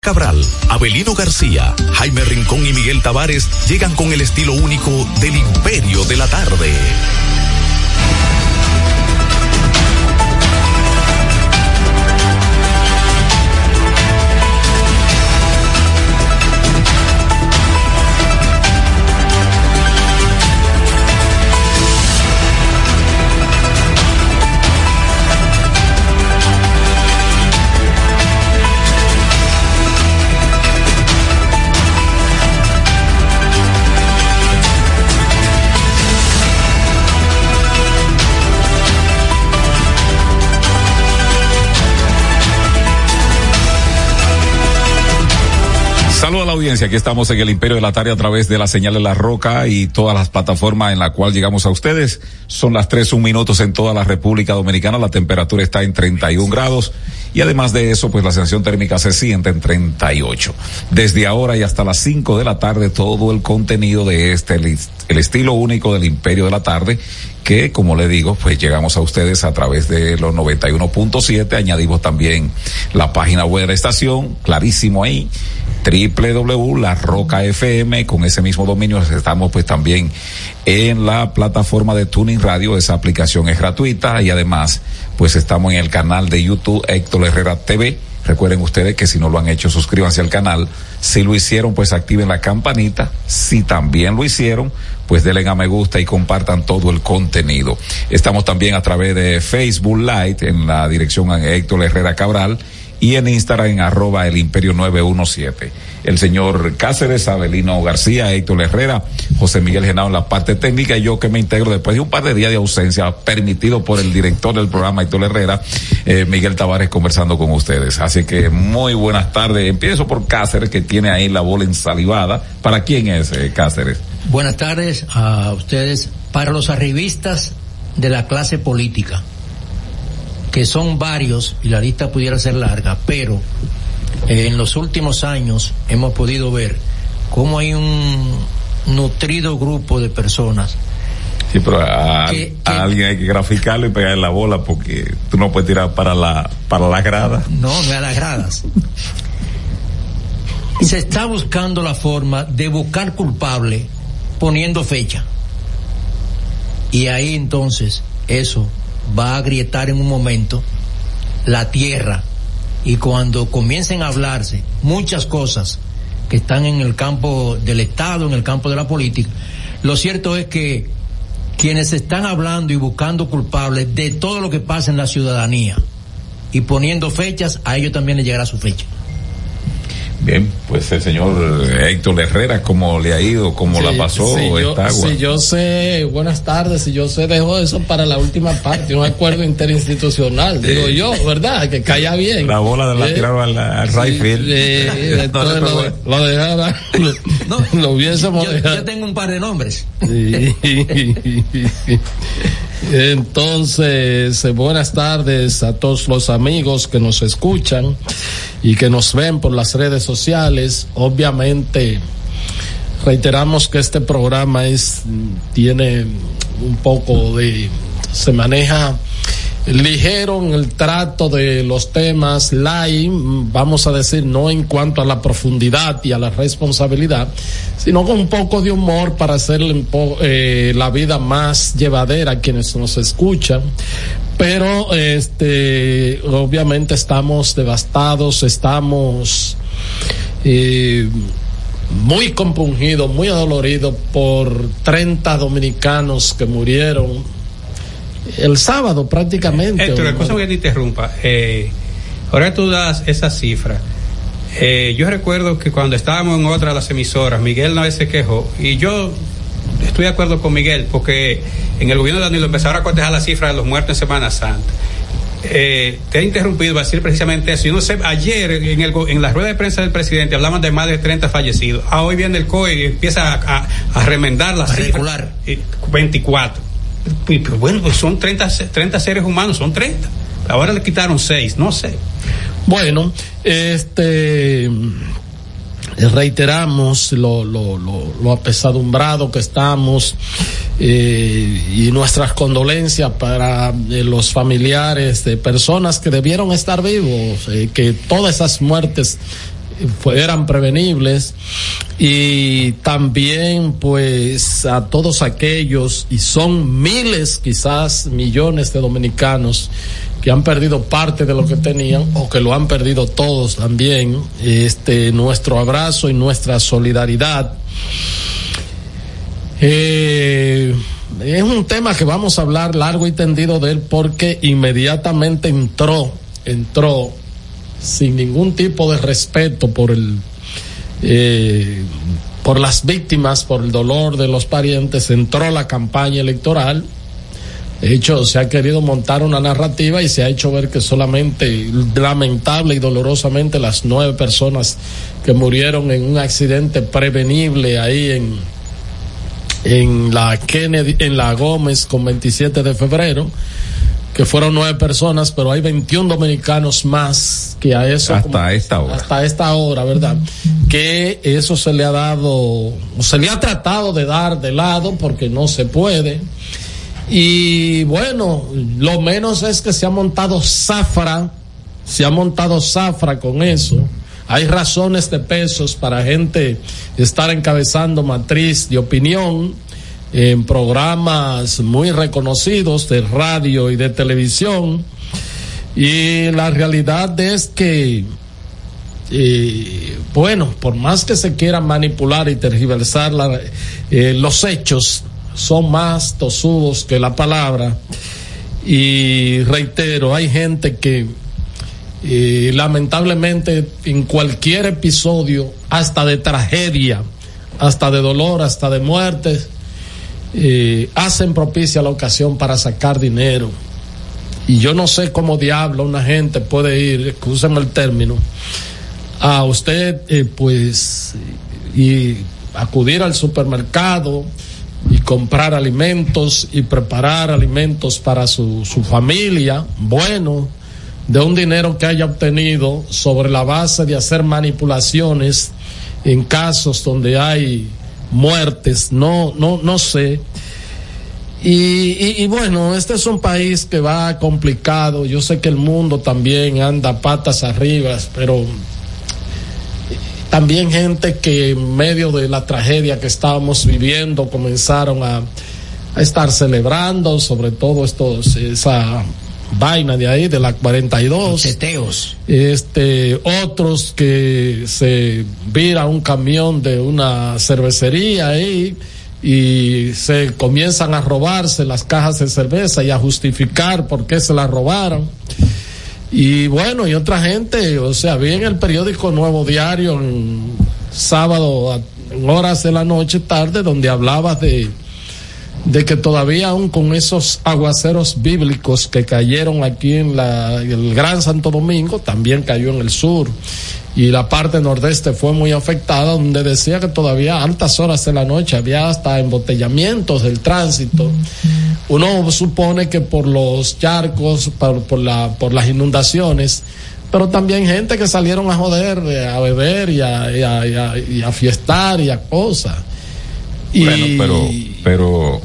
Cabral, Abelino García, Jaime Rincón y Miguel Tavares llegan con el estilo único del Imperio de la Tarde. Saludos a la audiencia, aquí estamos en el Imperio de la Tarde a través de la señal de La Roca y todas las plataformas en la cual llegamos a ustedes. Son las 3:01 en toda la República Dominicana, la temperatura está en 31 grados y además de eso, pues la sensación térmica se siente en 38. Desde ahora y hasta las 5 de la tarde, todo el contenido de el estilo único del Imperio de la Tarde, que como le digo, pues llegamos a ustedes a través de los 91.7, añadimos también la página web de la estación, clarísimo ahí, www.larroca.fm, con ese mismo dominio estamos pues también en la plataforma de Tuning Radio, esa aplicación es gratuita y además pues estamos en el canal de YouTube Héctor Herrera TV. Recuerden ustedes que si no lo han hecho, suscríbanse al canal. Si lo hicieron, pues activen la campanita. Si también lo hicieron, pues denle a me gusta y compartan todo el contenido. Estamos también a través de Facebook Live en la dirección Héctor Herrera Cabral y en Instagram en @elimperio917. El señor Cáceres, Abelino García, Héctor Herrera, José Miguel Genao en la parte técnica y yo que me integro después de un par de días de ausencia permitido por el director del programa Héctor Herrera, Miguel Tavares, conversando con ustedes. Así que muy buenas tardes. Empiezo por Cáceres, que tiene ahí la bola ensalivada. ¿Para quién es Cáceres? Buenas tardes a ustedes. Para los arribistas de la clase política, que son varios y la lista pudiera ser larga, pero en los últimos años hemos podido ver cómo hay un nutrido grupo de personas. Sí, pero a alguien hay que graficarlo y pegarle la bola porque tú no puedes tirar para las gradas. No es a las gradas. Se está buscando la forma de buscar culpable poniendo fecha. Y ahí entonces eso va a agrietar en un momento la tierra, y cuando comiencen a hablarse muchas cosas que están en el campo del Estado, en el campo de la política, lo cierto es que quienes están hablando y buscando culpables de todo lo que pasa en la ciudadanía y poniendo fechas, a ellos también les llegará su fecha. Bien, pues el señor Héctor Herrera, ¿cómo le ha ido? ¿Cómo la pasó esta agua? Yo sé, buenas tardes, si yo sé, dejo eso para la última parte, un acuerdo interinstitucional, digo yo, ¿verdad? Que caiga bien. La bola la tiraron al right field. Entonces lo dejara, lo hubiésemos dejado. Yo tengo un par de nombres. Entonces, buenas tardes a todos los amigos que nos escuchan y que nos ven por las redes sociales. Obviamente, reiteramos que este programa tiene un poco se maneja ligero en el trato de los temas, light, vamos a decir, no en cuanto a la profundidad y a la responsabilidad, sino con un poco de humor para hacer la vida más llevadera a quienes nos escuchan. Pero obviamente estamos devastados, estamos muy compungidos, muy adoloridos por 30 dominicanos que murieron el sábado prácticamente. Héctor, cosa que te interrumpa. Ahora tú das esa cifra. Yo recuerdo que cuando estábamos en otra de las emisoras, Miguel una vez se quejó, y yo estoy de acuerdo con Miguel, porque en el gobierno de Danilo empezaron a cotejar la cifra de los muertos en Semana Santa. Te he interrumpido para decir precisamente eso. Yo no sé, ayer en la rueda de prensa del presidente hablaban de más de 30 fallecidos. Hoy viene el COE y empieza a remendar la cifra. 24. Bueno, pues son 30 seres humanos, son 30. Ahora le quitaron 6, no sé. Bueno, reiteramos lo apesadumbrado que estamos, y nuestras condolencias para los familiares de personas que debieron estar vivos, que todas esas muertes eran prevenibles, y también pues a todos aquellos, y son miles, quizás millones de dominicanos que han perdido parte de lo que tenían o que lo han perdido todos también, nuestro abrazo y nuestra solidaridad. Es un tema que vamos a hablar largo y tendido de él, porque inmediatamente entró sin ningún tipo de respeto por las víctimas, por el dolor de los parientes, entró la campaña electoral. De hecho, se ha querido montar una narrativa y se ha hecho ver que solamente, lamentable y dolorosamente, las 9 personas que murieron en un accidente prevenible ahí en la Kennedy, en la Gómez con 27 de febrero, que fueron 9 personas, pero hay 21 dominicanos más que a eso. Hasta esta hora, ¿verdad? Que eso se le ha dado, se le ha tratado de dar de lado porque no se puede. Y bueno, lo menos es que se ha montado zafra con eso. Hay razones de pesos para gente estar encabezando matriz de opinión en programas muy reconocidos de radio y de televisión, y la realidad es que bueno, por más que se quiera manipular y tergiversar los hechos, son más tosudos que la palabra. Y reitero, hay gente que lamentablemente en cualquier episodio, hasta de tragedia, hasta de dolor, hasta de muertes, hacen propicia la ocasión para sacar dinero. Y yo no sé cómo diablo una gente puede ir, excúsenme el término, a usted pues y acudir al supermercado y comprar alimentos y preparar alimentos para su familia, bueno, de un dinero que haya obtenido sobre la base de hacer manipulaciones en casos donde hay muertes, no sé. Y bueno, este es un país que va complicado. Yo sé que el mundo también anda patas arriba, pero también gente que en medio de la tragedia que estábamos viviendo comenzaron a estar celebrando, sobre todo esa vaina de ahí, de la 42. Teteos. Otros que se vira un camión de una cervecería ahí y se comienzan a robarse las cajas de cerveza y a justificar por qué se las robaron. Y bueno, y otra gente, o sea, vi en el periódico Nuevo Diario en sábado, en horas de la noche, tarde, donde hablaba de que todavía aún con esos aguaceros bíblicos que cayeron aquí en el Gran Santo Domingo, también cayó en el sur, y la parte nordeste fue muy afectada, donde decía que todavía a altas horas de la noche había hasta embotellamientos del tránsito. Uno supone que por los charcos, por las inundaciones, pero también gente que salieron a joder, a beber y a fiestar y a cosas. Bueno, pero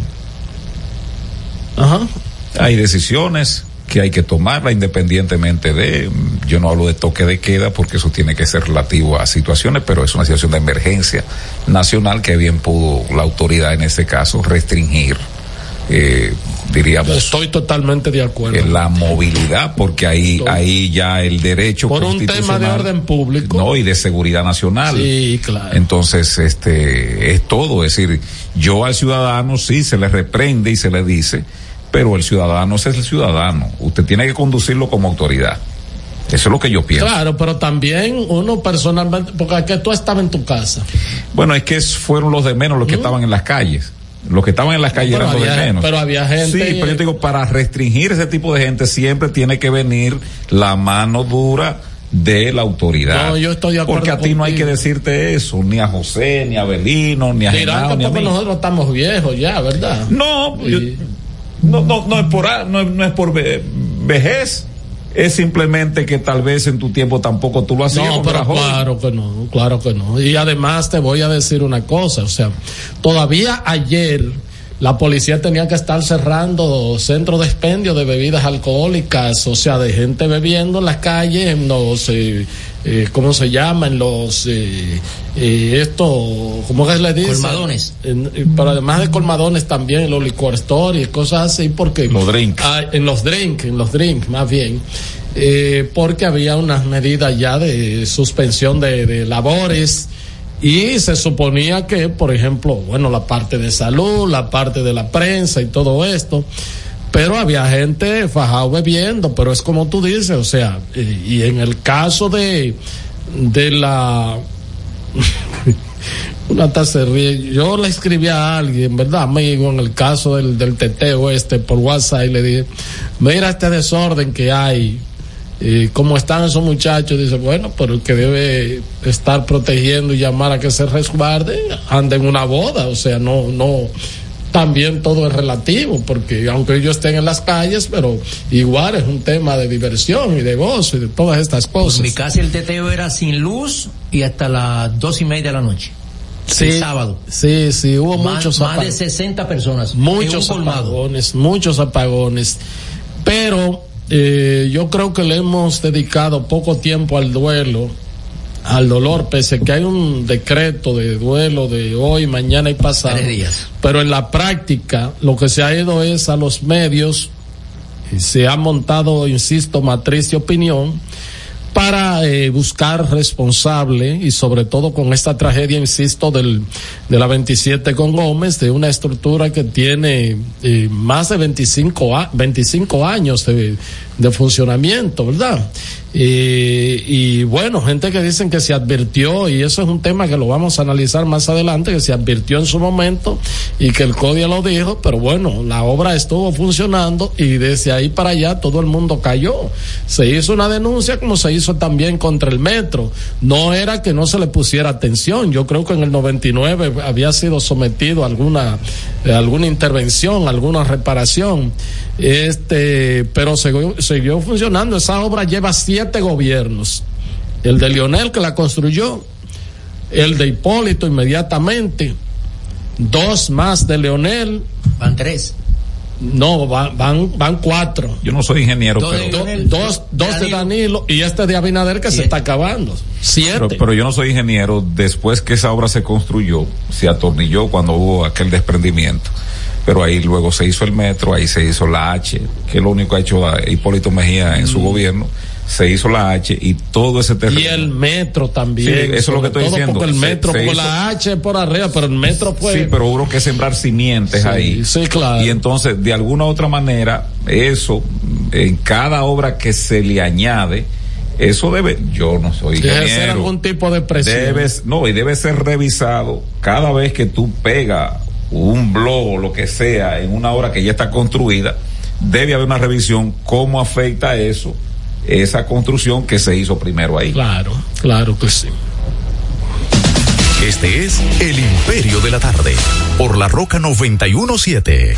ajá, hay decisiones que hay que tomarla independientemente yo no hablo de toque de queda porque eso tiene que ser relativo a situaciones, pero es una situación de emergencia nacional que bien pudo la autoridad en este caso restringir, diríamos. Estoy totalmente de acuerdo. La movilidad, porque ahí ya el derecho por un tema de orden público, no, y de seguridad nacional. Sí, claro. Entonces, es todo, es decir, yo al ciudadano sí se le reprende y se le dice, pero el ciudadano es el ciudadano. Usted tiene que conducirlo como autoridad. Eso es lo que yo pienso. Claro, pero también uno personalmente, porque aquí tú estabas en tu casa. Bueno, es que fueron los de menos los que estaban en las calles. Los que estaban en las calles eran los de menos. Pero había gente. Sí, pero yo te digo, para restringir ese tipo de gente siempre tiene que venir la mano dura de la autoridad. No, yo estoy de acuerdo. Porque a ti no hay que decirte eso, ni a José, ni a Belino, ni a Genao, ni a mí. Nosotros estamos viejos ya, ¿verdad? No, no es por vejez. Es simplemente que tal vez en tu tiempo tampoco tú lo hacías. No, pero claro que no. Y además te voy a decir una cosa, o sea, todavía ayer la policía tenía que estar cerrando centros de expendio de bebidas alcohólicas, o sea, de gente bebiendo en las calles, ¿cómo se llama? En los, ¿cómo que le dice? Colmadones. Pero además de colmadones también, los liquor store y cosas así, porque... Los drinks. En los drinks, más bien. Porque había unas medidas ya de suspensión de labores, y se suponía que, por ejemplo, bueno, la parte de salud, la parte de la prensa y todo esto, pero había gente fajado bebiendo, pero es como tú dices, o sea, y en el caso de la una tacería, yo le escribí a alguien, ¿verdad? Amigo, en el caso del teteo por WhatsApp, y le dije, mira este desorden que hay, cómo están esos muchachos. Dice, bueno, pero el que debe estar protegiendo y llamar a que se resguarde anda en una boda, o sea, no, también todo es relativo, porque aunque ellos estén en las calles, pero igual es un tema de diversión y de gozo y de todas estas cosas. En mi casa el teteo era sin luz y hasta las 2:30 de la noche. Sí, el sábado. Sí, hubo muchos apagones. Más de 60 personas. Muchos apagones. Pero yo creo que le hemos dedicado poco tiempo al duelo, al dolor, pese a que hay un decreto de duelo de hoy, mañana y pasado. 3 días. Pero en la práctica, lo que se ha ido es a los medios, y se ha montado, insisto, matriz de opinión, para buscar responsable, y sobre todo con esta tragedia, insisto, de la 27 con Gómez, de una estructura que tiene más de 25 años de funcionamiento, ¿verdad? Y bueno, gente que dicen que se advirtió, y eso es un tema que lo vamos a analizar más adelante, que se advirtió en su momento y que el CODIA lo dijo, pero bueno, la obra estuvo funcionando y desde ahí para allá todo el mundo cayó. Se hizo una denuncia como se hizo también contra el metro. No era que no se le pusiera atención, yo creo que en el 99 había sido sometido a alguna intervención, alguna reparación, pero siguió funcionando. Esa obra lleva 7 gobiernos, el de Leonel, que la construyó, el de Hipólito inmediatamente, 2 más de Leonel, van 3. No, van 4. Yo no soy ingeniero, dos de Danilo y de Abinader, que 7. Se está acabando. 7. Pero yo no soy ingeniero. Después que esa obra se construyó, se atornilló cuando hubo aquel desprendimiento. Pero ahí luego se hizo el metro, ahí se hizo la H, que es lo único que ha hecho Hipólito Mejía en su gobierno. Se hizo la H y todo ese terreno. Y el metro también. Sí, eso es lo que estoy diciendo. Porque el metro, porque la H por arriba, pero el metro fue. Sí, pero hubo que sembrar simientes ahí. Sí, claro. Y entonces, de alguna u otra manera, eso, en cada obra que se le añade, eso yo no soy ingeniero. Debe ser algún tipo de presión. Y debe ser revisado cada vez que tú pegas un blog o lo que sea en una obra que ya está construida. Debe haber una revisión cómo afecta eso, esa construcción que se hizo primero ahí. Claro que sí. Este es El Imperio de la Tarde, por La Roca 91.7.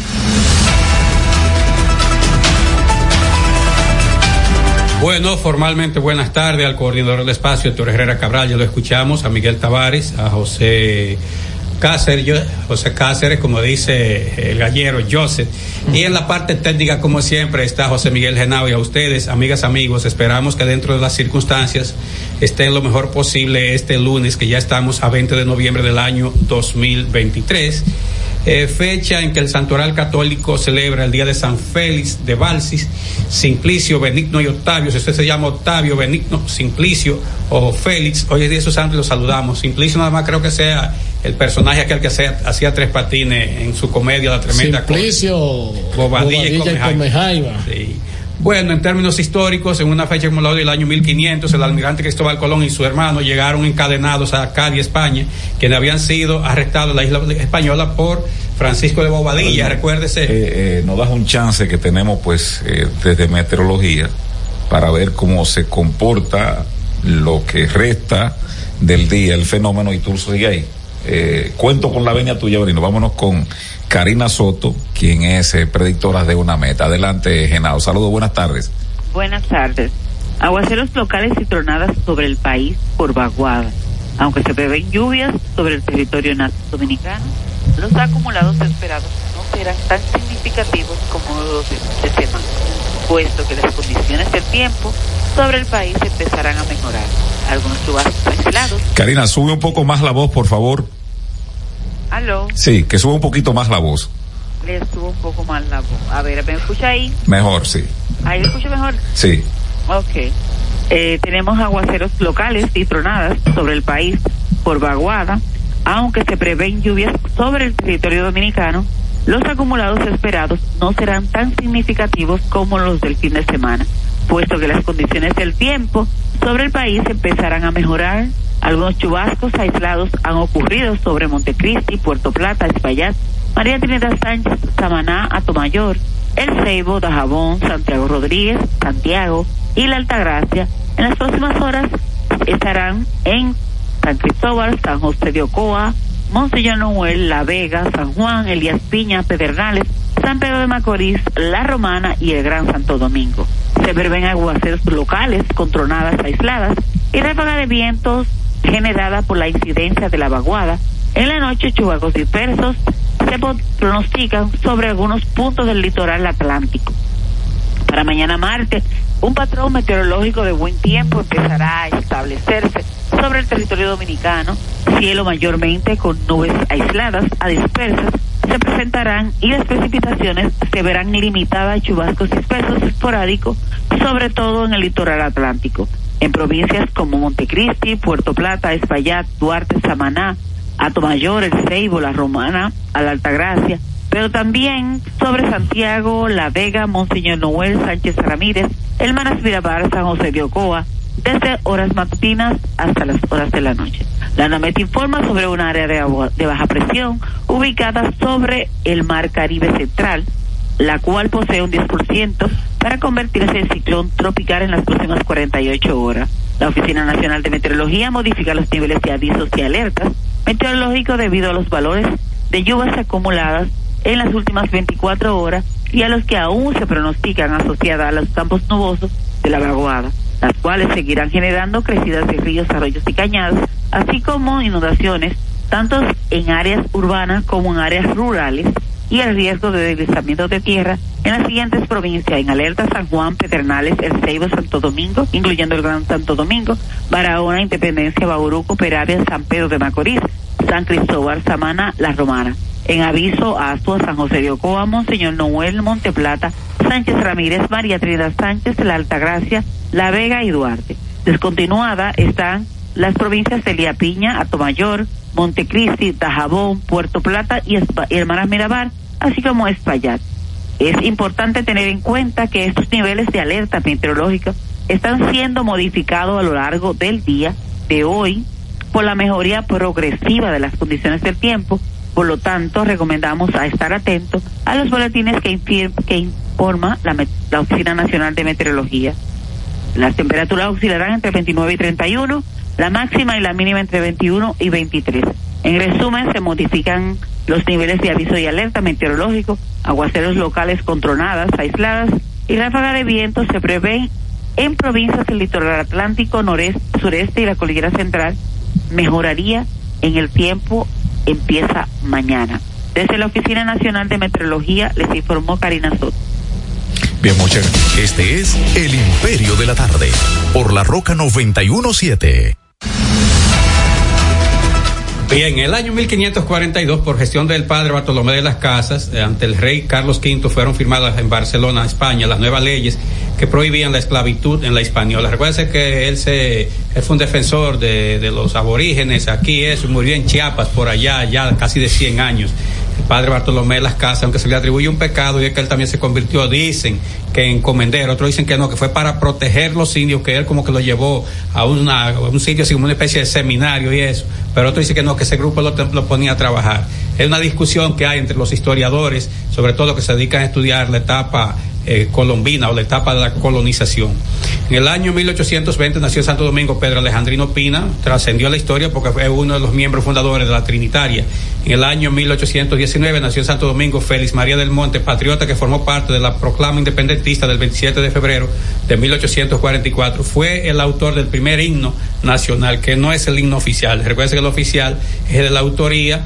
Bueno, formalmente buenas tardes al coordinador del espacio, Héctor Herrera Cabral, ya lo escuchamos, a Miguel Tavares, a José Cáceres, como dice el gallero Joseph, y en la parte técnica, como siempre, está José Miguel Genao. Y a ustedes, amigas, amigos, esperamos que dentro de las circunstancias estén lo mejor posible este lunes, que ya estamos a 20 de noviembre del año 2023, fecha en que el Santoral Católico celebra el día de San Félix de Balsis, Simplicio, Benigno y Octavio. Si usted se llama Octavio, Benigno, Simplicio o Félix, hoy es día de sus santos y los saludamos. Simplicio nada más creo que sea el personaje aquel que hacía 3 patines en su comedia La Tremenda Simplicio, Bobadilla y Comejaiba. Sí. Bueno, en términos históricos, en una fecha como la del año 1500, el almirante Cristóbal Colón y su hermano llegaron encadenados a Cádiz, España, quienes habían sido arrestados en la isla española por Francisco de Bobadilla. Recuérdese. Nos das un chance que tenemos, pues, desde meteorología, para ver cómo se comporta lo que resta del día, el fenómeno, y tú sigues ahí. Cuento con la venia tuya, Brino. Vámonos con Karina Soto, quien es predictora de Una Meta. Adelante, Genao. Saludos, buenas tardes. Buenas tardes. Aguaceros locales y tronadas sobre el país por vaguada. Aunque se prevén lluvias sobre el territorio dominicano, los acumulados esperados no serán tan significativos como los de semana, puesto que las condiciones del tiempo sobre el país empezarán a mejorar. algunos chubascos aislados. Karina, sube un poco más la voz, por favor. ¿Aló? Sí, que suba un poquito más la voz. Le subo un poco más la voz. A ver, ¿me escucha ahí? Mejor, sí. ¿Ahí me escucha mejor? Sí. Ok. Tenemos aguaceros locales y tronadas sobre el país por vaguada, aunque se prevén lluvias sobre el territorio dominicano. Los acumulados esperados no serán tan significativos como los del fin de semana, puesto que las condiciones del tiempo sobre el país empezarán a mejorar. Algunos chubascos aislados han ocurrido sobre Montecristi, Puerto Plata, Espaillat, María Trinidad Sánchez, Samaná, Atomayor, El Ceibo, Dajabón, Santiago Rodríguez, Santiago y La Altagracia. En las próximas horas estarán en San Cristóbal, San José de Ocoa, Monseñor Noel, La Vega, San Juan, Elías Piña, Pedernales, San Pedro de Macorís, La Romana y el Gran Santo Domingo. Se prevén aguaceros locales con tronadas aisladas y ráfaga de vientos generada por la incidencia de la vaguada. En la noche, chubascos dispersos se pronostican sobre algunos puntos del litoral atlántico. Para mañana martes, un patrón meteorológico de buen tiempo empezará a establecerse sobre el territorio dominicano. Cielo mayormente con nubes aisladas a dispersas se presentarán y las precipitaciones se verán limitadas a chubascos dispersos esporádicos, sobre todo en el litoral atlántico. En provincias como Montecristi, Puerto Plata, Espaillat, Duarte, Samaná, Atomayor, El Ceibo, La Romana, a La Altagracia, pero también sobre Santiago, La Vega, Monseñor Noel, Sánchez Ramírez, El Manas Mirabal, San José de Ocoa, desde horas matutinas hasta las horas de la noche. La NOMET informa sobre un área de baja presión ubicada sobre el Mar Caribe Central, la cual posee un 10% para convertirse en ciclón tropical en las próximas 48 horas. La Oficina Nacional de Meteorología modifica los niveles de avisos y alertas meteorológicos debido a los valores de lluvias acumuladas en las últimas 24 horas y a los que aún se pronostican asociadas a los campos nubosos de la vaguada, las cuales seguirán generando crecidas de ríos, arroyos y cañadas, así como inundaciones, tanto en áreas urbanas como en áreas rurales, y el riesgo de deslizamiento de tierra en las siguientes provincias: en alerta San Juan, Pedernales, El Ceibo, Santo Domingo, incluyendo el Gran Santo Domingo, Barahona, Independencia, Bauruco, Peravia, San Pedro de Macorís, San Cristóbal, Samaná, La Romana. En aviso Asua, San José de Ocoa, Monseñor Noel, Monte Plata, Sánchez Ramírez, María Trinidad Sánchez, La Altagracia, La Vega y Duarte. Descontinuada están las provincias de Elías Piña, Atomayor, Montecristi, Dajabón, Puerto Plata y Hermanas Mirabal, así como Espaillat. Es importante tener en cuenta que estos niveles de alerta meteorológica están siendo modificados a lo largo del día de hoy por la mejoría progresiva de las condiciones del tiempo. Por lo tanto, recomendamos a estar atentos a los boletines que informa la Oficina Nacional de Meteorología. Las temperaturas oscilarán entre 29 y 31, la máxima y la mínima entre 21 y 23. En resumen, se modifican los niveles de aviso y alerta meteorológico, aguaceros locales con tronadas aisladas y ráfaga de viento se prevén en provincias del litoral atlántico, noreste, sureste y la cordillera central. Mejoraría en el tiempo, empieza mañana. Desde la Oficina Nacional de Meteorología les informó Karina Soto. Bien, muchas gracias. Este es El Imperio de la Tarde, por La Roca 91.7. Bien, en el año 1542, por gestión del padre Bartolomé de las Casas, ante el rey Carlos V, fueron firmadas en Barcelona, España, las nuevas leyes que prohibían la esclavitud en la Hispaniola. Recuérdense que él fue un defensor de los aborígenes, aquí murió en Chiapas, por allá, ya casi de 100 años. El padre Bartolomé de las Casas, aunque se le atribuye un pecado, y es que él también se convirtió, dicen que en comendero, otros dicen que no, que fue para proteger los indios, que él como que lo llevó a un sitio así como una especie de seminario y eso, pero otros dicen que no, que ese grupo lo ponía a trabajar. Es una discusión que hay entre los historiadores, sobre todo que se dedican a estudiar la etapa colombina o la etapa de la colonización. En el año 1820 nació en Santo Domingo Pedro Alejandrino Pina, trascendió la historia porque fue uno de los miembros fundadores de la Trinitaria. En el año 1819 nació en Santo Domingo Félix María del Monte, patriota que formó parte de la proclama independentista del 27 de febrero de 1844. Fue el autor del primer himno nacional, que no es el himno oficial. Recuerden que el oficial es de la autoría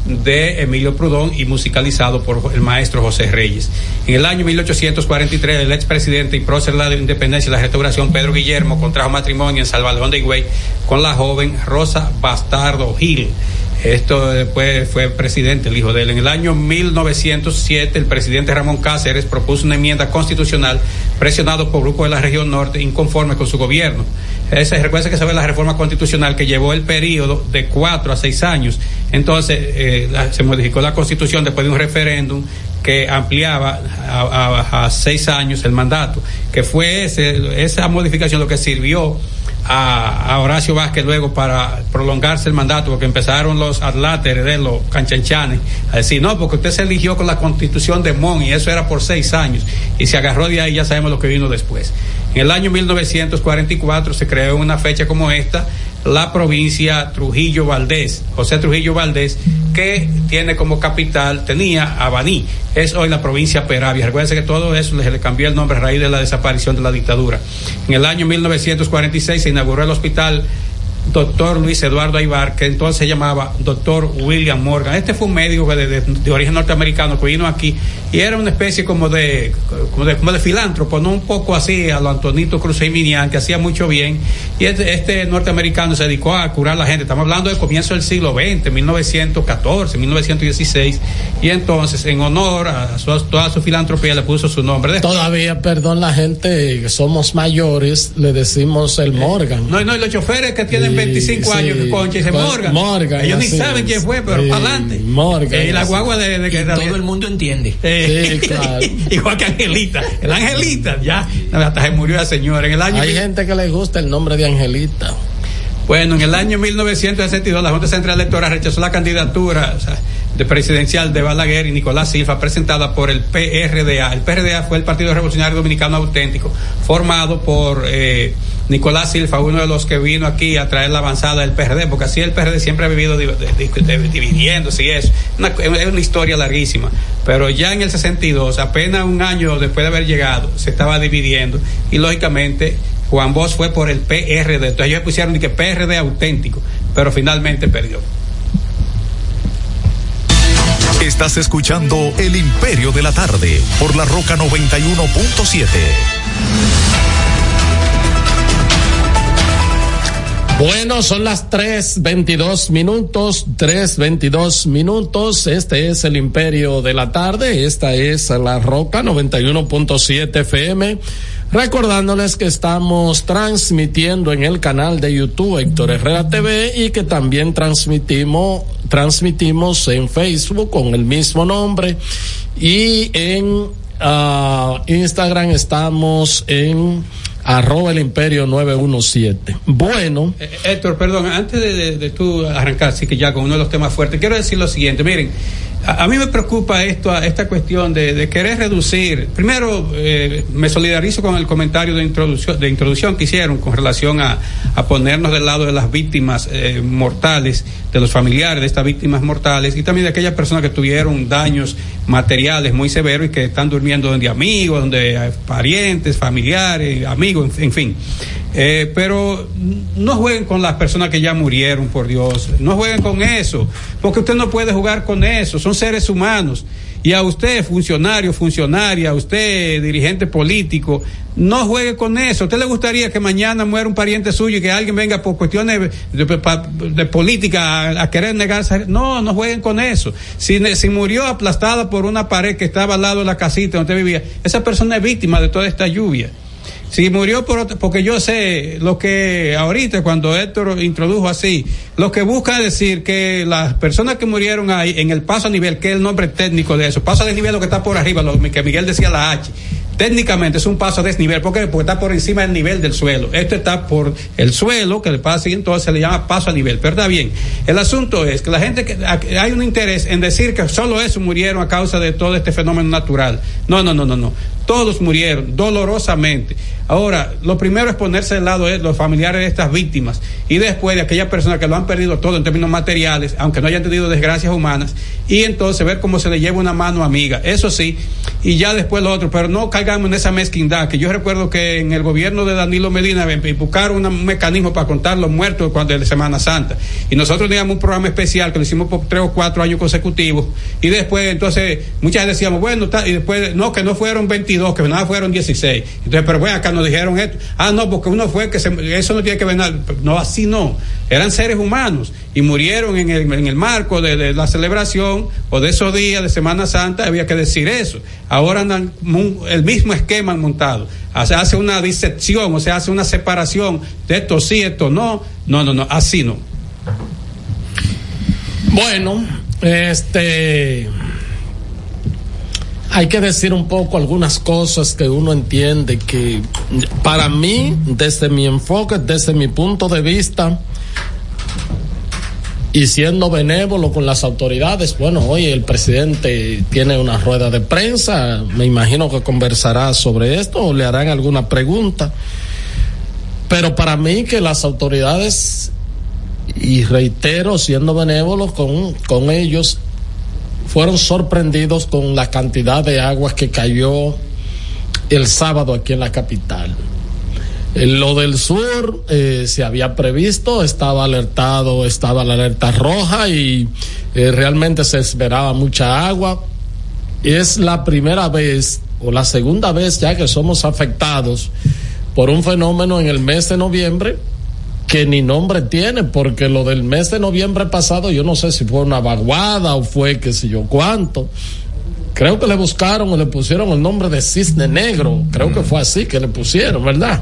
de Emilio Prudón y musicalizado por el maestro José Reyes. En el año 1843, el expresidente y prócer de la independencia y la restauración, Pedro Guillermo, contrajo matrimonio en Salvador de Higüey con la joven Rosa Bastardo Gil. Esto después fue presidente, el hijo de él. En el año 1907, el presidente Ramón Cáceres propuso una enmienda constitucional presionado por grupos de la región norte inconformes con su gobierno. Recuerda que se ve la reforma constitucional que llevó el periodo de 4 a 6 años. Entonces, se modificó la constitución después de un referéndum que ampliaba a 6 años el mandato, que fue esa modificación lo que sirvió a Horacio Vázquez luego para prolongarse el mandato, porque empezaron los adláteres de los canchanchanes a decir, no, porque usted se eligió con la constitución de Mon y eso era por 6 años, y se agarró de ahí, ya sabemos lo que vino después. En el año 1944 se creó en una fecha como esta la provincia Trujillo Valdés, José Trujillo Valdés, que tenía a Baní, es hoy la provincia Peravia. Recuerden que todo eso se le cambió el nombre a raíz de la desaparición de la dictadura. En el año 1946 se inauguró el hospital doctor Luis Eduardo Aybar, que entonces se llamaba doctor William Morgan. Este fue un médico de origen norteamericano que vino aquí y era una especie como de filántropo, no un poco así a lo Antonito Cruz y Minian, que hacía mucho bien, y este norteamericano se dedicó a curar a la gente. Estamos hablando del comienzo del siglo XX, 1914, 1916, y entonces en honor a toda su filantropía le puso su nombre. Todavía, perdón, la gente que somos mayores le decimos el Morgan. No, y los choferes que tienen 25 años que concha y se Morgan. Ellos ni saben quién fue, pero para adelante. Morgan. Y la guagua de que todo el mundo entiende. Sí, claro. Igual que Angelita. El Angelita, ya. Hasta se murió la señora. Hay gente que le gusta el nombre de Angelita. Bueno, en el año 1962 la Junta Central Electoral rechazó la candidatura de presidencial de Balaguer y Nicolás Silva presentada por el PRDA. El PRDA fue el Partido Revolucionario Dominicano Auténtico, formado por Nicolás Silva, uno de los que vino aquí a traer la avanzada del PRD, porque así el PRD siempre ha vivido dividiéndose y eso. Es una historia larguísima. Pero ya en el 62, apenas un año después de haber llegado, se estaba dividiendo y lógicamente Juan Bosch fue por el PRD. Entonces ellos pusieron que PRD auténtico, pero finalmente perdió. Estás escuchando El Imperio de la Tarde por La Roca 91.7. Bueno, son las 3:22 minutos. Este es El Imperio de la Tarde. Esta es La Roca 91.7 FM. Recordándoles que estamos transmitiendo en el canal de YouTube Héctor Herrera TV y que también transmitimos en Facebook con el mismo nombre, y en Instagram estamos en @el imperio 917. Bueno, Héctor, perdón, antes de tú arrancar, sí que ya con uno de los temas fuertes, quiero decir lo siguiente. Miren, a mí me preocupa esta cuestión de querer reducir. Primero, me solidarizo con el comentario de introducción que hicieron con relación a ponernos del lado de las víctimas mortales, de los familiares de estas víctimas mortales, y también de aquellas personas que tuvieron daños materiales muy severos y que están durmiendo donde amigos, donde hay parientes, familiares, amigos, en fin. Pero no jueguen con las personas que ya murieron, por Dios. No jueguen con eso, porque usted no puede jugar con eso. Son seres humanos. Y a usted, funcionaria, a usted, dirigente político, no juegue con eso. ¿A usted le gustaría que mañana muera un pariente suyo y que alguien venga por cuestiones de política a querer negarse? No jueguen con eso. Si murió aplastada por una pared que estaba al lado de la casita donde usted vivía, esa persona es víctima de toda esta lluvia. Si murió porque yo sé lo que ahorita cuando Héctor introdujo así, lo que busca decir que las personas que murieron ahí en el paso a nivel, que es el nombre técnico de eso, paso a desnivel, lo que está por arriba, lo que Miguel decía, la H, técnicamente es un paso a desnivel. ¿Por qué? Porque está por encima del nivel del suelo. Esto está por el suelo, que le pasa así, entonces se le llama paso a nivel. Pero está bien. El asunto es que la gente, hay un interés en decir que solo eso murieron a causa de todo este fenómeno natural. No. Todos murieron dolorosamente. Ahora, lo primero es ponerse del lado de los familiares de estas víctimas y después de aquellas personas que lo han perdido todo en términos materiales, aunque no hayan tenido desgracias humanas, y entonces ver cómo se le lleva una mano amiga, eso sí, y ya después lo otro, pero no caigamos en esa mezquindad, que yo recuerdo que en el gobierno de Danilo Medina buscaron un mecanismo para contar los muertos cuando de Semana Santa, y nosotros teníamos un programa especial que lo hicimos por 3 o 4 años consecutivos, y después entonces muchas veces decíamos, bueno, y después, no, que no fueron 22, que nada fueron 16, entonces, pero bueno, acá nos dijeron esto, no, porque uno fue que eso no tiene que ver nada, no, así no, eran seres humanos, y murieron en el marco de la celebración, o de esos días de Semana Santa, había que decir eso. Ahora andan el mismo esquema montado, se hace una disección, o se hace una separación de esto sí, esto no, así no. Bueno, hay que decir un poco algunas cosas que uno entiende que, para mí, desde mi enfoque, desde mi punto de vista, y siendo benévolo con las autoridades, bueno, hoy el presidente tiene una rueda de prensa, me imagino que conversará sobre esto o le harán alguna pregunta, pero para mí que las autoridades, y reitero, siendo benévolos con ellos, fueron sorprendidos con la cantidad de agua que cayó el sábado aquí en la capital. Lo del sur se había previsto, estaba alertado, estaba la alerta roja y realmente se esperaba mucha agua. Es la primera vez o la segunda vez ya que somos afectados por un fenómeno en el mes de noviembre que ni nombre tiene, porque lo del mes de noviembre pasado yo no sé si fue una vaguada o fue qué sé yo cuánto. Creo que le buscaron o le pusieron el nombre de cisne negro, creo que fue así que le pusieron, ¿verdad?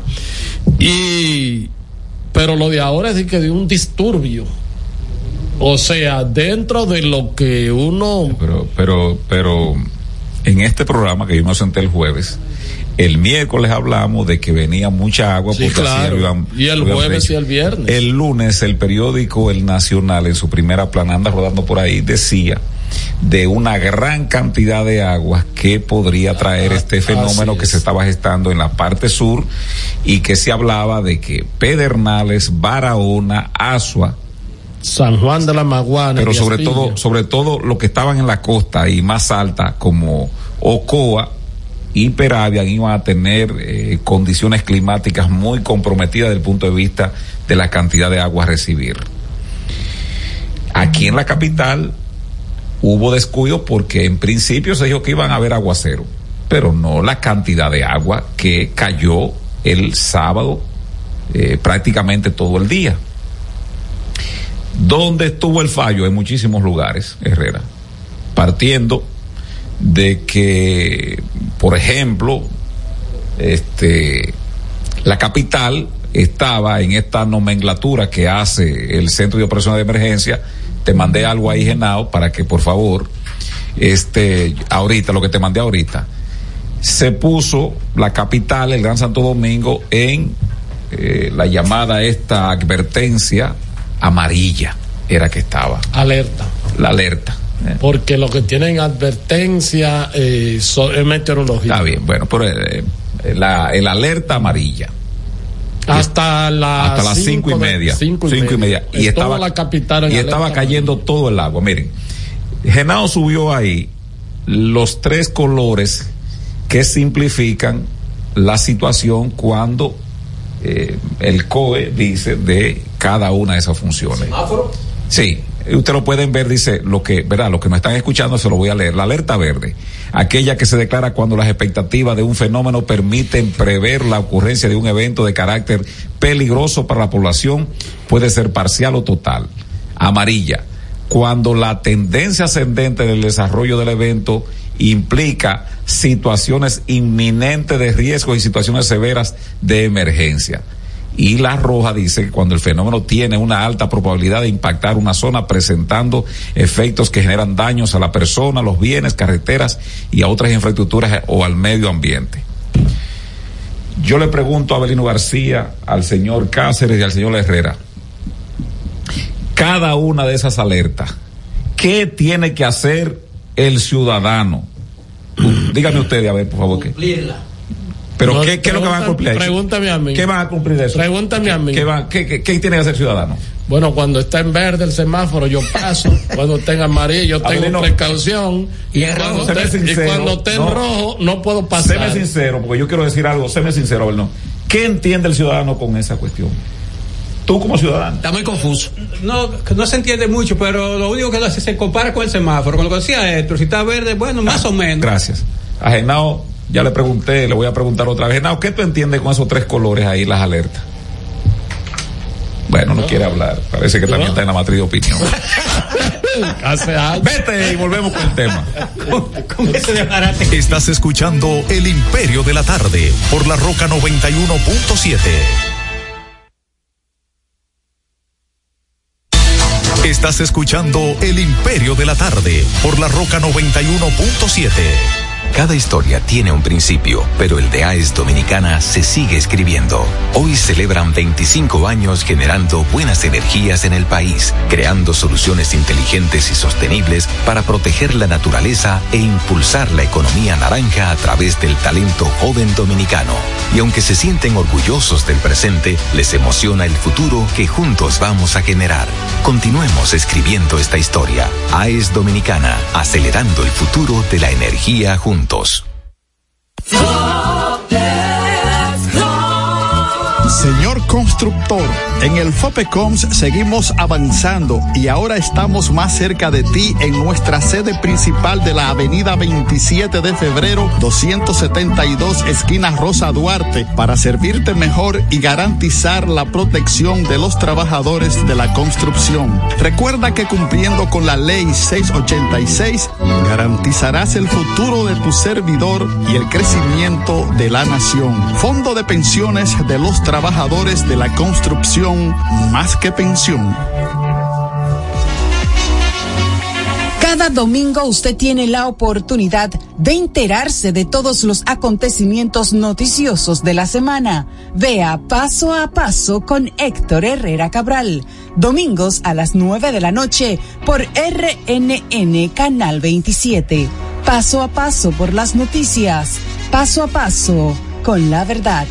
Pero lo de ahora es que de un disturbio, o sea, dentro de lo que uno... Pero en este programa que yo me senté el jueves, el miércoles hablamos de que venía mucha agua, sí, claro. Y el jueves y el viernes. El lunes el periódico El Nacional, en su primera plana, anda rodando por ahí, decía de una gran cantidad de agua que podría traer este fenómeno que se estaba gestando en la parte sur, y que se hablaba de que Pedernales, Barahona, Asua, San Juan de la Maguana, pero sobre todo lo que estaban en la costa y más alta como Ocoa y Peravia iban a tener condiciones climáticas muy comprometidas desde el punto de vista de la cantidad de agua a recibir. Aquí en la capital hubo descuido porque en principio se dijo que iban a haber aguacero, pero no la cantidad de agua que cayó el sábado prácticamente todo el día. ¿Dónde estuvo el fallo? En muchísimos lugares, Herrera, partiendo de que, por ejemplo, la capital estaba en esta nomenclatura que hace el Centro de Operaciones de Emergencia. Te mandé algo ahí, Genao, para que por favor, ahorita, lo que te mandé ahorita, se puso la capital, el Gran Santo Domingo, en la llamada esta advertencia amarilla, era que estaba. Alerta. La alerta. Porque lo que tienen advertencia es meteorológica. Está bien, bueno, pero la alerta amarilla. Hasta las 5:30. 5:30. Y estaba la capital y estaba cayendo todo el agua. Miren, Genao subió ahí los 3 colores que simplifican la situación cuando el COE dice de cada una de esas funciones. ¿Semáforo? Sí. Usted lo pueden ver, dice, lo que nos están escuchando se lo voy a leer. La alerta verde, aquella que se declara cuando las expectativas de un fenómeno permiten prever la ocurrencia de un evento de carácter peligroso para la población, puede ser parcial o total. Amarilla, cuando la tendencia ascendente del desarrollo del evento implica situaciones inminentes de riesgo y situaciones severas de emergencia. Y la roja dice que cuando el fenómeno tiene una alta probabilidad de impactar una zona presentando efectos que generan daños a la persona, los bienes, carreteras y a otras infraestructuras o al medio ambiente. Yo le pregunto a Abelino García, al señor Cáceres y al señor Herrera, cada una de esas alertas, ¿qué tiene que hacer el ciudadano? Dígame usted, a ver, por favor. Cumplirla. Pero ¿qué es lo que van a cumplir? Pregúntame a mí. ¿Qué van a cumplir de eso? Pregúntame a mí. ¿Qué tiene que hacer ciudadano? Bueno, cuando está en verde el semáforo yo paso, cuando está en amarillo tengo precaución y cuando esté en rojo no puedo pasar. Séme sincero, porque yo quiero decir algo, séme sincero, ¿no? ¿Qué entiende el ciudadano con esa cuestión? Tú como ciudadano. Está muy confuso. No se entiende mucho, pero lo único que se compara con el semáforo, con lo que decía Héctor, si está verde, bueno, más o menos. Gracias. A Genao, ya le pregunté, le voy a preguntar otra vez. Genao, ¿qué tú entiendes con esos 3 colores ahí, las alertas? Bueno, no quiere hablar. Parece que también está en la matriz de opinión. Vete y volvemos con el tema. Estás escuchando El Imperio de la Tarde por La Roca 91.7. Estás escuchando El Imperio de la Tarde por La Roca 91.7. Cada historia tiene un principio, pero el de AES Dominicana se sigue escribiendo. Hoy celebran 25 años generando buenas energías en el país, creando soluciones inteligentes y sostenibles para proteger la naturaleza e impulsar la economía naranja a través del talento joven dominicano. Y aunque se sienten orgullosos del presente, les emociona el futuro que juntos vamos a generar. Continuemos escribiendo esta historia. AES Dominicana, acelerando el futuro de la energía juntos. Señor constructor, en el FOPECOMS seguimos avanzando y ahora estamos más cerca de ti en nuestra sede principal de la avenida 27 de febrero, 272, esquina Rosa Duarte, para servirte mejor y garantizar la protección de los trabajadores de la construcción. Recuerda que cumpliendo con la ley 686, garantizarás el futuro de tu servidor y el crecimiento de la nación. Fondo de pensiones de los trabajadores de la construcción, más que pensión. Cada domingo usted tiene la oportunidad de enterarse de todos los acontecimientos noticiosos de la semana. Vea Paso a Paso con Héctor Herrera Cabral. Domingos a las 9 de la noche por RNN Canal 27. Paso a Paso por las noticias. Paso a Paso con la verdad.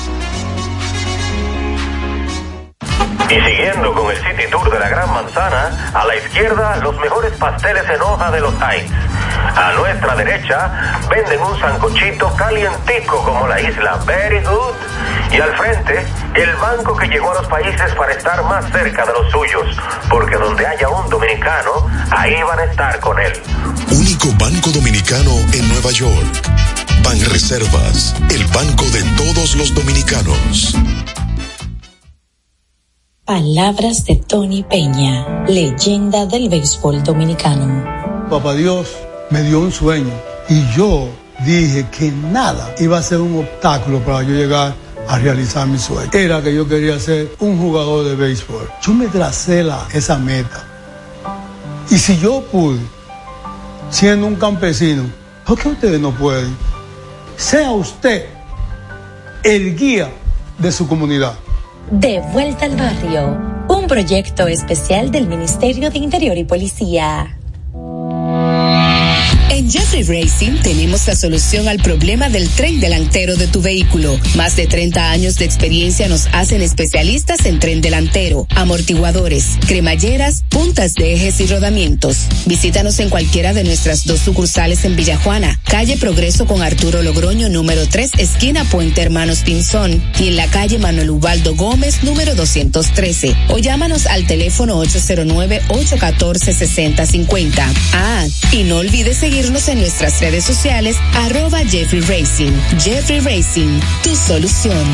Y siguiendo con el City Tour de la Gran Manzana, a la izquierda los mejores pasteles en hoja de los Heights. A nuestra derecha venden un sancochito calientico como la isla Very Good. Y al frente, el banco que llegó a los países para estar más cerca de los suyos, porque donde haya un dominicano, ahí van a estar con él. Único banco dominicano en Nueva York. Banreservas, el banco de todos los dominicanos. Palabras de Tony Peña, leyenda del béisbol dominicano. Papá Dios me dio un sueño y yo dije que nada iba a ser un obstáculo para yo llegar a realizar mi sueño. Era que yo quería ser un jugador de béisbol. Yo me tracé esa meta. Y si yo pude, siendo un campesino, ¿por qué ustedes no pueden? Sea usted el guía de su comunidad. De vuelta al barrio, un proyecto especial del Ministerio de Interior y Policía. En Jeffrey Racing tenemos la solución al problema del tren delantero de tu vehículo. Más de 30 años de experiencia nos hacen especialistas en tren delantero, amortiguadores, cremalleras, puntas de ejes y rodamientos. Visítanos en cualquiera de nuestras 2 sucursales en Villajuana, calle Progreso con Arturo Logroño, número 3, esquina Puente Hermanos Pinzón, y en la calle Manuel Ubaldo Gómez, número 213. O llámanos al teléfono 809-814-6050. Y no olvides seguirnos en nuestras redes sociales, @Jeffrey Racing. Jeffrey Racing, tu solución.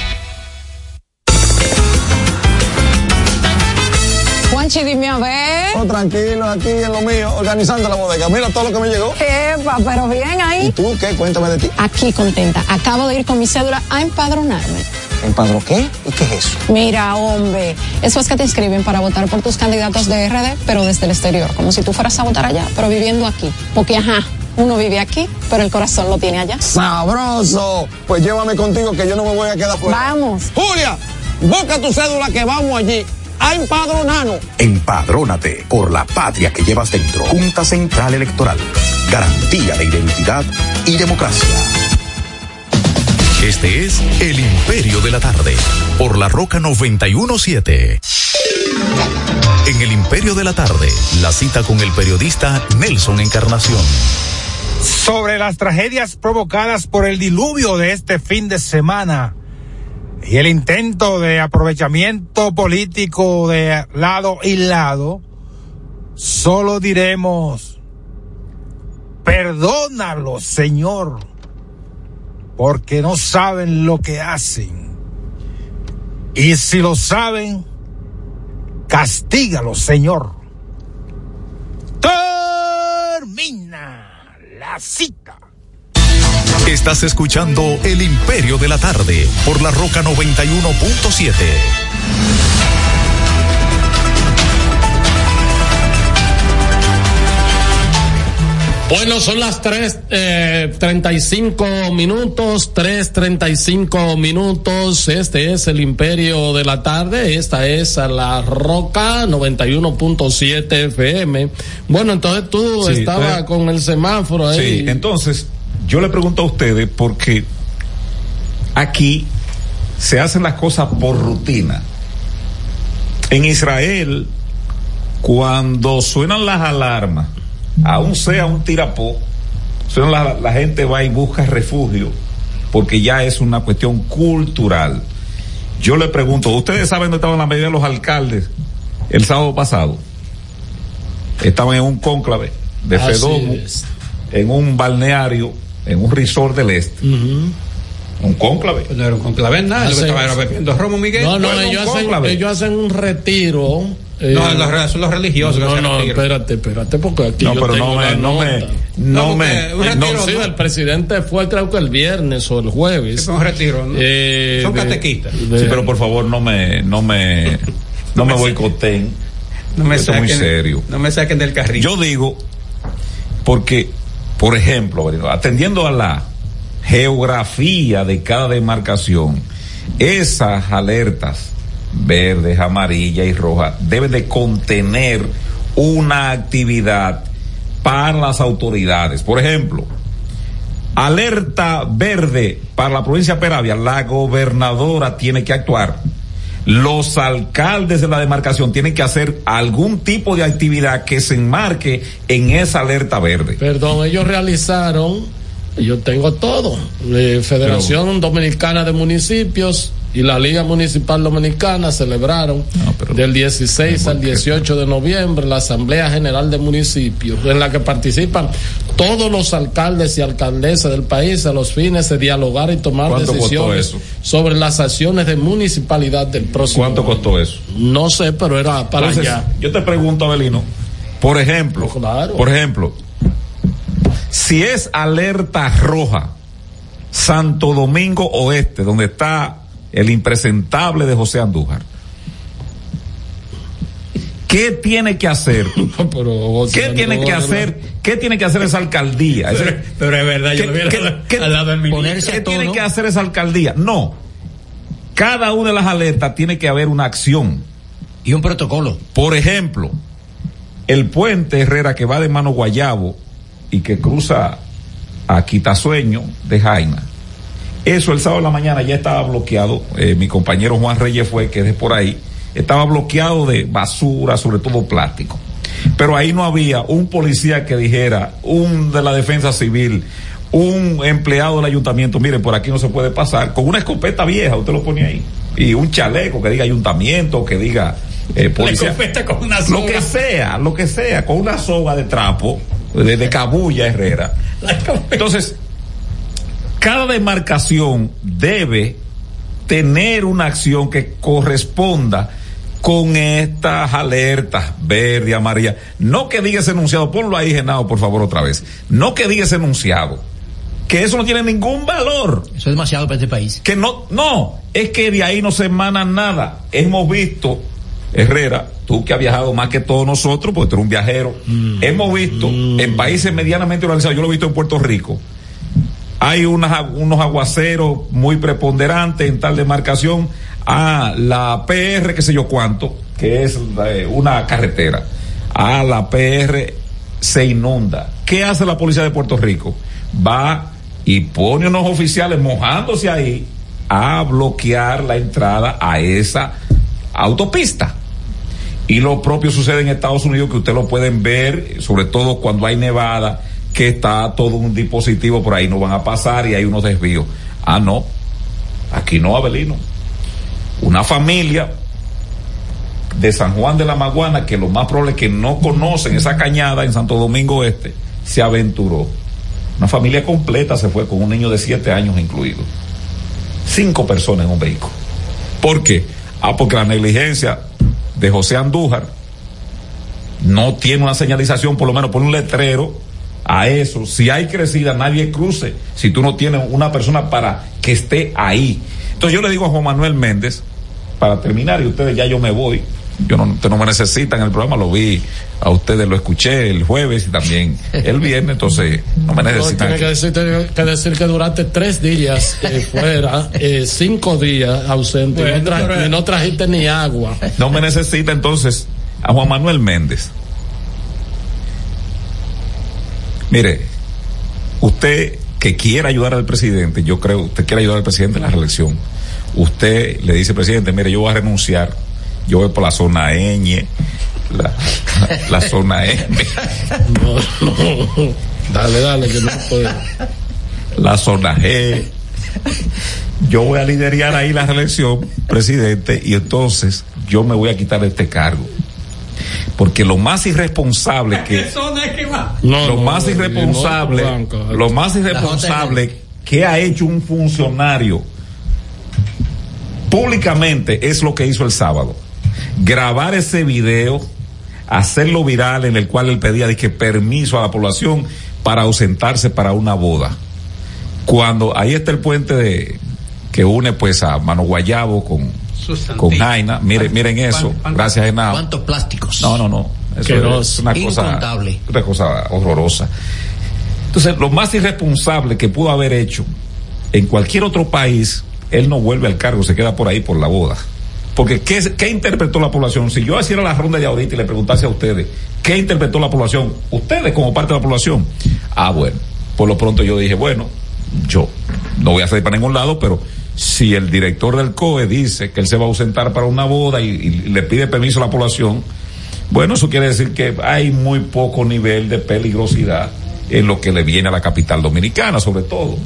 Juanchi, dime a ver. Oh, tranquilo, aquí en lo mío, organizando la bodega. Mira todo lo que me llegó. Epa, pero bien ahí. ¿Y tú qué? Cuéntame de ti. Aquí contenta. Acabo de ir con mi cédula a empadronarme. ¿Empadrón qué? ¿Y qué es eso? Mira, hombre, eso es que te inscriben para votar por tus candidatos de RD, pero desde el exterior, como si tú fueras a votar allá, pero viviendo aquí. Porque, uno vive aquí, pero el corazón lo tiene allá. ¡Sabroso! Pues llévame contigo que yo no me voy a quedar fuera. Vamos. Julia, busca tu cédula que vamos allí a empadronarnos. Empadrónate por la patria que llevas dentro. Junta Central Electoral. Garantía de identidad y democracia. Este es El Imperio de la Tarde, por La Roca 91.7. En El Imperio de la Tarde, la cita con el periodista Nelson Encarnación. Sobre las tragedias provocadas por el diluvio de este fin de semana y el intento de aprovechamiento político de lado y lado, solo diremos: perdónalos, Señor, porque no saben lo que hacen. Y si lo saben, castígalos, Señor. Termina la cita. Estás escuchando El Imperio de la Tarde por La Roca 91.7. Bueno, son las 3:35 minutos, 3:35 minutos. Este es El Imperio de la Tarde. Esta es a La Roca 91.7 FM. Bueno, entonces tú estabas con el semáforo ahí. Sí, entonces yo le pregunto a ustedes porque aquí se hacen las cosas por rutina. En Israel, cuando suenan las alarmas, aún sea un tirapó, la gente va y busca refugio porque ya es una cuestión cultural. Yo le pregunto, ¿ustedes saben dónde estaban la mayoría de los alcaldes el sábado pasado? Estaban en un cónclave de Fedomu, en un balneario, en un resort del este. Un cónclave. No era un cónclave nada, lo que estaba era bebiendo romo, Miguel. No, ellos hacen un retiro. Son los religiosos. No, espérate, porque aquí no, yo pero tengo el presidente fue, creo que el viernes o el jueves. Sí, fue un retiro, ¿no? Son catequistas. Sí, pero por favor no me boicoteen. No me saquen, muy serio. No me saquen del carril. Yo digo, porque, por ejemplo, atendiendo a la geografía de cada demarcación, esas alertas verdes, amarillas y rojas deben de contener una actividad para las autoridades. Por ejemplo, alerta verde para la provincia de Peravia, la gobernadora tiene que actuar. Los alcaldes de la demarcación tienen que hacer algún tipo de actividad que se enmarque en esa alerta verde. Perdón, ellos realizaron, yo tengo todo, Federación Dominicana de Municipios y la Liga Municipal Dominicana celebraron del 16 al 18 de noviembre la Asamblea General de Municipios, en la que participan todos los alcaldes y alcaldesas del país a los fines de dialogar y tomar decisiones sobre las acciones de municipalidad del próximo año. ¿Cuánto costó eso? No sé, pero era para allá. Yo te pregunto, Abelino, por ejemplo, si es alerta roja, Santo Domingo Oeste, donde está el impresentable de José Andújar, ¿qué tiene que hacer? ¿Qué tiene que hacer esa alcaldía? Pero es verdad, yo lo hubiera al lado del ministro. ¿Qué tiene que hacer esa alcaldía? No. Cada una de las alertas tiene que haber una acción y un protocolo. Por ejemplo, el puente Herrera que va de Mano Guayabo y que cruza a Quitasueño de Jaina. Eso el sábado de la mañana ya estaba bloqueado. Mi compañero Juan Reyes fue, que es de por ahí. Estaba bloqueado de basura, sobre todo plástico. Pero ahí no había un policía que dijera, un de la defensa civil, un empleado del ayuntamiento, miren, por aquí no se puede pasar, con una escopeta vieja, usted lo pone ahí, y un chaleco que diga ayuntamiento, que diga policía. La escopeta con una soga. Lo que sea, con una soga de trapo, de Cabuya Herrera. Entonces, cada demarcación debe tener una acción que corresponda con estas alertas verde, amarilla. No que diga ese enunciado, ponlo ahí, Genao, por favor, otra vez. No que diga ese enunciado, que eso no tiene ningún valor. Eso es demasiado para este país. Que no, es que de ahí no se emana nada. Hemos visto, Herrera, tú que has viajado más que todos nosotros, porque tú eres un viajero, hemos visto en países medianamente organizados, yo lo he visto en Puerto Rico, hay unos aguaceros muy preponderantes en tal demarcación, la PR, qué sé yo cuánto, que es una carretera, la PR se inunda. ¿Qué hace la policía de Puerto Rico? Va y pone unos oficiales mojándose ahí a bloquear la entrada a esa autopista. Y lo propio sucede en Estados Unidos, que ustedes lo pueden ver, sobre todo cuando hay nevada, que está todo un dispositivo por ahí, no van a pasar y hay unos desvíos. Ah, no, aquí no, Abelino. Una familia de San Juan de la Maguana, que lo más probable es que no conocen esa cañada en Santo Domingo Este, se aventuró. Una familia completa se fue con un niño de 7 años incluido. 5 personas en un vehículo. ¿Por qué? Porque la negligencia de José Andújar no tiene una señalización, por lo menos pone un letrero a eso. Si hay crecida, nadie cruce si tú no tienes una persona para que esté ahí. Entonces yo le digo a Juan Manuel Méndez, para terminar, y ustedes ya yo me voy, ustedes no me necesitan en el programa, lo vi a ustedes, lo escuché el jueves y también el viernes, entonces no me necesitan. No, tiene que decir que durante 3 días fuera, 5 días ausente, bueno, y no trajiste ni agua. No me necesita. Entonces a Juan Manuel Méndez, mire, usted que quiera ayudar al presidente, yo creo, usted quiere ayudar al presidente en la reelección, usted le dice, presidente, mire, yo voy a renunciar, yo voy por la zona Ñ, la zona M. No. Dale, que no puedo. La zona G. Yo voy a liderar ahí la reelección, presidente, y entonces yo me voy a quitar de este cargo. Porque lo más irresponsable lo más irresponsable que ha hecho un funcionario públicamente es lo que hizo el sábado. Grabar ese video, hacerlo viral, en el cual él pedía permiso a la población para ausentarse para una boda. Cuando ahí está el puente que une pues a Mano Guayabo con Jaina, miren eso, gracias Genao. ¿Cuántos plásticos? No, eso es una cosa horrorosa. Entonces, lo más irresponsable que pudo haber hecho en cualquier otro país, él no vuelve al cargo, se queda por ahí por la boda. Porque ¿qué interpretó la población? Si yo hiciera la ronda de ahorita y le preguntase a ustedes, ¿qué interpretó la población? Ustedes como parte de la población. Bueno, por lo pronto yo dije, bueno, yo no voy a salir para ningún lado, pero si el director del COE dice que él se va a ausentar para una boda y le pide permiso a la población, bueno, eso quiere decir que hay muy poco nivel de peligrosidad en lo que le viene a la capital dominicana, sobre todo.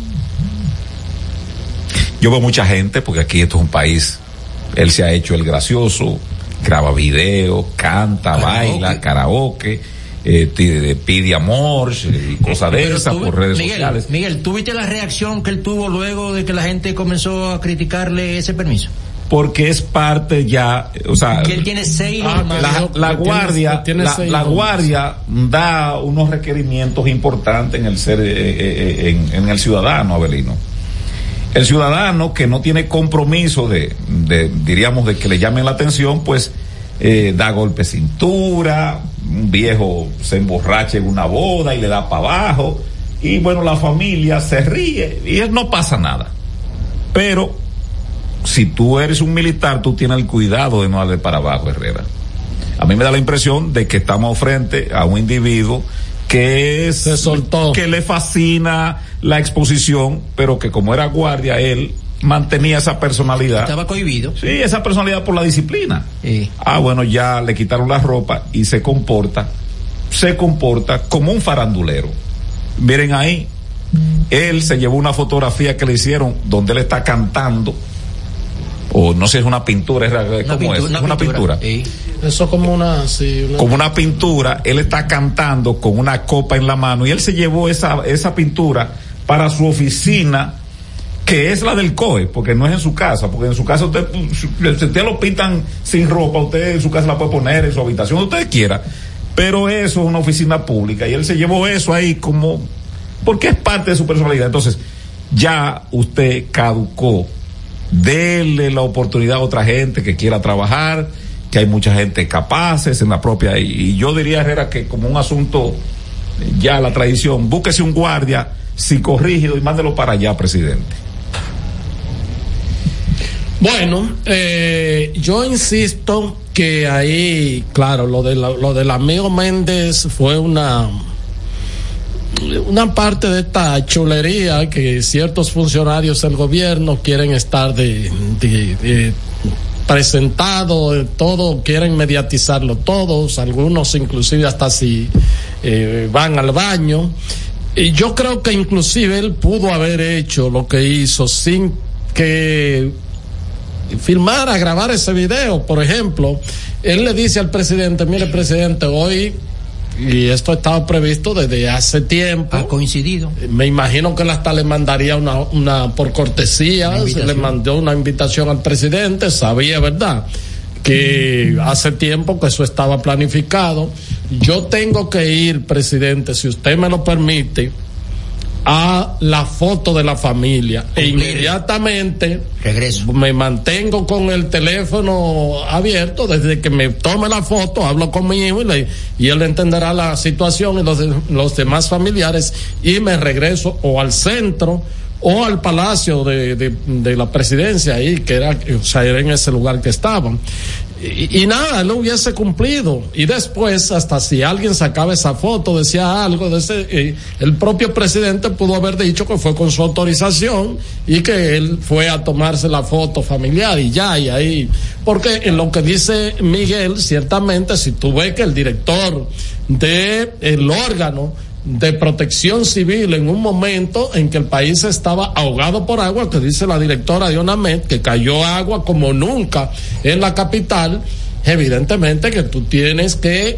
Yo veo mucha gente, porque aquí esto es un país, él se ha hecho el gracioso, graba video, canta, baila, karaoke, pide amor y cosas de esas por redes sociales. Miguel, ¿tú viste la reacción que él tuvo luego de que la gente comenzó a criticarle ese permiso? Porque es parte ya, o sea, que él tiene 6 la guardia da unos requerimientos importantes en el ser en el ciudadano, Abelino. El ciudadano que no tiene compromiso diríamos de que le llamen la atención, pues da golpe cintura, un viejo se emborracha en una boda y le da para abajo, y bueno, la familia se ríe y no pasa nada. Pero si tú eres un militar, tú tienes el cuidado de no darle para abajo, Herrera. A mí me da la impresión de que estamos frente a un individuo que se soltó, que le fascina la exposición, pero que como era guardia, él mantenía esa personalidad. Estaba cohibido. Sí, esa personalidad por la disciplina. Sí. Bueno, ya le quitaron la ropa y se comporta como un farandulero. Miren ahí, él se llevó una fotografía que le hicieron donde él está cantando, o no sé, es una pintura, ¿cómo es? Una pintura. Sí. Eso como como una pintura. Él está cantando con una copa en la mano y él se llevó esa pintura para su oficina, que es la del COE, porque no es en su casa, porque en su casa usted lo pintan sin ropa, usted en su casa la puede poner en su habitación, donde usted quiera, pero eso es una oficina pública y él se llevó eso ahí como, porque es parte de su personalidad. Entonces, ya usted caducó. Dele la oportunidad a otra gente que quiera trabajar, que hay mucha gente capaces en la propia, y yo diría, Herrera, que como un asunto ya la tradición, búsquese un guardia psicorrígido y mándelo para allá, presidente. Bueno, yo insisto que ahí, claro, lo del amigo Méndez fue una una parte de esta chulería que ciertos funcionarios del gobierno quieren estar presentado, todo, quieren mediatizarlo todos, algunos inclusive hasta si van al baño. Y yo creo que inclusive él pudo haber hecho lo que hizo sin que filmara, grabar ese video. Por ejemplo, él le dice al presidente, mire presidente, hoy, y esto estaba previsto desde hace tiempo. Ha coincidido. Me imagino que él hasta le mandaría una por cortesía, se le mandó una invitación al presidente, sabía, ¿verdad?, que hace tiempo que eso estaba planificado. Yo tengo que ir, presidente, si usted me lo permite, a la foto de la familia e inmediatamente regreso. Me mantengo con el teléfono abierto desde que me tome la foto, hablo con mi hijo y él entenderá la situación y los demás familiares, y me regreso o al centro o al palacio de la presidencia ahí, que era en ese lugar que estaban. Y nada, él lo hubiese cumplido. Y después, hasta si alguien sacaba esa foto, decía algo de ese, el propio presidente pudo haber dicho que fue con su autorización y que él fue a tomarse la foto familiar y ya, y ahí. Porque en lo que dice Miguel, ciertamente, si tú ves que el director del órgano de protección civil, en un momento en que el país estaba ahogado por agua, que dice la directora de ONAMED, que cayó agua como nunca en la capital, evidentemente que tú tienes que,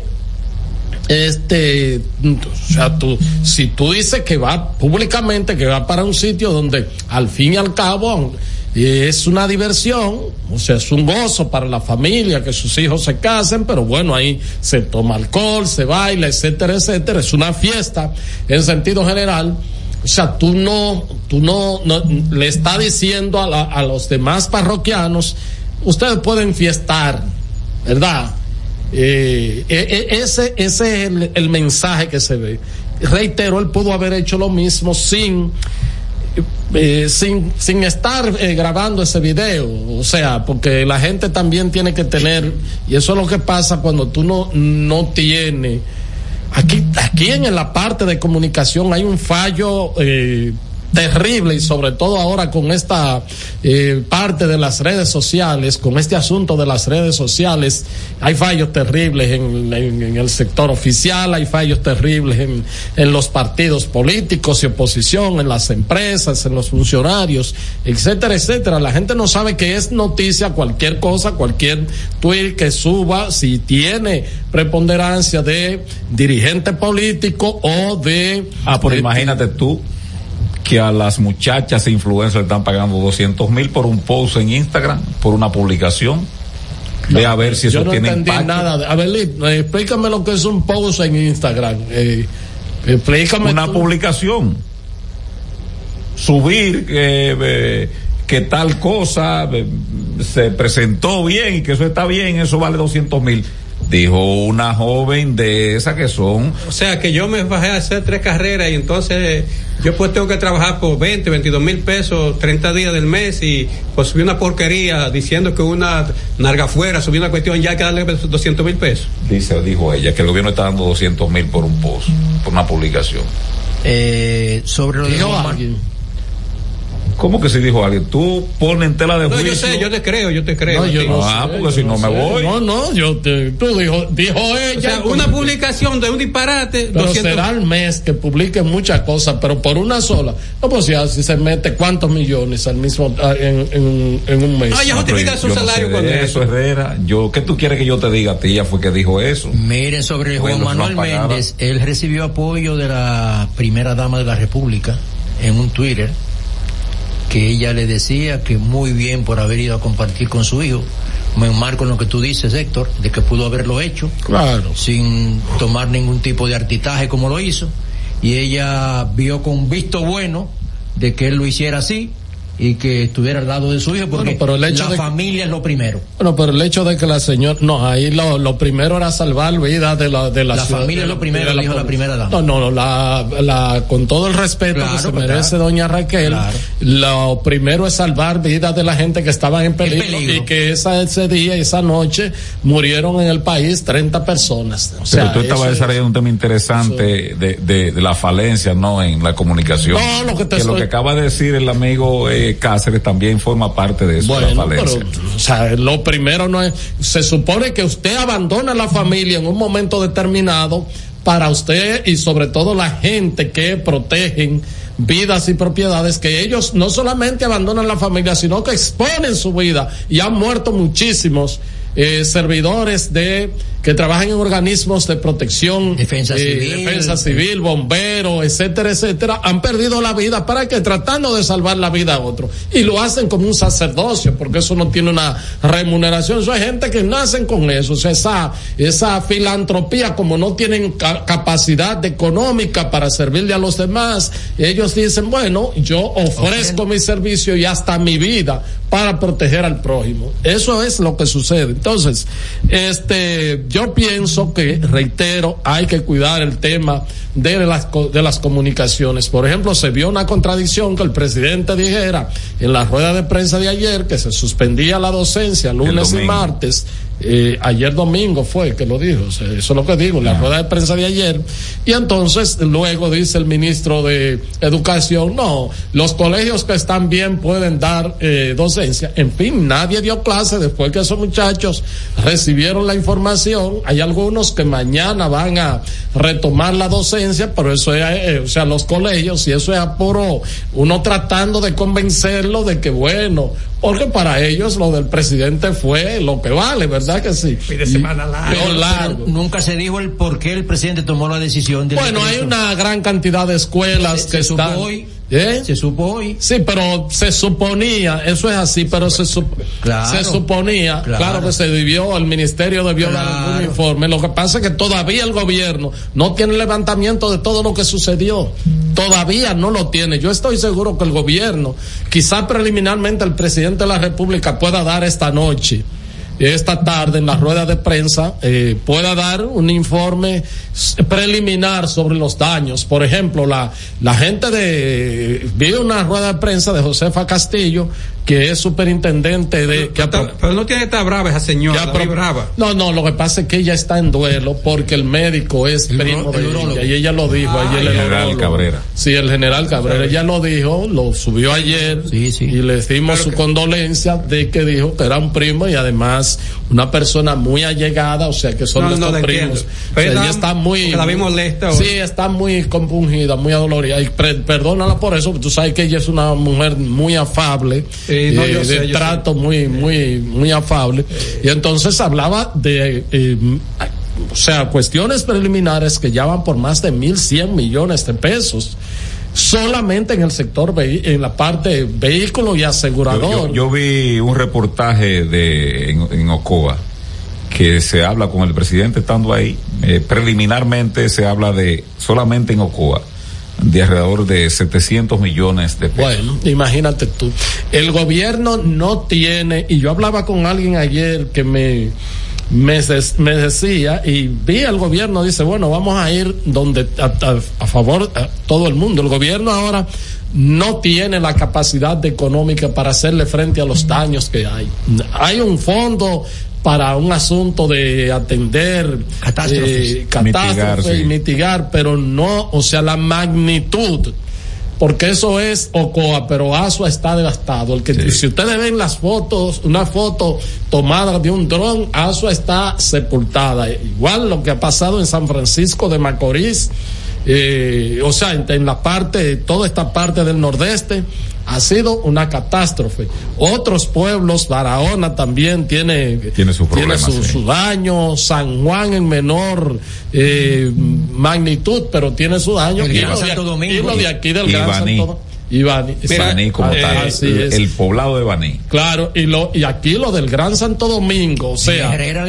o sea, si tú dices que va públicamente, que va para un sitio donde al fin y al cabo es una diversión, o sea, es un gozo para la familia que sus hijos se casen, pero bueno, ahí se toma alcohol, se baila, etcétera, etcétera, es una fiesta en sentido general. O sea, tú no le está diciendo a los demás parroquianos, ustedes pueden fiestar, ¿verdad? Ese es el mensaje que se ve. Reitero, él pudo haber hecho lo mismo sin estar grabando ese video, o sea, porque la gente también tiene que tener, y eso es lo que pasa cuando tú no tienes, aquí en la parte de comunicación hay un fallo terrible, y sobre todo ahora con esta parte de las redes sociales, con este asunto de las redes sociales, hay fallos terribles en el sector oficial, hay fallos terribles en los partidos políticos y oposición, en las empresas, en los funcionarios, etcétera, etcétera. La gente no sabe que es noticia cualquier cosa, cualquier tweet que suba, si tiene preponderancia de dirigente político o de... pero imagínate tú que a las muchachas influencers le están pagando 200,000 por un post en Instagram, por una publicación. Ve a ver si eso tiene impacto. Yo no entendí nada. A ver, explícame lo que es un post en Instagram. Explícame. Una publicación. Subir que tal cosa se presentó bien y que eso está bien, eso vale 200,000. Dijo una joven de esas que son... O sea, que yo me bajé a hacer 3 carreras y entonces yo pues tengo que trabajar por 22,000 pesos 30 días del mes, y pues subí una porquería diciendo que una narga afuera, subí una cuestión, ya hay que darle 200,000 pesos. Dijo ella que el gobierno está dando 200,000 por un post, por una publicación. Sobre lo de ¿Cómo que si dijo alguien? Tú pones en tela de juicio. No, yo sé, yo te creo. No, yo no sé, porque si no me voy. Tú dijo ella. O sea, una publicación de un disparate. Pero 200... será al mes que publiquen muchas cosas, pero por una sola. No, pues ya, si se mete cuántos millones al mismo, en un mes. Ya justifica su salario con eso. Herrera, ¿qué tú quieres que yo te diga a ti? Ella fue que dijo eso. Miren, sobre Juan Manuel Méndez, él recibió apoyo de la primera dama de la República en un Twitter, que ella le decía que muy bien por haber ido a compartir con su hijo. Me enmarco en lo que tú dices, Héctor, de que pudo haberlo hecho, claro, sin tomar ningún tipo de artitaje como lo hizo, y ella vio con visto bueno de que él lo hiciera así, y que estuviera al lado de su hijo, porque pero el hecho la familia es lo primero. Bueno, pero el hecho de que la señora, no, ahí lo primero era salvar vidas de la familia es lo primero, dijo la primera dama. No, con todo el respeto que se merece doña Raquel, lo primero es salvar vidas de la gente que estaban en peligro. Y que ese día, esa noche, murieron en el país 30 personas. O sea, pero tú estabas desarrollando un tema interesante de la falencia, ¿no? En la comunicación. No, lo que acaba de decir el amigo Cáceres también forma parte de eso, bueno, la falencia. Pero, o sea, lo primero no es, se supone que usted abandona la familia en un momento determinado para usted y sobre todo la gente que protegen vidas y propiedades, que ellos no solamente abandonan la familia, sino que exponen su vida, y han muerto muchísimos servidores que trabajan en organismos de protección, defensa civil, bomberos, etcétera, han perdido la vida para que tratando de salvar la vida a otro, y lo hacen como un sacerdocio, porque eso no tiene una remuneración. Eso hay gente que nacen con eso, o sea, esa filantropía, como no tienen capacidad económica para servirle a los demás, ellos dicen, bueno, yo ofrezco mi servicio y hasta mi vida para proteger al prójimo. Eso es lo que sucede. Entonces, yo pienso que, reitero, hay que cuidar el tema de las comunicaciones. Por ejemplo, se vio una contradicción que el presidente dijera en la rueda de prensa de ayer que se suspendía la docencia lunes y martes. Ayer domingo fue que lo dijo, o sea, eso es lo que digo, en la rueda de prensa de ayer, y entonces luego dice el ministro de Educación, no, los colegios que están bien pueden dar docencia. En fin, nadie dio clase después que esos muchachos recibieron la información. Hay algunos que mañana van a retomar la docencia, pero eso es, o sea, los colegios, y eso es apuro, uno tratando de convencerlo de que bueno, porque para ellos lo del presidente fue lo que vale, ¿verdad que sí? De semana largo. Nunca se dijo el por qué el presidente tomó la decisión de... Bueno, hay una gran cantidad de escuelas que están... Se supo hoy. Sí, pero se suponía, eso es así, pero se suponía, claro que se debió, el ministerio debió dar algún informe. Lo que pasa es que todavía el gobierno no tiene levantamiento de todo lo que sucedió. Todavía no lo tiene. Yo estoy seguro que el gobierno, quizá preliminarmente el presidente de la República pueda dar esta tarde en la rueda de prensa, pueda dar un informe preliminar sobre los daños. Por ejemplo, la gente vi una rueda de prensa de Josefa Castillo, que es superintendente pero no tiene que estar brava esa señora, brava. No, lo que pasa es que ella está en duelo porque el médico es primo de ella, y ella lo dijo ayer. El general Cabrera. Sí, el general Cabrera, ella lo dijo, lo subió ayer, y le dimos su condolencia de que dijo que era un primo y además una persona muy allegada, o sea que son de estos primos. Pero ella está muy... La vi molesta. Sí, está muy compungida, muy adolorida, y perdónala por eso, porque tú sabes que ella es una mujer muy afable, trato muy afable, y entonces hablaba de o sea, cuestiones preliminares que ya van por más de 1.100 millones de pesos solamente en el sector en la parte vehículo y asegurador. Yo vi un reportaje en Ocoa que se habla con el presidente estando ahí, preliminarmente se habla de solamente en Ocoa de alrededor de 700 millones de pesos. Bueno, imagínate tú. El gobierno no tiene, y yo hablaba con alguien ayer que me decía, y vi al gobierno, dice, bueno, vamos a ir donde a favor a todo el mundo. El gobierno ahora no tiene la capacidad económica para hacerle frente a los daños que hay. Hay un fondo para un asunto de atender catástrofe y mitigar, pero no, o sea, la magnitud, porque eso es Ocoa, pero Asua está devastado. Si ustedes ven las fotos, una foto tomada de un dron, Asua está sepultada. Igual lo que ha pasado en San Francisco de Macorís, o sea, en la parte, toda esta parte del nordeste, ha sido una catástrofe. Otros pueblos, Barahona también tiene su daño, San Juan en menor magnitud, pero tiene su daño, y lo de aquí del Gran Santo Baní como tal, el poblado de Baní. Claro, y aquí lo del Gran Santo Domingo, o sea,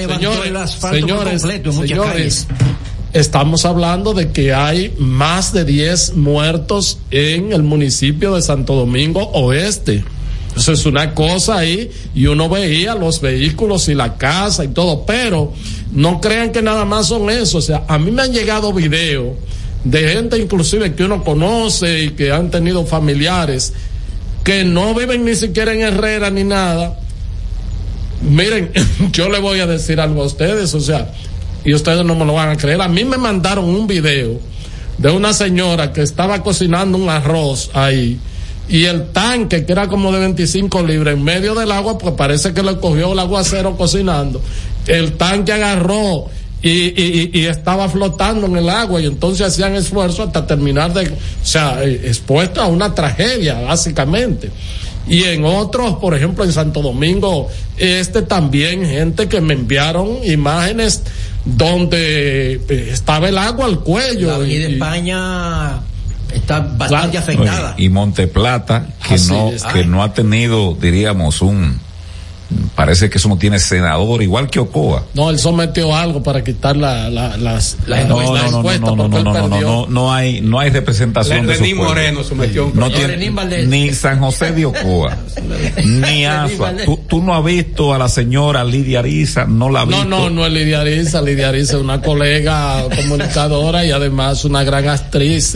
señores, estamos hablando de que hay más de 10 muertos en el municipio de Santo Domingo Oeste. Eso es una cosa ahí, y uno veía los vehículos y la casa y todo, pero no crean que nada más son eso. O sea, a mí me han llegado videos de gente inclusive que uno conoce y que han tenido familiares que no viven ni siquiera en Herrera ni nada. Miren, yo le voy a decir algo a ustedes, o sea, y ustedes no me lo van a creer. A mí me mandaron un video de una señora que estaba cocinando un arroz ahí, y el tanque, que era como de 25 libras, en medio del agua, pues parece que le cogió el aguacero cocinando. El tanque agarró y estaba flotando en el agua, y entonces hacían esfuerzo hasta terminar expuesto a una tragedia, básicamente. Y en otros, por ejemplo, en Santo Domingo, también gente que me enviaron imágenes donde estaba el agua al cuello. La avenida España está bastante afectada. Y Monteplata, que no ha tenido, diríamos, parece que eso no tiene senador, igual que Ocoa. No, él sometió algo para quitar las encuestas, no hay representación de su pueblo. Moreno sometió un ni San José de Ocoa, ni ASA. ¿Tú no has visto a la señora Lidia Ariza? ¿No la has visto? No es Lidia Ariza. Lidia Ariza es una colega comunicadora y además una gran actriz.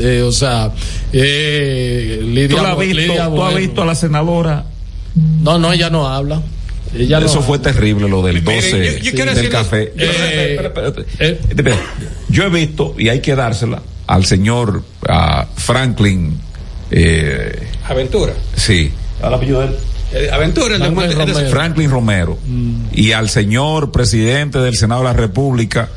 Lidia, ¿Tú has visto a la senadora? No, ella no habla. Eso fue terrible, lo del 12 del café. Yo he visto, y hay que dársela al señor Franklin Aventura. Sí. ¿Al apellido de él? Aventura, Franklin Romero. Y al señor presidente del Senado de la República,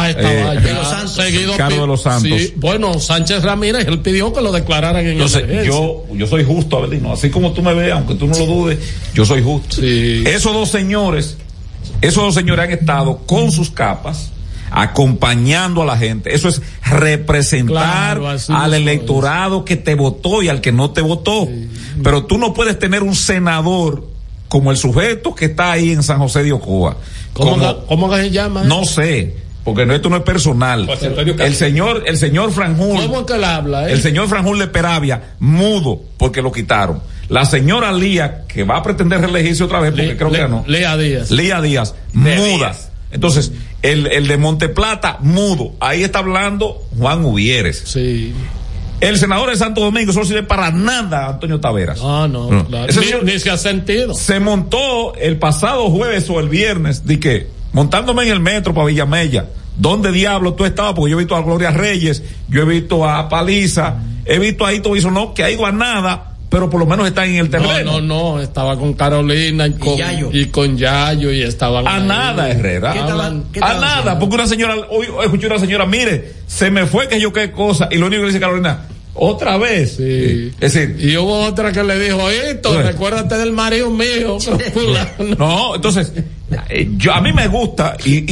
Ricardo de los Santos. Sí, bueno, Sánchez Ramírez, él pidió que lo declararan en emergencia. Yo soy justo, Abelino, así como tú me ves, aunque tú no lo dudes, yo soy justo. Sí. Esos dos señores han estado con sus capas acompañando a la gente. Eso es representar al electorado que te votó y al que no te votó. Sí. Pero tú no puedes tener un senador como el sujeto que está ahí en San José de Ocoa. ¿Cómo que se llama? No sé, porque esto no es personal. El señor Franjul. ¿Cómo que él habla? El señor Franjul de Peravia, mudo, porque lo quitaron. La señora Lía, que va a pretender reelegirse otra vez, porque creo que no. Lía Díaz, muda. Entonces, el de Monteplata, mudo. Ahí está hablando Juan Uvieres. Sí. El senador de Santo Domingo, eso no sirve para nada, Antonio Taveras. No. Claro. Ni se ha sentido. Se montó el pasado jueves o el viernes, montándome en el metro para Villamella. ¿Dónde diablo tú estabas? Porque yo he visto a Gloria Reyes, yo he visto a Paliza, he visto ahí todo eso, no, que ha ido a nada, pero por lo menos están en el terreno. No, estaba con Carolina y con Yayo y estaban a ahí. Nada, Herrera. ¿Qué a nada, haciendo? Porque una señora, hoy escuché una señora, mire, se me fue que yo qué cosa, y lo único que dice Carolina, otra vez. Sí. Es decir, y hubo otra que le dijo, recuérdate del marido mío. No, entonces, a mí me gusta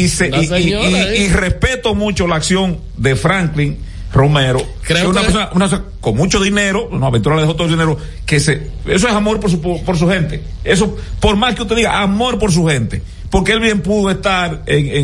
y respeto mucho la acción de Franklin Romero, creo que una persona con mucho dinero, Aventura le dejó todo el dinero, eso es amor por su gente. Eso, por más que usted diga, amor por su gente. Porque él bien pudo estar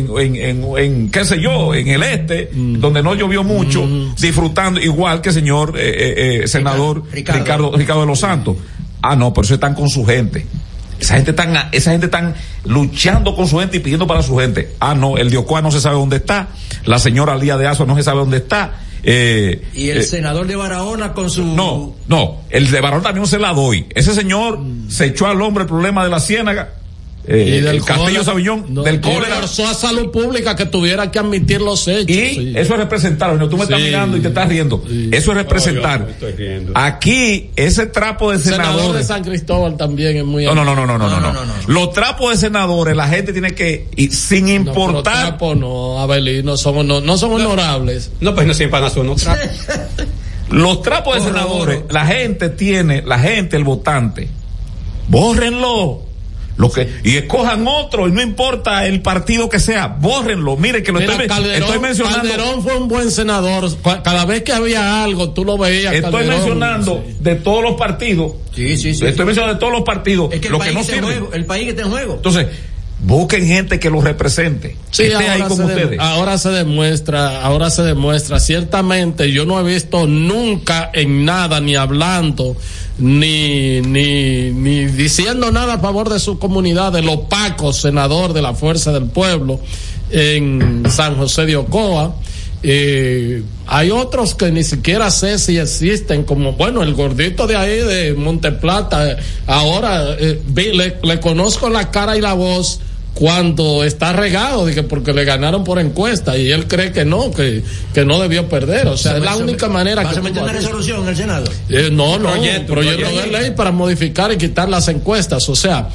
en qué sé yo, en el donde no llovió mucho, disfrutando, igual que el señor senador Ricardo de los Santos. No, pero eso están con su gente. Esa gente están luchando con su gente y pidiendo para su gente. No, el de Ocoa no se sabe dónde está, la señora Lía de Azo no se sabe dónde está. Y el senador de Barahona con su... No, el de Barahona también se la doy. Ese señor se echó al hombre el problema de la Ciénaga. Y del Castillo Sabiñón, del cólera. Forzó a Salud Pública que tuviera que admitir los hechos. Y eso es representar, tú me estás mirando y te estás riendo. Sí. Eso es representar. Aquí, ese trapo de senador de San Cristóbal también es muy... No. Los trapos de senadores, la gente tiene que, sin importar... Abelino, no son honorables. No, pues no siempre van a ser unos trapos. Los trapos de senadores, la gente, el votante, bórrenlo. Y escojan otro, y no importa el partido que sea, bórrenlo. Mire que estoy mencionando. Calderón fue un buen senador. Cada vez que había algo, tú lo veías. Estoy mencionando de todos los partidos. Sí. Estoy mencionando de todos los partidos. Es que el país está en juego. Entonces, busquen gente que los represente. Sí, ahí con ustedes. Ahora se demuestra. Ciertamente yo no he visto nunca en nada, ni hablando, ni diciendo nada a favor de su comunidad, el opaco senador de la Fuerza del Pueblo en San José de Ocoa. Hay otros que ni siquiera sé si existen, como el gordito de ahí de Monteplata. Ahora le conozco la cara y la voz cuando está regado, porque le ganaron por encuesta y él cree que no debió perder. O sea, es la única manera que... ¿Vas a meter una resolución en el Senado? No, proyecto de ley para modificar y quitar las encuestas. O sea,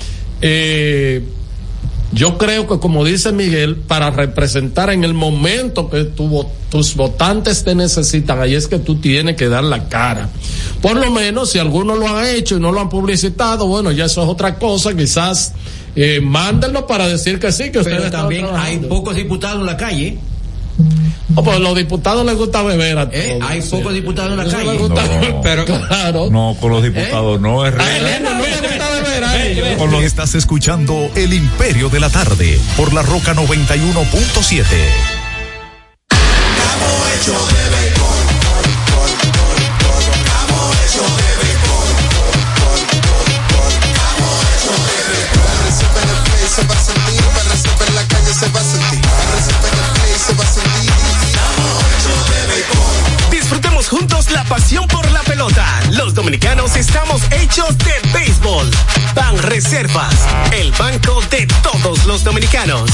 yo creo que, como dice Miguel, para representar en el momento que tus votantes te necesitan, ahí es que tú tienes que dar la cara. Por lo menos, si algunos lo han hecho y no lo han publicitado, ya eso es otra cosa, quizás mándenlo para decir que sí, que ustedes están también trabajando. Hay pocos diputados en la calle. Pues los diputados les gusta beber a todos. Hay pocos diputados en la calle. Pero claro. No, con los diputados no es real. Estás escuchando El Imperio de la Tarde por la Roca 91.7. Disfrutemos juntos la pasión por la pelota. Los dominicanos estamos hechos de béisbol. Banreservas, el banco de todos los dominicanos.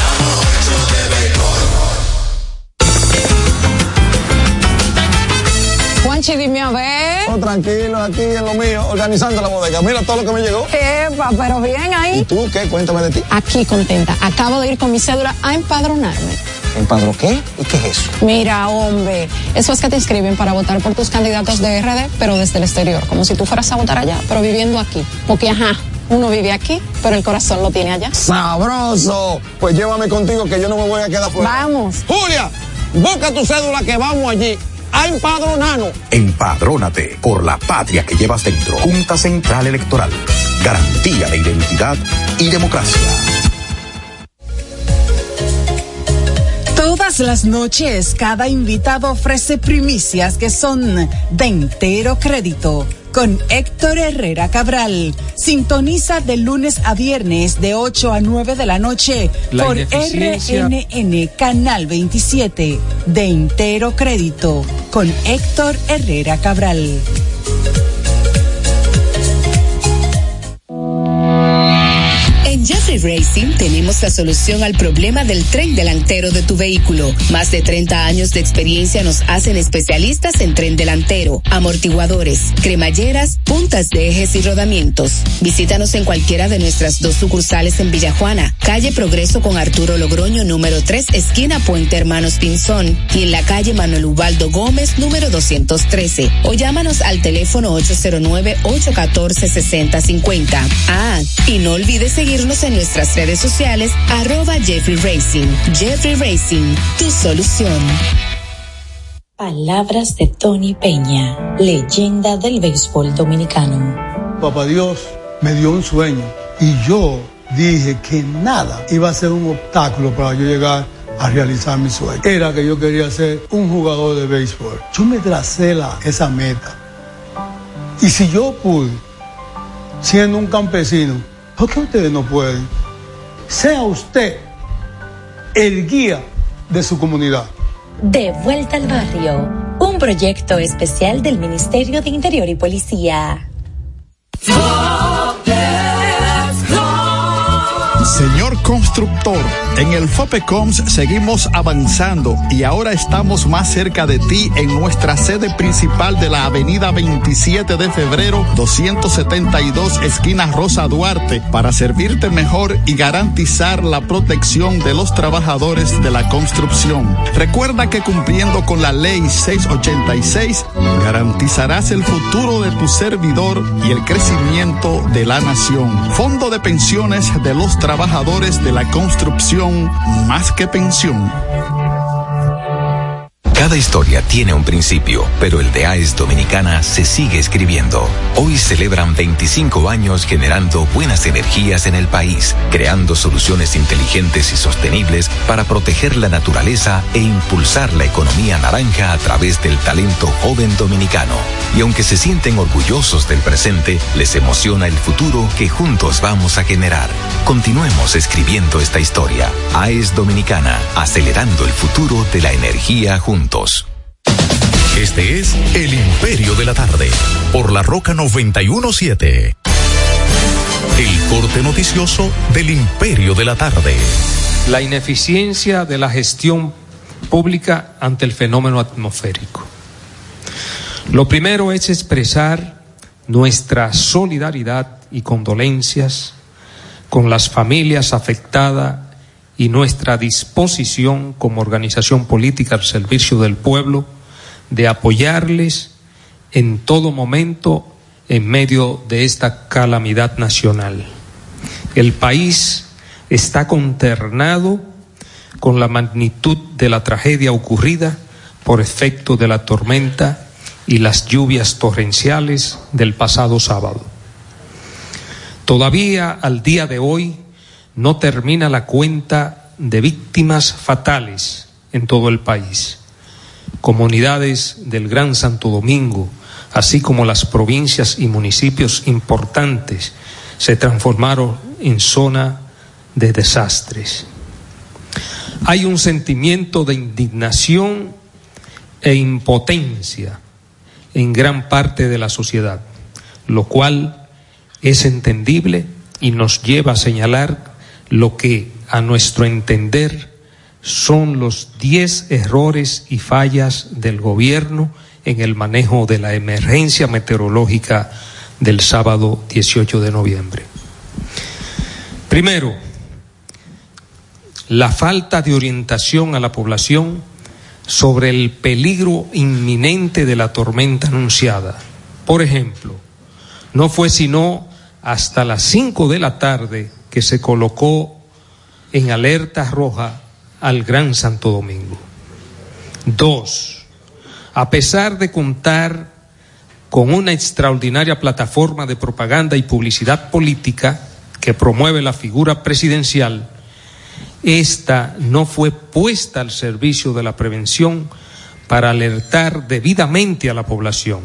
Juanchi, dime a ver. Oh, tranquilo, aquí en lo mío, organizando la bodega. Mira todo lo que me llegó. Epa, pero bien ahí. ¿Y tú qué? Cuéntame de ti. Aquí contenta. Acabo de ir con mi cédula a empadronarme. ¿Empadrón qué? ¿Y qué es eso? Mira, hombre, eso es que te inscriben para votar por tus candidatos de RD, pero desde el exterior, como si tú fueras a votar allá, pero viviendo aquí. Porque, uno vive aquí, pero el corazón lo tiene allá. ¡Sabroso! Pues llévame contigo que yo no me voy a quedar fuera. Vamos. Julia, busca tu cédula que vamos allí a empadronarnos. Empadrónate por la patria que llevas dentro. Junta Central Electoral. Garantía de identidad y democracia. Todas las noches, cada invitado ofrece primicias que son de entero crédito. Con Héctor Herrera Cabral. Sintoniza de lunes a viernes de 8 a 9 de la noche por RNN Canal 27. De entero crédito. Con Héctor Herrera Cabral. En Jeffrey Racing tenemos la solución al problema del tren delantero de tu vehículo. Más de 30 años de experiencia nos hacen especialistas en tren delantero, amortiguadores, cremalleras, puntas de ejes y rodamientos. Visítanos en cualquiera de nuestras 2 sucursales en Villajuana, calle Progreso con Arturo Logroño, número 3, esquina Puente Hermanos Pinzón, y en la calle Manuel Ubaldo Gómez, número 213. O llámanos al teléfono 809-814-6050. Y no olvides seguirnos en nuestras redes sociales, @Jeffrey Racing. Jeffrey Racing, tu solución. Palabras de Tony Peña, leyenda del béisbol dominicano. Papá Dios me dio un sueño y yo dije que nada iba a ser un obstáculo para yo llegar a realizar mi sueño. Era que yo quería ser un jugador de béisbol. Yo me tracé esa meta. Y si yo pude, siendo un campesino, ¿por qué ustedes no pueden? Sea usted el guía de su comunidad. De vuelta al barrio, un proyecto especial del Ministerio de Interior y Policía. Señor constructor, en el FOPECOMS seguimos avanzando y ahora estamos más cerca de ti en nuestra sede principal de la avenida 27 de febrero, 272, esquina Rosa Duarte, para servirte mejor y garantizar la protección de los trabajadores de la construcción. Recuerda que cumpliendo con la ley 686, garantizarás el futuro de tu servidor y el crecimiento de la nación. Fondo de pensiones de los trabajadores de la construcción, más que pensión. Cada historia tiene un principio, pero el de AES Dominicana se sigue escribiendo. Hoy celebran 25 años generando buenas energías en el país, creando soluciones inteligentes y sostenibles para proteger la naturaleza e impulsar la economía naranja a través del talento joven dominicano. Y aunque se sienten orgullosos del presente, les emociona el futuro que juntos vamos a generar. Continuemos escribiendo esta historia. AES Dominicana, acelerando el futuro de la energía juntos. Este es El Imperio de la Tarde, por La Roca 91.7. El corte noticioso del Imperio de la Tarde. La ineficiencia de la gestión pública ante el fenómeno atmosférico. Lo primero es expresar nuestra solidaridad y condolencias con las familias afectadas y nuestra disposición como organización política al servicio del pueblo de apoyarles en todo momento en medio de esta calamidad nacional. El país está consternado con la magnitud de la tragedia ocurrida por efecto de la tormenta y las lluvias torrenciales del pasado sábado. Todavía al día de hoy no termina la cuenta de víctimas fatales en todo el país. Comunidades del Gran Santo Domingo, así como las provincias y municipios importantes, se transformaron en zona de desastres. Hay un sentimiento de indignación e impotencia en gran parte de la sociedad, lo cual es entendible y nos lleva a señalar lo que, a nuestro entender, son los 10 errores y fallas del gobierno en el manejo de la emergencia meteorológica del sábado 18 de noviembre. Primero, la falta de orientación a la población sobre el peligro inminente de la tormenta anunciada. Por ejemplo, no fue sino hasta las 5 de la tarde que se colocó en alerta roja al Gran Santo Domingo. 2. A pesar de contar con una extraordinaria plataforma de propaganda y publicidad política que promueve la figura presidencial, esta no fue puesta al servicio de la prevención para alertar debidamente a la población.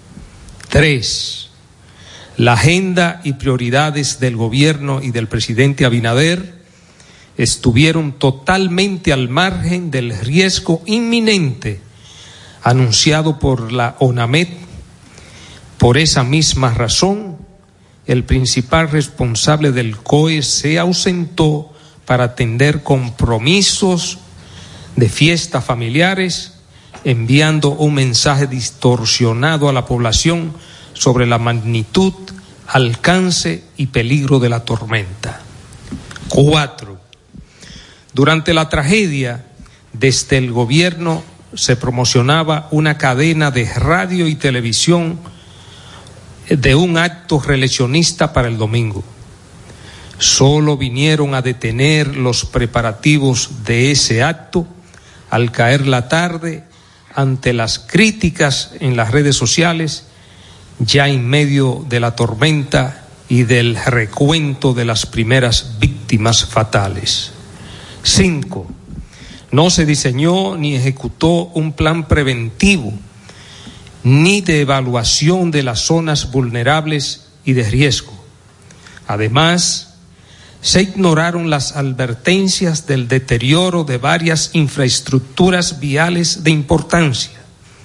3. La agenda y prioridades del gobierno y del presidente Abinader estuvieron totalmente al margen del riesgo inminente anunciado por la ONAMED. Por esa misma razón, el principal responsable del COE se ausentó para atender compromisos de fiestas familiares, enviando un mensaje distorsionado a la población sobre la magnitud, alcance y peligro de la tormenta. 4. Durante la tragedia, desde el gobierno se promocionaba una cadena de radio y televisión de un acto reeleccionista para el domingo. Solo vinieron a detener los preparativos de ese acto al caer la tarde ante las críticas en las redes sociales, ya en medio de la tormenta y del recuento de las primeras víctimas fatales. 5. No se diseñó ni ejecutó un plan preventivo ni de evaluación de las zonas vulnerables y de riesgo. Además, se ignoraron las advertencias del deterioro de varias infraestructuras viales de importancia.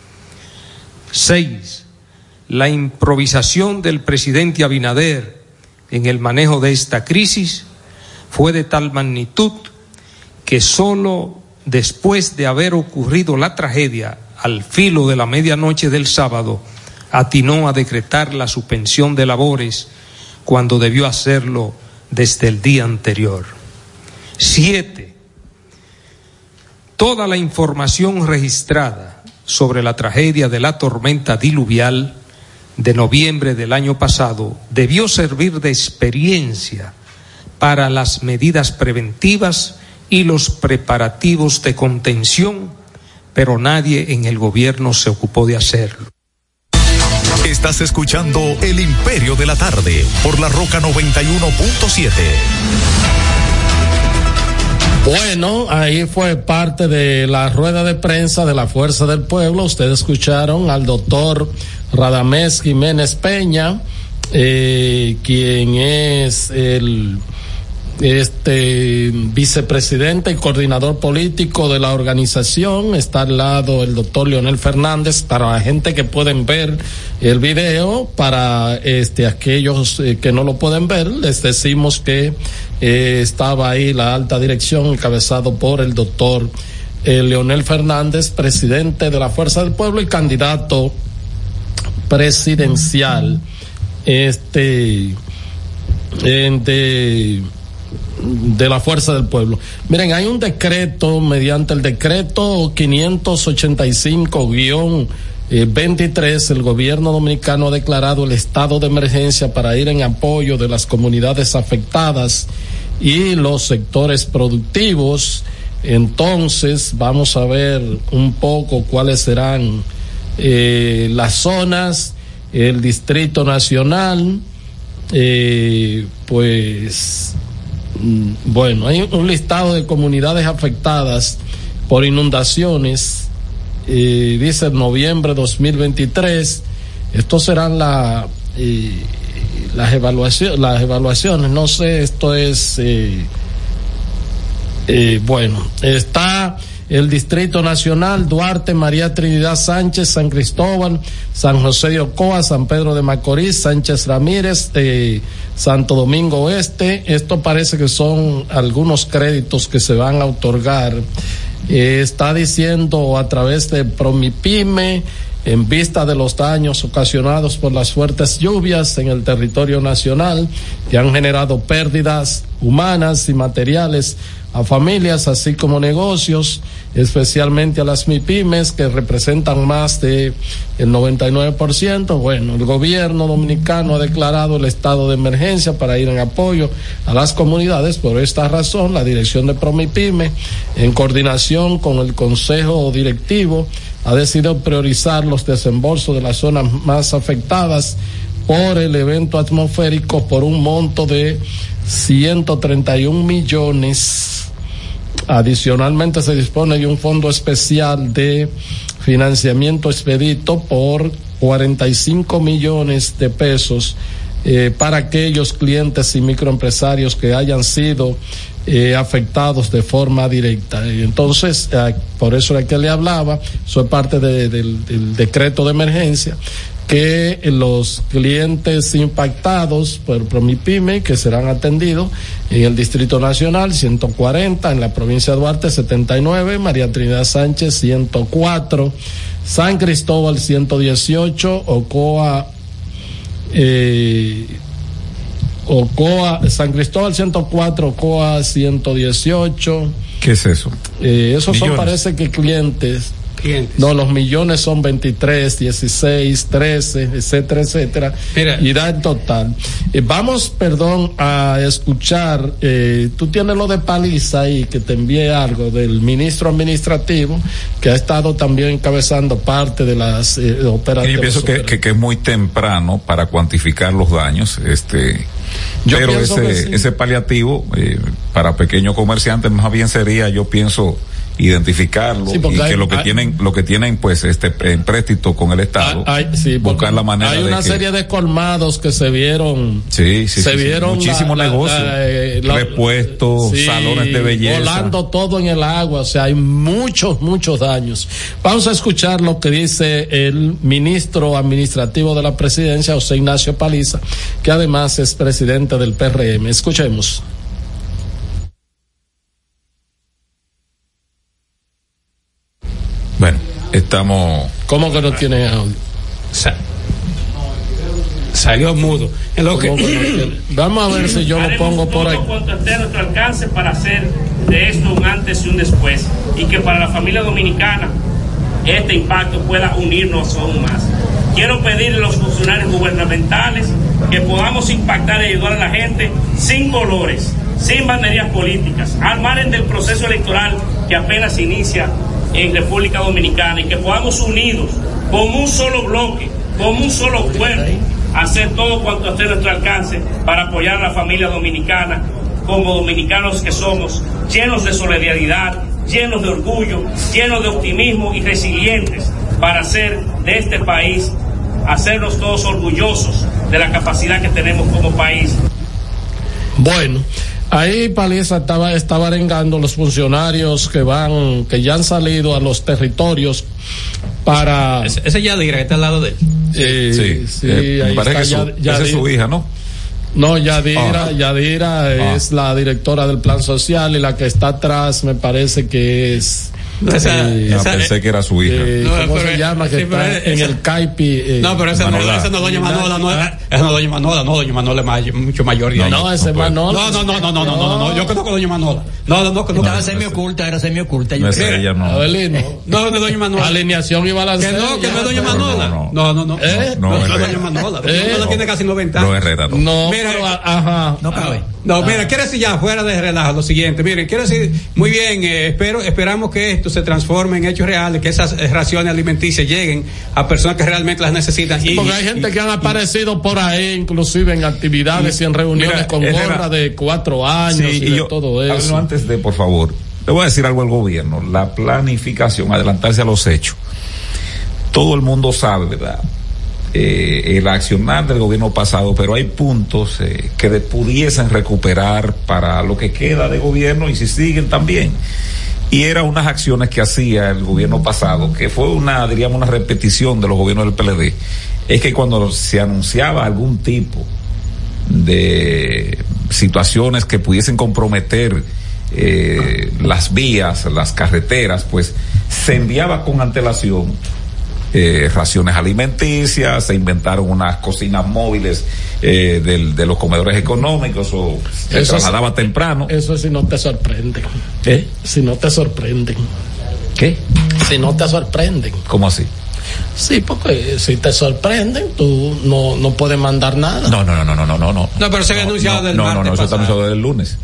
6. La improvisación del presidente Abinader en el manejo de esta crisis fue de tal magnitud que solo después de haber ocurrido la tragedia al filo de la medianoche del sábado atinó a decretar la suspensión de labores cuando debió hacerlo desde el día anterior. 7. Toda la información registrada sobre la tragedia de la tormenta diluvial de noviembre del año pasado debió servir de experiencia para las medidas preventivas y los preparativos de contención pero nadie en el gobierno se ocupó de hacerlo. Estás escuchando El Imperio de la Tarde por La Roca 91.7. Bueno, ahí fue parte de la rueda de prensa de la Fuerza del Pueblo. Ustedes escucharon al doctor Radamés Jiménez Peña, quien es el vicepresidente y coordinador político de la organización. Está al lado el doctor Leonel Fernández. Para la gente que pueden ver el video, para aquellos que no lo pueden ver, les decimos que estaba ahí la alta dirección encabezado por el doctor Leonel Fernández, presidente de la Fuerza del Pueblo y candidato presidencial de la Fuerza del Pueblo. Miren, hay un decreto, mediante el decreto 585-23, el gobierno dominicano ha declarado el estado de emergencia para ir en apoyo de las comunidades afectadas y los sectores productivos. Entonces, vamos a ver un poco cuáles serán las zonas, el Distrito Nacional, bueno, hay un listado de comunidades afectadas por inundaciones, dice noviembre 2023. Estos serán las evaluaciones, no sé, esto es bueno, está el Distrito Nacional: Duarte, María Trinidad Sánchez, San Cristóbal, San José de Ocoa, San Pedro de Macorís, Sánchez Ramírez, Santo Domingo Oeste. Esto parece que son algunos créditos que se van a otorgar. Está diciendo a través de Promipyme, en vista de los daños ocasionados por las fuertes lluvias en el territorio nacional, que han generado pérdidas humanas y materiales a familias, así como negocios, especialmente a las MIPYMES, que representan más de el 99%. Bueno, el gobierno dominicano ha declarado el estado de emergencia para ir en apoyo a las comunidades. Por esta razón, la dirección de Promipyme, en coordinación con el Consejo Directivo, ha decidido priorizar los desembolsos de las zonas más afectadas por el evento atmosférico por un monto de 131 millones. Adicionalmente, se dispone de un fondo especial de financiamiento expedito por 45 millones de pesos para aquellos clientes y microempresarios que hayan sido afectados de forma directa. Y entonces, por eso es que le hablaba, eso es parte del decreto de emergencia, que los clientes impactados por Promipyme, que serán atendidos en el Distrito Nacional, 140, en la provincia de Duarte, 79, María Trinidad Sánchez, 104, San Cristóbal, 118, Ocoa, San Cristóbal 104, Ocoa 118. ¿Qué es eso? Esos son, parece que clientes. No, los millones son 23, 16, 13, etcétera, etcétera. Mira, y da el total. Vamos, a escuchar, tú tienes lo de Paliza ahí, que te envié algo del ministro administrativo, que ha estado también encabezando parte de las operaciones. Yo pienso que es muy temprano para cuantificar los daños, pero ese paliativo para pequeños comerciantes más bien sería, yo pienso, identificarlo, y que lo que tienen pues empréstito con el Estado, buscar la manera. Hay una serie de colmados que se vieron, vieron muchísimos negocios, repuestos, salones de belleza, volando todo en el agua. O sea, hay muchos daños. Vamos a escuchar lo que dice el ministro administrativo de la presidencia, José Ignacio Paliza, que además es presidente del PRM. Escuchemos. Bueno, estamos... ¿Cómo que no tiene audio? Salió mudo. Vamos a ver si yo lo pongo por ahí. Cuanto esté a nuestro alcance para hacer de esto un antes y un después, y que para la familia dominicana este impacto pueda unirnos aún más. Quiero pedirle a los funcionarios gubernamentales que podamos impactar y ayudar a la gente sin colores, sin banderías políticas, al margen del proceso electoral que apenas inicia en República Dominicana y que podamos unidos como un solo bloque, como un solo cuerpo, hacer todo cuanto esté a nuestro alcance para apoyar a la familia dominicana, como dominicanos que somos, llenos de solidaridad, llenos de orgullo, llenos de optimismo y resilientes para hacer de este país, hacernos todos orgullosos de la capacidad que tenemos como país. Bueno, ahí Paliza estaba arengando los funcionarios que ya han salido a los territorios para... Ese Yadira que está al lado de él. Sí, me parece que esa es su hija, ¿no? No, Yadira es la directora del Plan Social y la que está atrás me parece que es... pensé que era su hija. ¿Cómo se llama? Que está en el CAIPI. No, pero esa no es doña Manola, esa no es doña Manola, no, doña Manola es mucho mayor. No, ese es Manola. No, yo conozco a doña Manola. No. Estaba semi-oculta. No es ella, no. No, es doña Manola. Alineación y balanceo. Que no es doña Manola. No es doña Manola. Doña Manola tiene casi 90 años. No, Herrera, no. No, mira, no cabe. No, mira, quiero decir ya, fuera de relajo, lo siguiente. Miren, quiero decir, muy bien, esperamos que esto se transforme en hechos reales, que esas raciones alimenticias lleguen a personas que realmente las necesitan. Porque hay gente que han aparecido por ahí, inclusive en actividades y en reuniones con gorra de 4 años y todo eso. Antes de, por favor, le voy a decir algo al gobierno. La planificación, adelantarse a los hechos. Todo el mundo sabe, ¿verdad? El accionar del gobierno pasado, pero hay puntos que pudiesen recuperar para lo que queda de gobierno y si siguen también. Y eran unas acciones que hacía el gobierno pasado, que fue una repetición de los gobiernos del PLD. Es que cuando se anunciaba algún tipo de situaciones que pudiesen comprometer las vías, las carreteras, pues se enviaba con antelación raciones alimenticias, se inventaron unas cocinas móviles de los comedores económicos o se trasladaba temprano. Eso si no te sorprenden. Si no te sorprenden. ¿Qué? Si no te sorprenden. ¿Cómo así? Sí, porque si te sorprenden, tú no puedes mandar nada. No. No, pero se había anunciado del martes. No, eso está anunciado del lunes.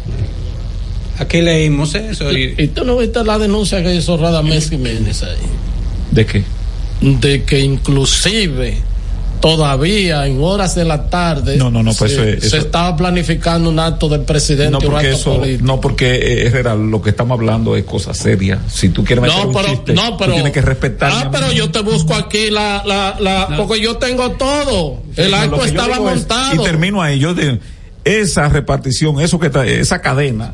Aquí leímos eso. ¿Y tú no viste la denuncia que hizo Radamés Jiménez ahí? ¿De qué? De que inclusive todavía en horas de la tarde se estaba planificando un acto del presidente. Porque Herrera, lo que estamos hablando es cosa seria. Si tú quieres meter un chiste, tú tienes que respetar. Pero yo te busco aquí porque yo tengo todo. El acto estaba montado. Y termino ahí. Esa repartición, esa cadena,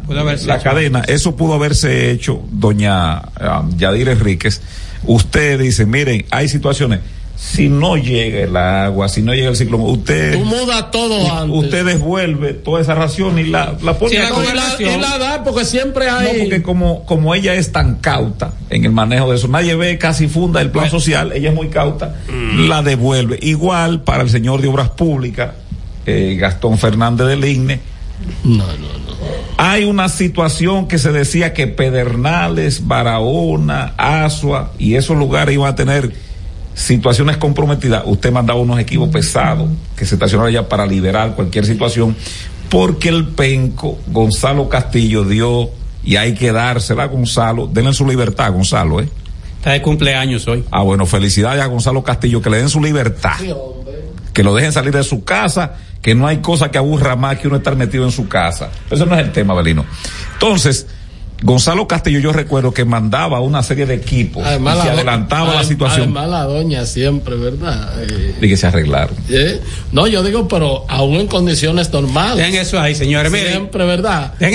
eso pudo haberse hecho, doña Yadira Enríquez. Usted dice, miren, hay situaciones, si no llega el agua, si no llega el ciclón, tú muda todo antes. Usted devuelve toda esa ración y la pone y la da, porque siempre hay. No, porque como ella es tan cauta en el manejo de eso, nadie ve casi funda el plan social, ella es muy cauta, la devuelve. Igual para el señor de Obras Públicas, Gastón Fernández del INE. No. Hay una situación que se decía que Pedernales, Barahona, Asua y esos lugares iban a tener situaciones comprometidas. Usted mandaba unos equipos pesados que se estacionaron allá para liberar cualquier situación, porque el penco Gonzalo Castillo dio, y hay que dársela a Gonzalo, denle su libertad, Gonzalo, Está de cumpleaños hoy. Bueno, felicidades a Gonzalo Castillo, que le den su libertad. Sí, que lo dejen salir de su casa, que no hay cosa que aburra más que uno estar metido en su casa. Eso no es el tema, Belino. Entonces, Gonzalo Castillo, yo recuerdo que mandaba una serie de equipos y se adelantaba la situación. Además la doña siempre, ¿verdad? Y que se arreglaron. No, yo digo, pero aún en condiciones normales. Dejen eso ahí, señores. Siempre, ¿verdad? Dejen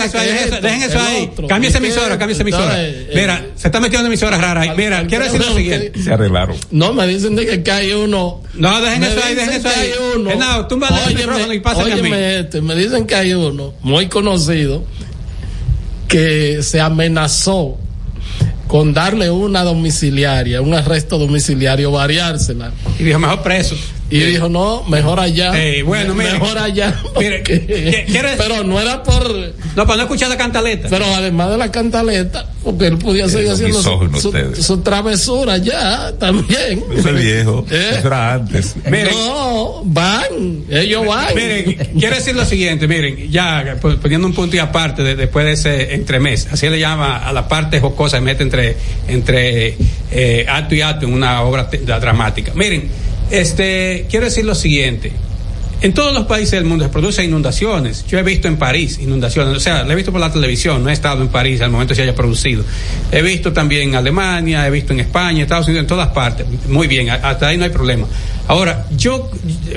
eso ahí. Cambia esa emisora. Mira, se está metiendo en emisoras raras ahí. Mira, quiero decir lo siguiente. Se arreglaron. No, me dicen de que hay uno. No, dejen eso ahí. No, túmbale el micrófono y pásame a mí. Me dicen que hay uno muy conocido que se amenazó con darle una domiciliaria, un arresto domiciliario, variársela. Y dijo, mejor preso. Y dijo, no, mejor allá. Bueno, mire, mejor allá. Mire, pero no era por... No, para no escuchar la cantaleta. Pero además de la cantaleta, porque él podía seguir haciendo su travesura ya, también. Eso es viejo. Eso era antes. Miren, no, ellos van. Miren, quiero decir lo siguiente, miren, ya poniendo un punto y aparte después de ese entremés, así le llama a la parte jocosa que mete entre acto y acto en una obra dramática. Miren, quiero decir lo siguiente. En todos los países del mundo se producen inundaciones. Yo he visto en París inundaciones, o sea, lo he visto por la televisión, no he estado en París al momento que se haya producido. He visto también en Alemania, he visto en España, Estados Unidos, en todas partes. Muy bien, hasta ahí no hay problema. Ahora, yo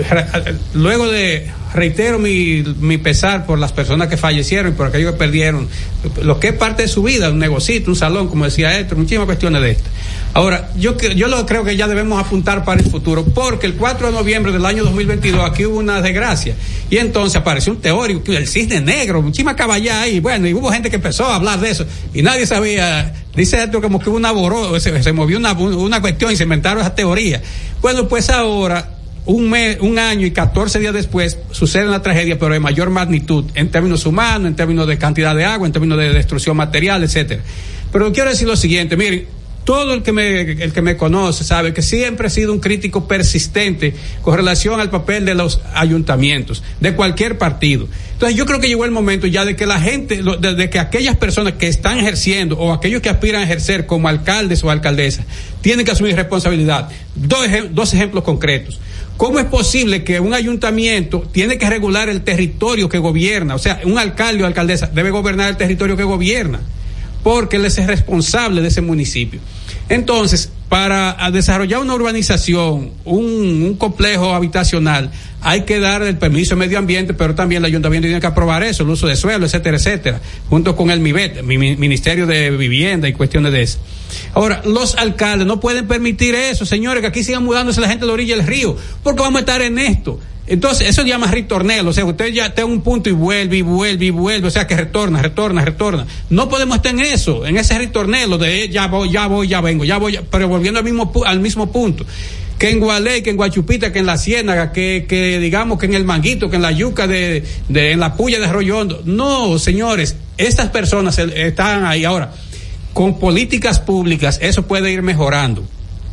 luego reitero mi pesar por las personas que fallecieron y por aquellos que perdieron lo que es parte de su vida, un negocito, un salón, como decía Héctor, muchísimas cuestiones de estas. Ahora, yo creo que ya debemos apuntar para el futuro, porque el 4 de noviembre del año 2022 aquí hubo una desgracia, y entonces apareció un teórico, el cisne negro, muchísima caballá ahí, bueno, y hubo gente que empezó a hablar de eso, y nadie sabía, dice esto como que hubo se movió una cuestión y se inventaron esa teoría. Bueno, pues ahora, un año y 14 días después, sucede una tragedia, pero de mayor magnitud, en términos humanos, en términos de cantidad de agua, en términos de destrucción material, etcétera. Pero quiero decir lo siguiente, miren, todo el que me conoce sabe que siempre he sido un crítico persistente con relación al papel de los ayuntamientos, de cualquier partido. Entonces yo creo que llegó el momento ya de que la gente, de que aquellas personas que están ejerciendo o aquellos que aspiran a ejercer como alcaldes o alcaldesas, tienen que asumir responsabilidad. Dos ejemplos concretos. ¿Cómo es posible que un ayuntamiento tiene que regular el territorio que gobierna? O sea, un alcalde o alcaldesa debe gobernar el territorio que gobierna, porque él es responsable de ese municipio. Entonces, para desarrollar una urbanización, un complejo habitacional, hay que dar el permiso de medio ambiente, pero también el ayuntamiento tiene que aprobar eso, el uso de suelo, etcétera, etcétera, junto con el MIBET, Ministerio de Vivienda y cuestiones de eso. Ahora, los alcaldes no pueden permitir eso, señores, que aquí sigan mudándose la gente a la orilla del río, porque vamos a estar en esto. Entonces, eso se llama ritornelo, o sea, usted ya está en un punto y vuelve, o sea, que retorna. No podemos estar en eso, en ese ritornelo de ya vengo, pero volviendo al mismo punto. Que en Gualey, que en Guachupita, que en la Ciénaga, que digamos que en el Manguito, que en la Yuca en la Puya de Arroyo Hondo. No, señores, estas personas están ahí. Ahora, con políticas públicas, eso puede ir mejorando.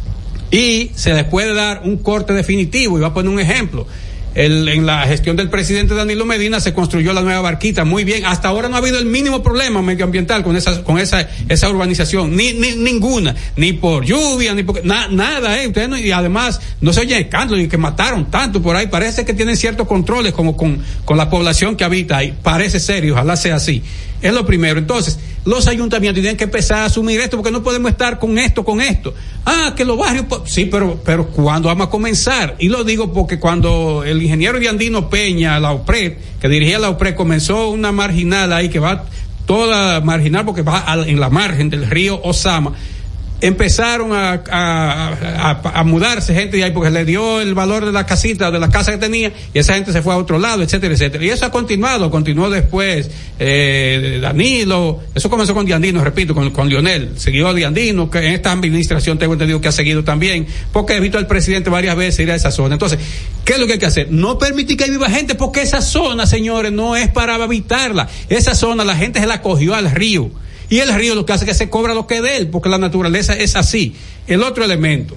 Y se les puede dar un corte definitivo, y voy a poner un ejemplo. En la gestión del presidente Danilo Medina se construyó la nueva Barquita, muy bien, hasta ahora no ha habido el mínimo problema medioambiental con esa urbanización, ninguna, ni por lluvia, ni por nada, ustedes no, y además no se oye escándalo y que mataron tanto por ahí, parece que tienen ciertos controles como con la población que habita ahí, parece serio, ojalá sea así. Es lo primero. Entonces, los ayuntamientos tienen que empezar a asumir esto, porque no podemos estar con esto. Que los barrios, sí, pero ¿cuándo vamos a comenzar? Y lo digo porque cuando el ingeniero Diandino Peña, la OPRED, que dirigía la OPRED, comenzó una marginal ahí que va toda marginal porque va en la margen del río Osama, empezaron a mudarse gente de ahí porque le dio el valor de la casita, de la casa que tenía, y esa gente se fue a otro lado, etcétera, etcétera. Y eso ha continuó después, Danilo, eso comenzó con Diandino, repito, con Lionel, siguió Diandino, que en esta administración tengo entendido que ha seguido también, porque he visto al presidente varias veces ir a esa zona. Entonces, ¿qué es lo que hay que hacer? No permitir que viva gente, porque esa zona, señores, no es para habitarla. Esa zona la gente se la cogió al río. Y el río lo que hace es que se cobra lo que es de él, porque la naturaleza es así. El otro elemento,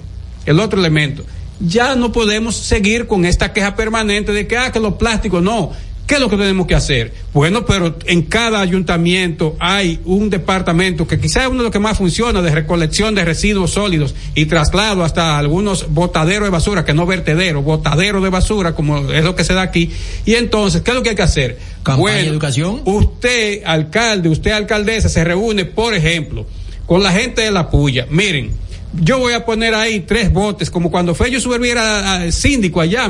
ya no podemos seguir con esta queja permanente de que los plásticos, no. ¿Qué es lo que tenemos que hacer? Bueno, pero en cada ayuntamiento hay un departamento que quizás es uno de los que más funciona, de recolección de residuos sólidos y traslado hasta algunos botaderos de basura, que no vertedero, botadero de basura, como es lo que se da aquí. Y entonces, ¿qué es lo que hay que hacer? Campaña de educación. Usted, alcalde, usted, alcaldesa, se reúne, por ejemplo, con la gente de la Puya. Miren, yo voy a poner ahí 3 botes, como cuando Fello Suberví era síndico allá,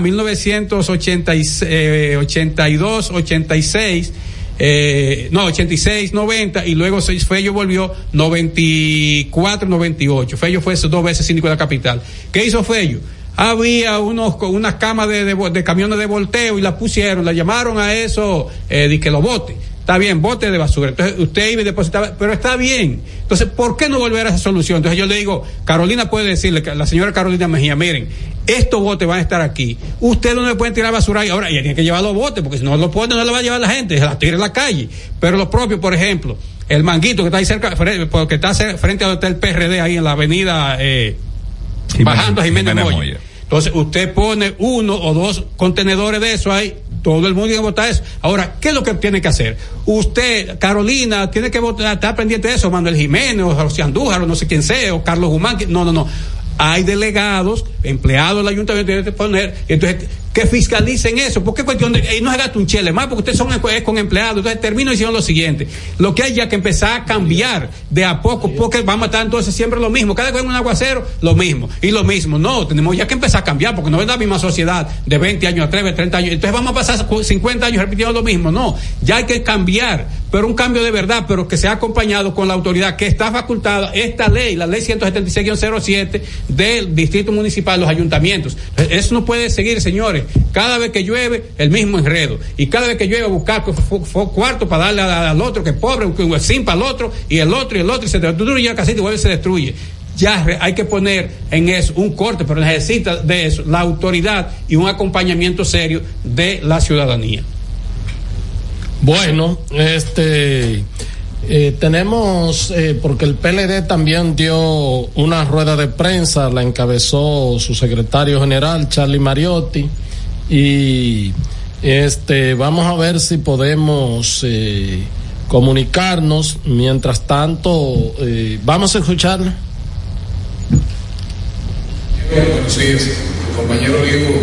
1982, 86, 86, 90, y luego Fello volvió 94, 98. Fello fue 2 veces síndico de la capital. ¿Qué hizo Fello? Había unas camas de camiones de volteo y las pusieron, la llamaron a eso, que los botes. está bien, bote de basura. Entonces usted iba y depositaba, pero está bien. Entonces, ¿por qué no volver a esa solución? Entonces yo le digo, Carolina puede decirle, la señora Carolina Mejía, miren, estos botes van a estar aquí. Ustedes no le pueden tirar basura ahí. Ahora, ya tienen que llevar los botes, porque si no los ponen, no le va a llevar la gente, se las tira en la calle. Pero lo propio, por ejemplo, el Manguito que está ahí cerca, porque está frente al hotel PRD, ahí en la avenida, bajando a Jiménez Moya. Entonces, usted pone 1 o 2 contenedores de eso ahí, todo el mundo tiene que votar eso. Ahora, ¿qué es lo que tiene que hacer? Usted, Carolina, tiene que votar, estar pendiente de eso, Manuel Jiménez, o José Andújar, o no sé quién sea, o Carlos Guzmán. No. Hay delegados, empleados del ayuntamiento, tienen que poner, entonces, que fiscalicen eso. ¿Por qué cuestión de, no se gasta un chele más? Porque ustedes son con empleados. Entonces, termino diciendo lo siguiente: lo que hay ya que empezar a cambiar de a poco, porque vamos a estar entonces siempre lo mismo. Cada vez que hay un aguacero, lo mismo. Y lo mismo. No, tenemos ya que empezar a cambiar, porque no es la misma sociedad de 20 años a 30 años. Entonces, vamos a pasar 50 años repitiendo lo mismo. No, ya hay que cambiar, pero un cambio de verdad, pero que sea acompañado con la autoridad que está facultada, esta ley, la ley 176-07 del Distrito Municipal, los ayuntamientos. Eso no puede seguir, señores. Cada vez que llueve, el mismo enredo. Y cada vez que llueve, buscar cuarto para darle al otro, que es pobre, un zinc para el otro, y se destruye la casita y vuelve y se destruye. Ya hay que poner en eso un corte, pero necesita de eso la autoridad y un acompañamiento serio de la ciudadanía. Bueno, tenemos, porque el PLD también dio una rueda de prensa, la encabezó su secretario general, Charlie Mariotti, y vamos a ver si podemos comunicarnos. Mientras tanto, vamos a escucharle. Buenos días, compañero Diego.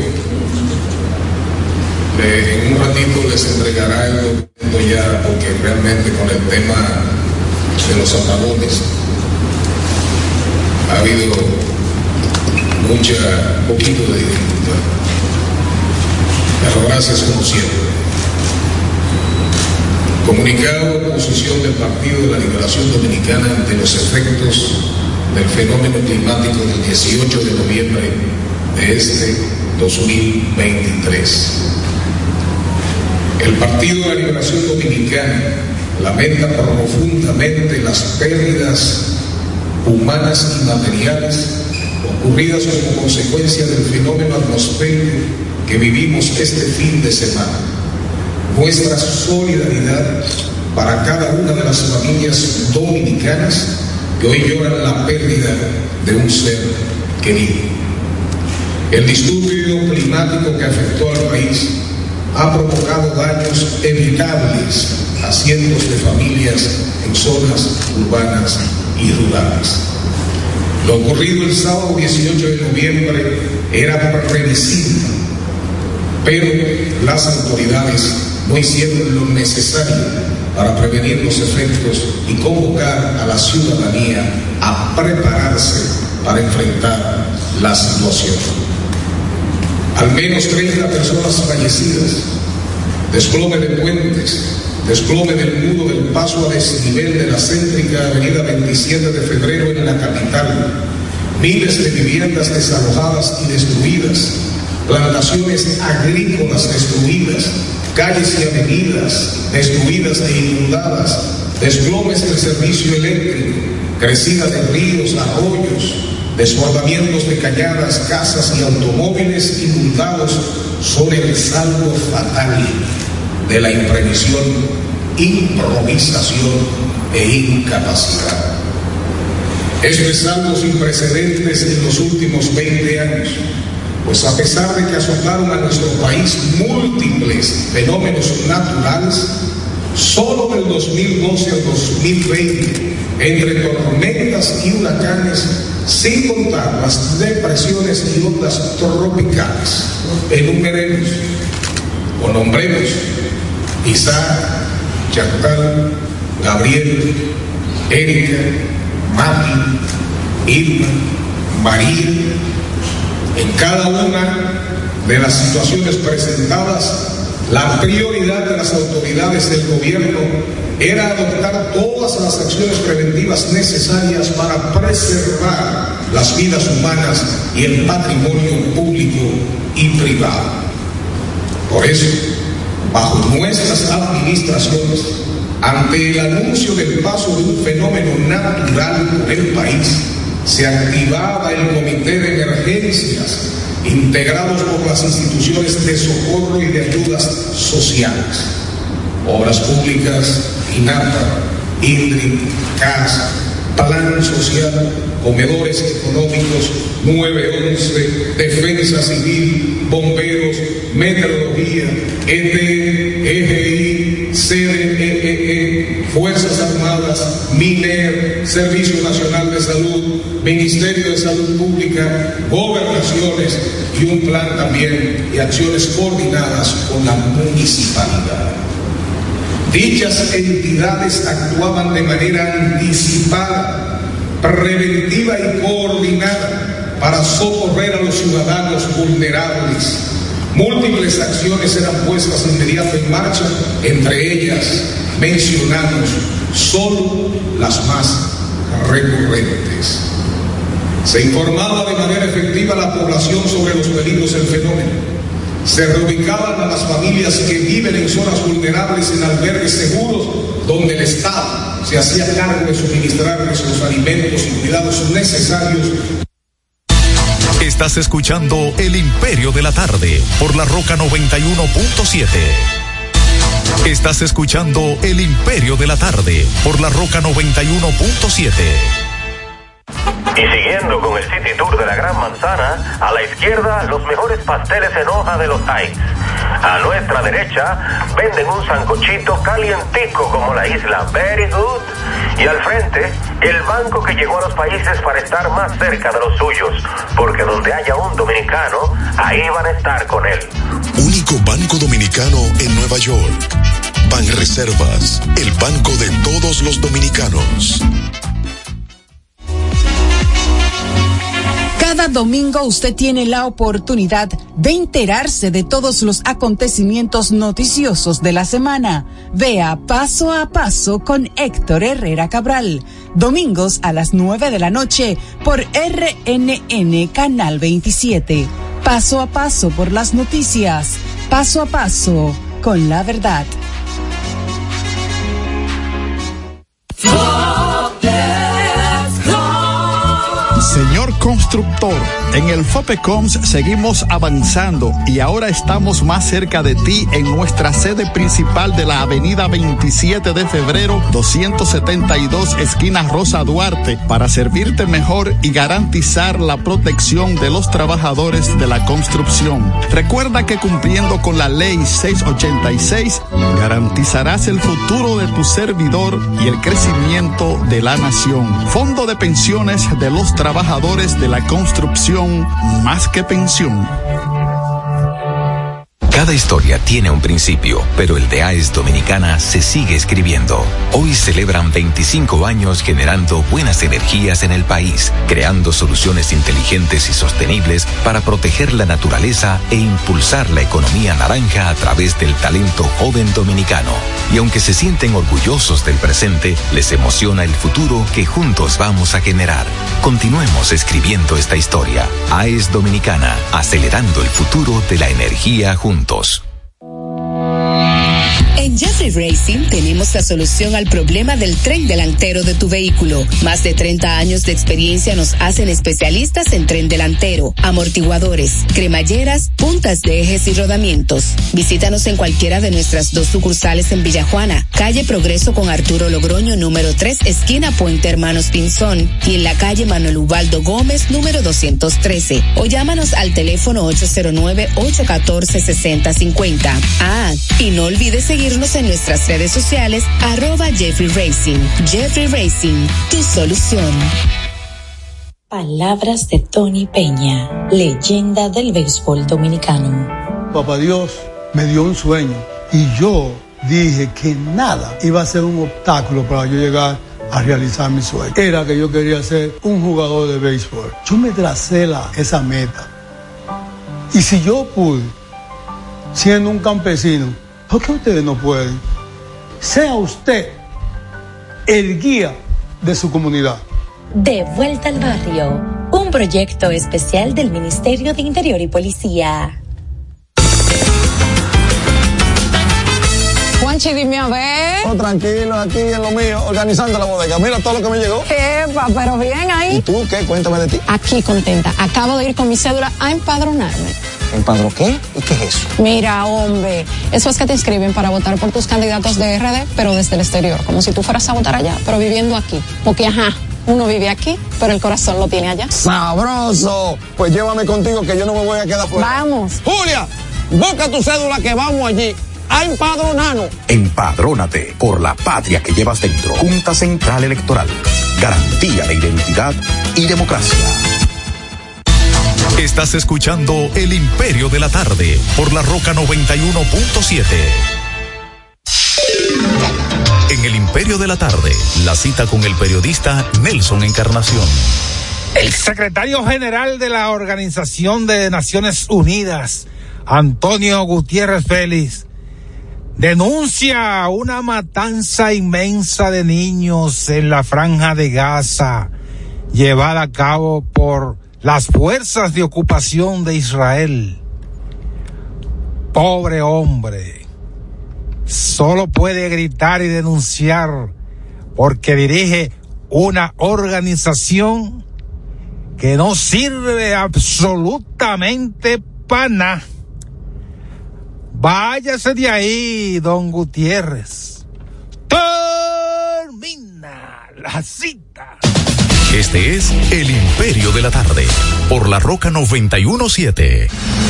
En un ratito les entregará el documento ya, porque realmente con el tema de los apagones ha habido poquito de dificultad. Pero gracias como siempre. Comunicado de posición del Partido de la Liberación Dominicana ante los efectos del fenómeno climático del 18 de noviembre de 2023. El Partido de la Liberación Dominicana lamenta profundamente las pérdidas humanas y materiales ocurridas como consecuencia del fenómeno atmosférico que vivimos este fin de semana. Nuestra solidaridad para cada una de las familias dominicanas que hoy lloran la pérdida de un ser querido. El disturbio climático que afectó al país ha provocado daños evitables a cientos de familias en zonas urbanas y rurales. Lo ocurrido el sábado 18 de noviembre era previsible, pero las autoridades no hicieron lo necesario para prevenir los efectos y convocar a la ciudadanía a prepararse para enfrentar la situación. Al menos 30 personas fallecidas, desplome de puentes, desplome del muro del paso a desnivel de la céntrica avenida 27 de febrero en la capital, miles de viviendas desalojadas y destruidas, plantaciones agrícolas destruidas, calles y avenidas destruidas e inundadas, desplomes del servicio eléctrico, crecida de ríos, arroyos, desbordamientos de cañadas, casas y automóviles inundados son el saldo fatal de la imprevisión, improvisación e incapacidad. Esto es saldo sin precedentes en los últimos 20 años, pues a pesar de que azotaron a nuestro país múltiples fenómenos naturales, solo del 2012 al 2020, entre tormentas y huracanes, sin contar las depresiones y ondas tropicales, enumeremos o nombremos Isaac, Chantal, Gabriel, Erika, Mati, Irma, María. En cada una de las situaciones presentadas, la prioridad de las autoridades del gobierno era adoptar todas las acciones preventivas necesarias para preservar las vidas humanas y el patrimonio público y privado. Por eso, bajo nuestras administraciones, ante el anuncio del paso de un fenómeno natural por el país, se activaba el Comité de Emergencias, integrados por las instituciones de socorro y de ayudas sociales, Obras Públicas, INAPA, INDRI, CAS, Plan Social, Comedores Económicos, 911, Defensa Civil, Bomberos, Meteorología, EGI, CDEE, Fuerzas Armadas, MINER, Servicio Nacional de Salud, Ministerio de Salud Pública, gobernaciones y un plan también y acciones coordinadas con la municipalidad. Dichas entidades actuaban de manera anticipada, preventiva y coordinada para socorrer a los ciudadanos vulnerables. Múltiples acciones eran puestas inmediato en marcha, entre ellas mencionamos solo las más recurrentes. Se informaba de manera efectiva a la población sobre los peligros del fenómeno. Se reubicaban a las familias que viven en zonas vulnerables en albergues seguros, donde el Estado se hacía cargo de suministrarles los alimentos y cuidados necesarios. Estás escuchando El Imperio de la Tarde por La Roca 91.7. Estás escuchando El Imperio de la Tarde por La Roca 91.7. Y siguiendo con el City Tour de la Gran Manzana, a la izquierda los mejores pasteles en hoja de los Heights. A nuestra derecha venden un sancochito calientico como la isla Very Good. Y al frente, el banco que llegó a los países para estar más cerca de los suyos, porque donde haya un dominicano, ahí van a estar con él. Único banco dominicano en Nueva York. Banreservas, el banco de todos los dominicanos. Cada domingo usted tiene la oportunidad de enterarse de todos los acontecimientos noticiosos de la semana. Vea Paso a Paso con Héctor Herrera Cabral. Domingos a las 9 de la noche por RNN Canal 27. Paso a Paso por las noticias. Paso a Paso con la verdad. Señor constructor, en el FOPECOMS seguimos avanzando y ahora estamos más cerca de ti en nuestra sede principal de la avenida 27 de febrero 272 esquina Rosa Duarte para servirte mejor y garantizar la protección de los trabajadores de la construcción. Recuerda que cumpliendo con la ley 686 garantizarás el futuro de tu servidor y el crecimiento de la nación. Fondo de pensiones de los trabajadores de la construcción, más que pensión. Cada historia tiene un principio, pero el de AES Dominicana se sigue escribiendo. Hoy celebran 25 años generando buenas energías en el país, creando soluciones inteligentes y sostenibles para proteger la naturaleza e impulsar la economía naranja a través del talento joven dominicano. Y aunque se sienten orgullosos del presente, les emociona el futuro que juntos vamos a generar. Continuemos escribiendo esta historia. AES Dominicana, acelerando el futuro de la energía juntos. En Jeffrey Racing tenemos la solución al problema del tren delantero de tu vehículo. Más de 30 años de experiencia nos hacen especialistas en tren delantero, amortiguadores, cremalleras, puntas de ejes y rodamientos. Visítanos en cualquiera de nuestras 2 sucursales en Villajuana, calle Progreso con Arturo Logroño, número 3, esquina Puente Hermanos Pinzón, y en la calle Manuel Ubaldo Gómez, número 213. O llámanos al teléfono 809-814-6050. Ah, y no olvides seguirnos en nuestras redes sociales, @Jeffrey Racing. Jeffrey Racing, tu solución. Palabras de Tony Peña, leyenda del béisbol dominicano. Papá Dios me dio un sueño y yo dije que nada iba a ser un obstáculo para yo llegar a realizar mi sueño. Era que yo quería ser un jugador de béisbol. Yo me tracé esa meta. Y si yo pude, siendo un campesino, ¿por qué ustedes no pueden? Sea usted el guía de su comunidad. De vuelta al barrio, un proyecto especial del Ministerio de Interior y Policía. Juanchi, dime a ver. Oh, tranquilo, aquí en lo mío, organizando la bodega. Mira todo lo que me llegó. Epa, pero bien ahí. ¿Y tú qué? Cuéntame de ti. Aquí contenta. Acabo de ir con mi cédula a empadronarme. ¿Empadró qué? ¿Y qué es eso? Mira, hombre, eso es que te inscriben para votar por tus candidatos de RD, pero desde el exterior, como si tú fueras a votar allá, pero viviendo aquí. Porque, uno vive aquí, pero el corazón lo tiene allá. ¡Sabroso! Pues llévame contigo que yo no me voy a quedar fuera. Vamos. Julia, busca tu cédula que vamos allí a empadronarnos. Empadrónate por la patria que llevas dentro. Junta Central Electoral. Garantía de identidad y democracia. Estás escuchando El Imperio de la Tarde por La Roca 91.7. En El Imperio de la Tarde, la cita con el periodista Nelson Encarnación. El secretario general de la Organización de Naciones Unidas, Antonio Gutiérrez Félix, denuncia una matanza inmensa de niños en la Franja de Gaza, llevada a cabo por las fuerzas de ocupación de Israel. Pobre hombre, solo puede gritar y denunciar porque dirige una organización que no sirve absolutamente para nada. Váyase de ahí, don Gutiérrez. Termina la cita. Este es El Imperio de la Tarde, por La Roca 91.7.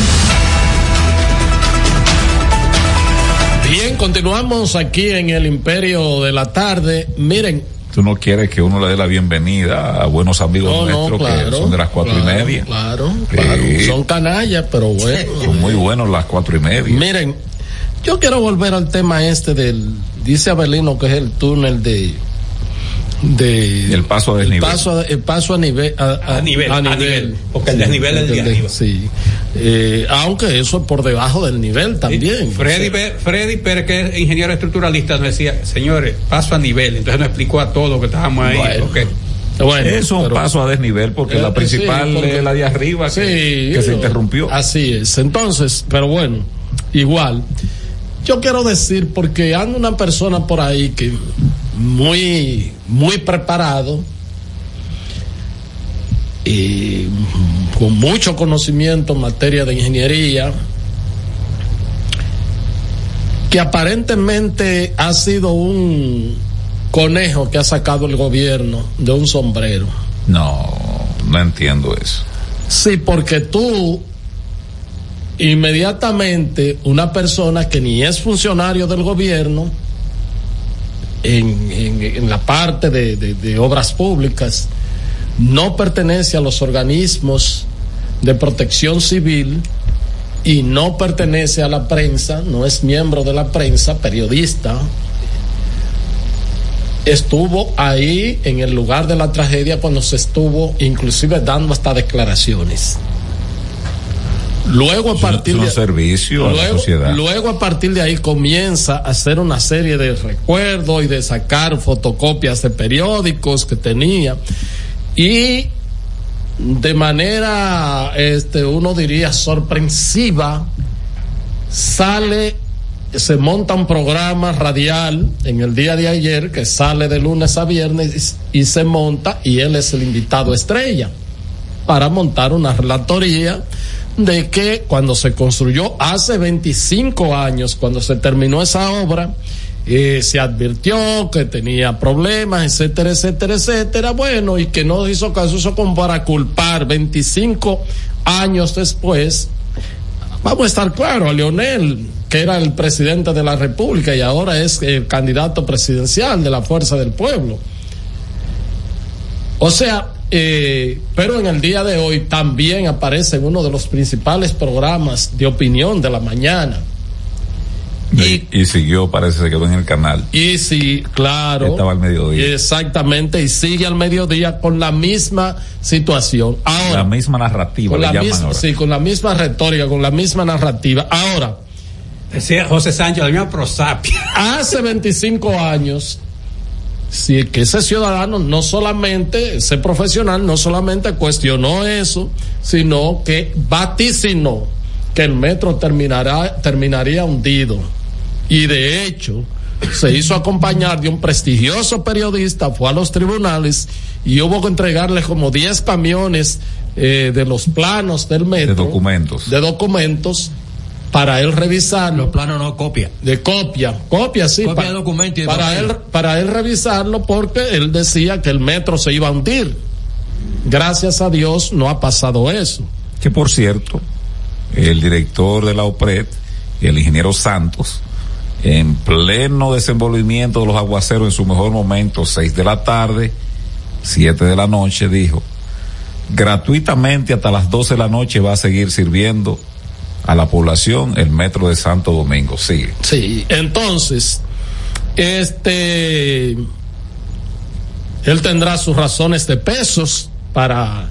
Bien, continuamos aquí en El Imperio de la Tarde. Miren. Tú no quieres que uno le dé la bienvenida a buenos amigos nuestros que son de las 4:30. Claro. Son canallas, pero bueno. Son muy buenos las 4:30. Miren, yo quiero volver al tema dice Abelino que es el túnel el paso a desnivel. El paso a nivel. A nivel. Porque el desnivel es el de arriba. Sí. Aunque eso es por debajo del nivel también. Freddy Pérez, que es ingeniero estructuralista, nos decía, señores, paso a nivel. Entonces nos explicó a todos que estábamos ahí. Bueno, eso es un paso a desnivel porque la principal es la de arriba que se interrumpió. Así es. Entonces, pero bueno, igual. Yo quiero decir, porque anda una persona por ahí que muy preparado y con mucho conocimiento en materia de ingeniería, que aparentemente ha sido un conejo que ha sacado el gobierno de un sombrero. No entiendo eso. Sí, porque tú inmediatamente, una persona que ni es funcionario del gobierno en la parte de obras públicas, no pertenece a los organismos de protección civil y no pertenece a la prensa, no es miembro de la prensa, periodista, estuvo ahí en el lugar de la tragedia cuando se estuvo inclusive dando hasta declaraciones. Luego a partir de servicio a la sociedad. Luego a partir de ahí comienza a hacer una serie de recuerdos y de sacar fotocopias de periódicos que tenía y de manera uno diría sorpresiva se monta un programa radial en el día de ayer que sale de lunes a viernes y se monta y él es el invitado estrella para montar una relatoría de que cuando se construyó hace 25 años, cuando se terminó esa obra, se advirtió que tenía problemas, etcétera, etcétera, etcétera, bueno, y que no hizo caso, eso como para culpar 25 años después, vamos a estar claro, a Leonel, que era el presidente de la República y ahora es el candidato presidencial de la Fuerza del Pueblo. O sea, pero en el día de hoy también aparece en uno de los principales programas de opinión de la mañana. Y siguió, parece, se quedó en el canal. Y sí, claro. Estaba al mediodía. Exactamente, y sigue al mediodía con la misma situación. Ahora, la misma narrativa, le llaman ahora. Sí, con la misma retórica, con la misma narrativa. Ahora, decía José Sánchez, la misma prosapia. Hace 25 años, sí, que ese ciudadano no solamente, ese profesional no solamente cuestionó eso, sino que vaticinó que el metro terminaría hundido Y de hecho, se hizo acompañar de un prestigioso periodista, fue a los tribunales y hubo que entregarle como 10 camiones de los planos del metro. De documentos para él revisarlo. Los planos no, copia. Copia, sí. Copia de documento y de para él revisarlo, porque él decía que el metro se iba a hundir. Gracias a Dios no ha pasado eso. Que por cierto, el director de la OPRED, el ingeniero Santos, en pleno desenvolvimiento de los aguaceros, en su mejor momento, 6 de la tarde, 7 de la noche, dijo: gratuitamente hasta las 12 de la noche va a seguir sirviendo a la población el metro de Santo Domingo. Sigue. Sí, entonces, él tendrá sus razones de pesos para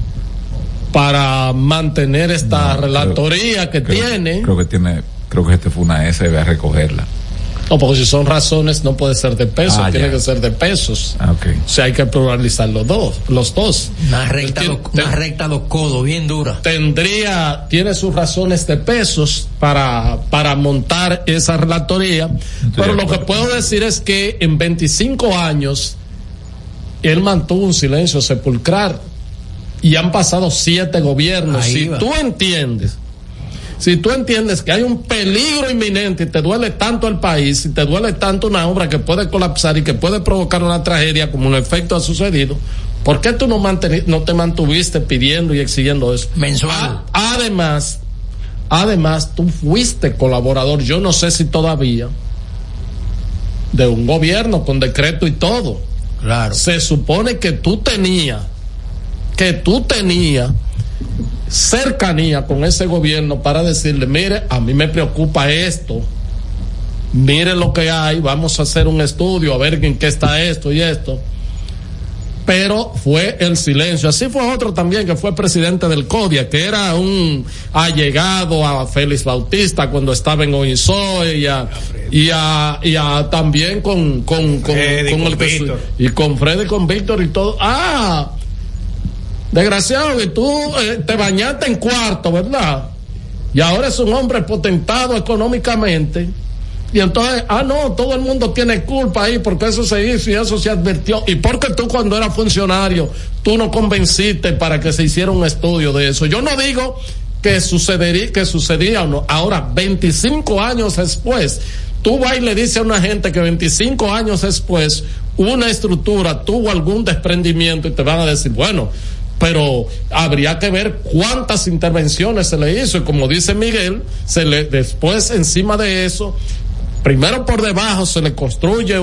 mantener esta relatoría que tiene. Creo que este fue una S, debe recogerla. No, porque si son razones no puede ser de pesos, tiene que ser de pesos. Okay. O sea, hay que pluralizar los dos. Una recta los codos, bien dura. Tiene sus razones de pesos para montar esa relatoría, pero lo que puedo decir es que en 25 años él mantuvo un silencio sepulcral y han pasado 7 gobiernos. Si tú entiendes que hay un peligro inminente y te duele tanto el país, y te duele tanto una obra que puede colapsar y que puede provocar una tragedia como un efecto ha sucedido, ¿por qué tú no te mantuviste pidiendo y exigiendo eso? Mensual. Además, tú fuiste colaborador, yo no sé si todavía, de un gobierno con decreto y todo. Claro. Se supone que tú tenías cercanía con ese gobierno para decirle: mire, a mí me preocupa esto, mire lo que hay, vamos a hacer un estudio a ver en qué está esto y esto. Pero fue el silencio. Así fue otro también que fue presidente del CODIA, que era un allegado a Félix Bautista cuando estaba en OISOE y también con Freddy, con Víctor y todo. Desgraciado, que tú te bañaste en cuarto, ¿verdad? Y ahora es un hombre potentado económicamente. Y entonces, no, todo el mundo tiene culpa ahí porque eso se hizo y eso se advirtió. Y porque tú, cuando eras funcionario, tú no convenciste para que se hiciera un estudio de eso. Yo no digo que sucedería o no. Ahora, 25 años después, tú vas y le dices a una gente que 25 años después una estructura tuvo algún desprendimiento y te van a decir: bueno, pero habría que ver cuántas intervenciones se le hizo, y como dice Miguel, después encima de eso, primero por debajo se le construye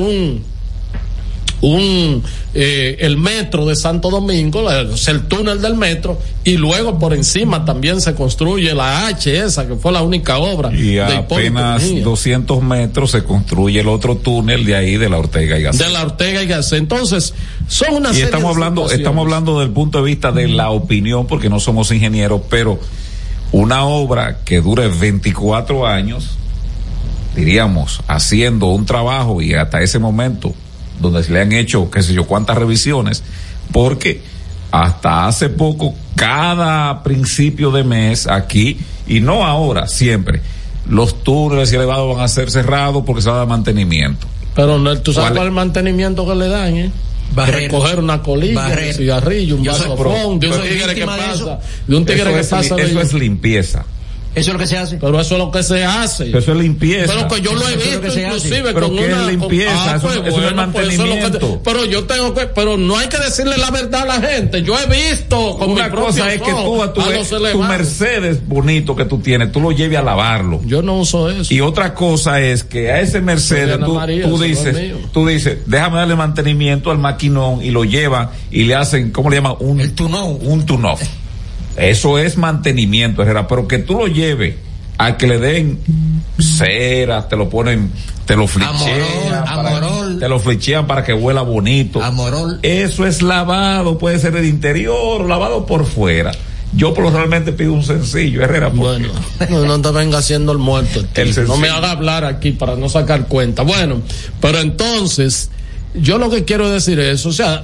el metro de Santo Domingo, el túnel del metro, y luego por encima también se construye la esa que fue la única obra. Y a apenas 200 metros se construye el otro túnel de ahí, de la Ortega y Gasset. Entonces, son una serie estamos hablando del punto de vista de la opinión, porque no somos ingenieros, pero una obra que dure 24 años, diríamos, haciendo un trabajo, y hasta ese momento donde se le han hecho qué sé yo cuántas revisiones, porque hasta hace poco, cada principio de mes aquí, y no ahora, siempre, los túneles y elevados van a ser cerrados porque se va a dar mantenimiento. Pero tú sabes cuál es el mantenimiento que le dan, recoger una colilla, un cigarrillo, un vaso de un tigre que pasa, eso es limpieza. Eso es lo que se hace. Pero eso es lo que se hace. Pero eso es limpieza. Pero que yo lo he visto inclusive pero con ¿qué una es limpieza? Eso es el mantenimiento. Pero no hay que decirle la verdad a la gente. Yo he visto con una cosa es que tu Mercedes bonito que tú tienes, tú lo lleves a lavarlo. Yo no uso eso. Y otra cosa es que a ese Mercedes tú dices, déjame darle mantenimiento al maquinón, y lo llevan y le hacen, ¿cómo le llaman? Un tune-off. Eso es mantenimiento, Herrera, pero que tú lo lleves a que le den cera, te lo ponen, te lo flechean para que huela bonito. Eso es lavado, puede ser del interior o lavado por fuera. Yo realmente pido un sencillo, Herrera. Bueno, no te venga haciendo el muerto. No me haga hablar aquí para no sacar cuenta. Bueno, pero entonces, yo lo que quiero decir es, o sea,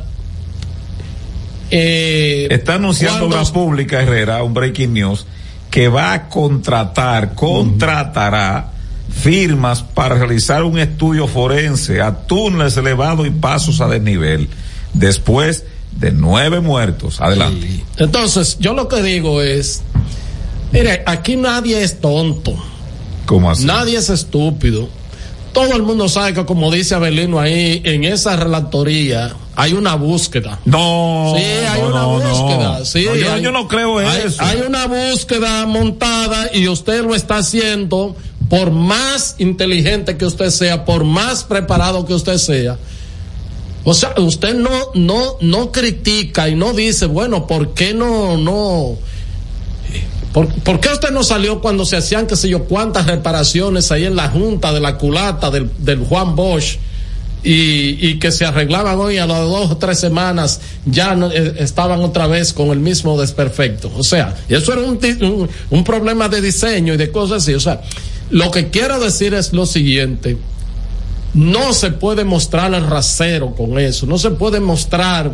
está anunciando Obras Públicas, Herrera, un breaking news, que va a contratará firmas para realizar un estudio forense a túneles elevados y pasos a desnivel, después de 9 muertos. Adelante. Sí. Entonces, yo lo que digo es, mire, aquí nadie es tonto. ¿Cómo así? Nadie es estúpido. Todo el mundo sabe que, como dice Abelino ahí, en esa relatoría hay una búsqueda. No. Sí, hay una búsqueda. No. Sí, No, yo no creo eso. Hay una búsqueda montada y usted lo está haciendo, por más inteligente que usted sea, por más preparado que usted sea. O sea, usted no critica y no dice, bueno, ¿por qué no? ¿Por qué usted no salió cuando se hacían, qué sé yo, cuántas reparaciones ahí en la junta de la culata del Juan Bosch y que se arreglaban hoy a las 2 o 3 semanas ya no, estaban otra vez con el mismo desperfecto? O sea, eso era un problema de diseño y de cosas así. O sea, lo que quiero decir es lo siguiente: no se puede mostrar el rasero con eso, no se puede mostrar.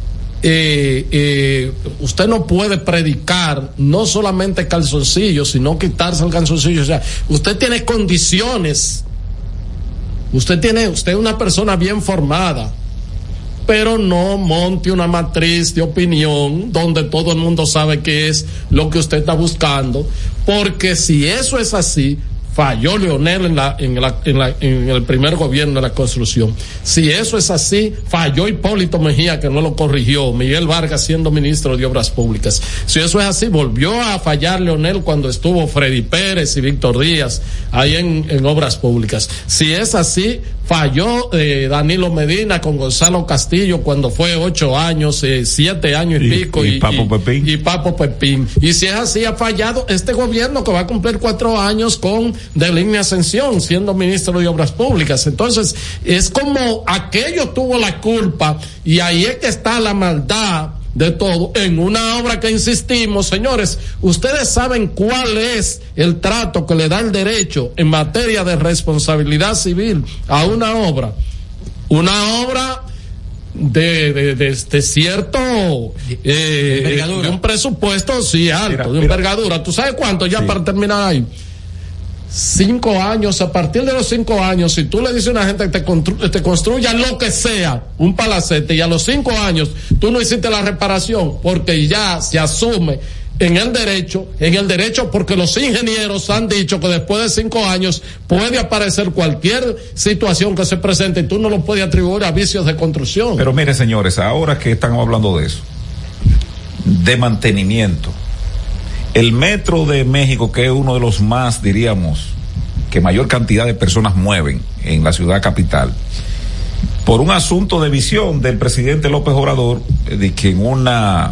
Usted no puede predicar no solamente calzoncillo, sino quitarse el calzoncillo. O sea, usted tiene condiciones, usted es una persona bien formada, pero no monte una matriz de opinión donde todo el mundo sabe qué es lo que usted está buscando, porque si eso es así, falló Leonel en el primer gobierno de la construcción. Si eso es así, falló Hipólito Mejía, que no lo corrigió, Miguel Vargas siendo ministro de Obras Públicas. Si eso es así, volvió a fallar Leonel cuando estuvo Freddy Pérez y Víctor Díaz ahí en Obras Públicas. Si es así, falló Danilo Medina con Gonzalo Castillo cuando fue 8 años, 7 años y pico. Y Papo Pepín. Y Papo Pepín. Y si es así, ha fallado este gobierno que va a cumplir 4 años con Delín Ascensión siendo ministro de Obras Públicas. Entonces, es como aquello tuvo la culpa y ahí es que está la maldad de todo en una obra que, insistimos, señores, ustedes saben cuál es el trato que le da el derecho en materia de responsabilidad civil a una obra de cierto de un presupuesto sí alto, de envergadura. ¿Tú sabes cuánto ya para terminar ahí? 5 años. A partir de los 5 años, si tú le dices a una gente que te construya lo que sea, un palacete, y a los 5 años tú no hiciste la reparación, porque ya se asume en el derecho, porque los ingenieros han dicho que después de 5 años puede aparecer cualquier situación que se presente y tú no lo puedes atribuir a vicios de construcción. Pero mire, señores, ahora que estamos hablando de eso, de mantenimiento, el Metro de México, que es uno de los más, diríamos, que mayor cantidad de personas mueven en la ciudad capital, por un asunto de visión del presidente López Obrador, de que en una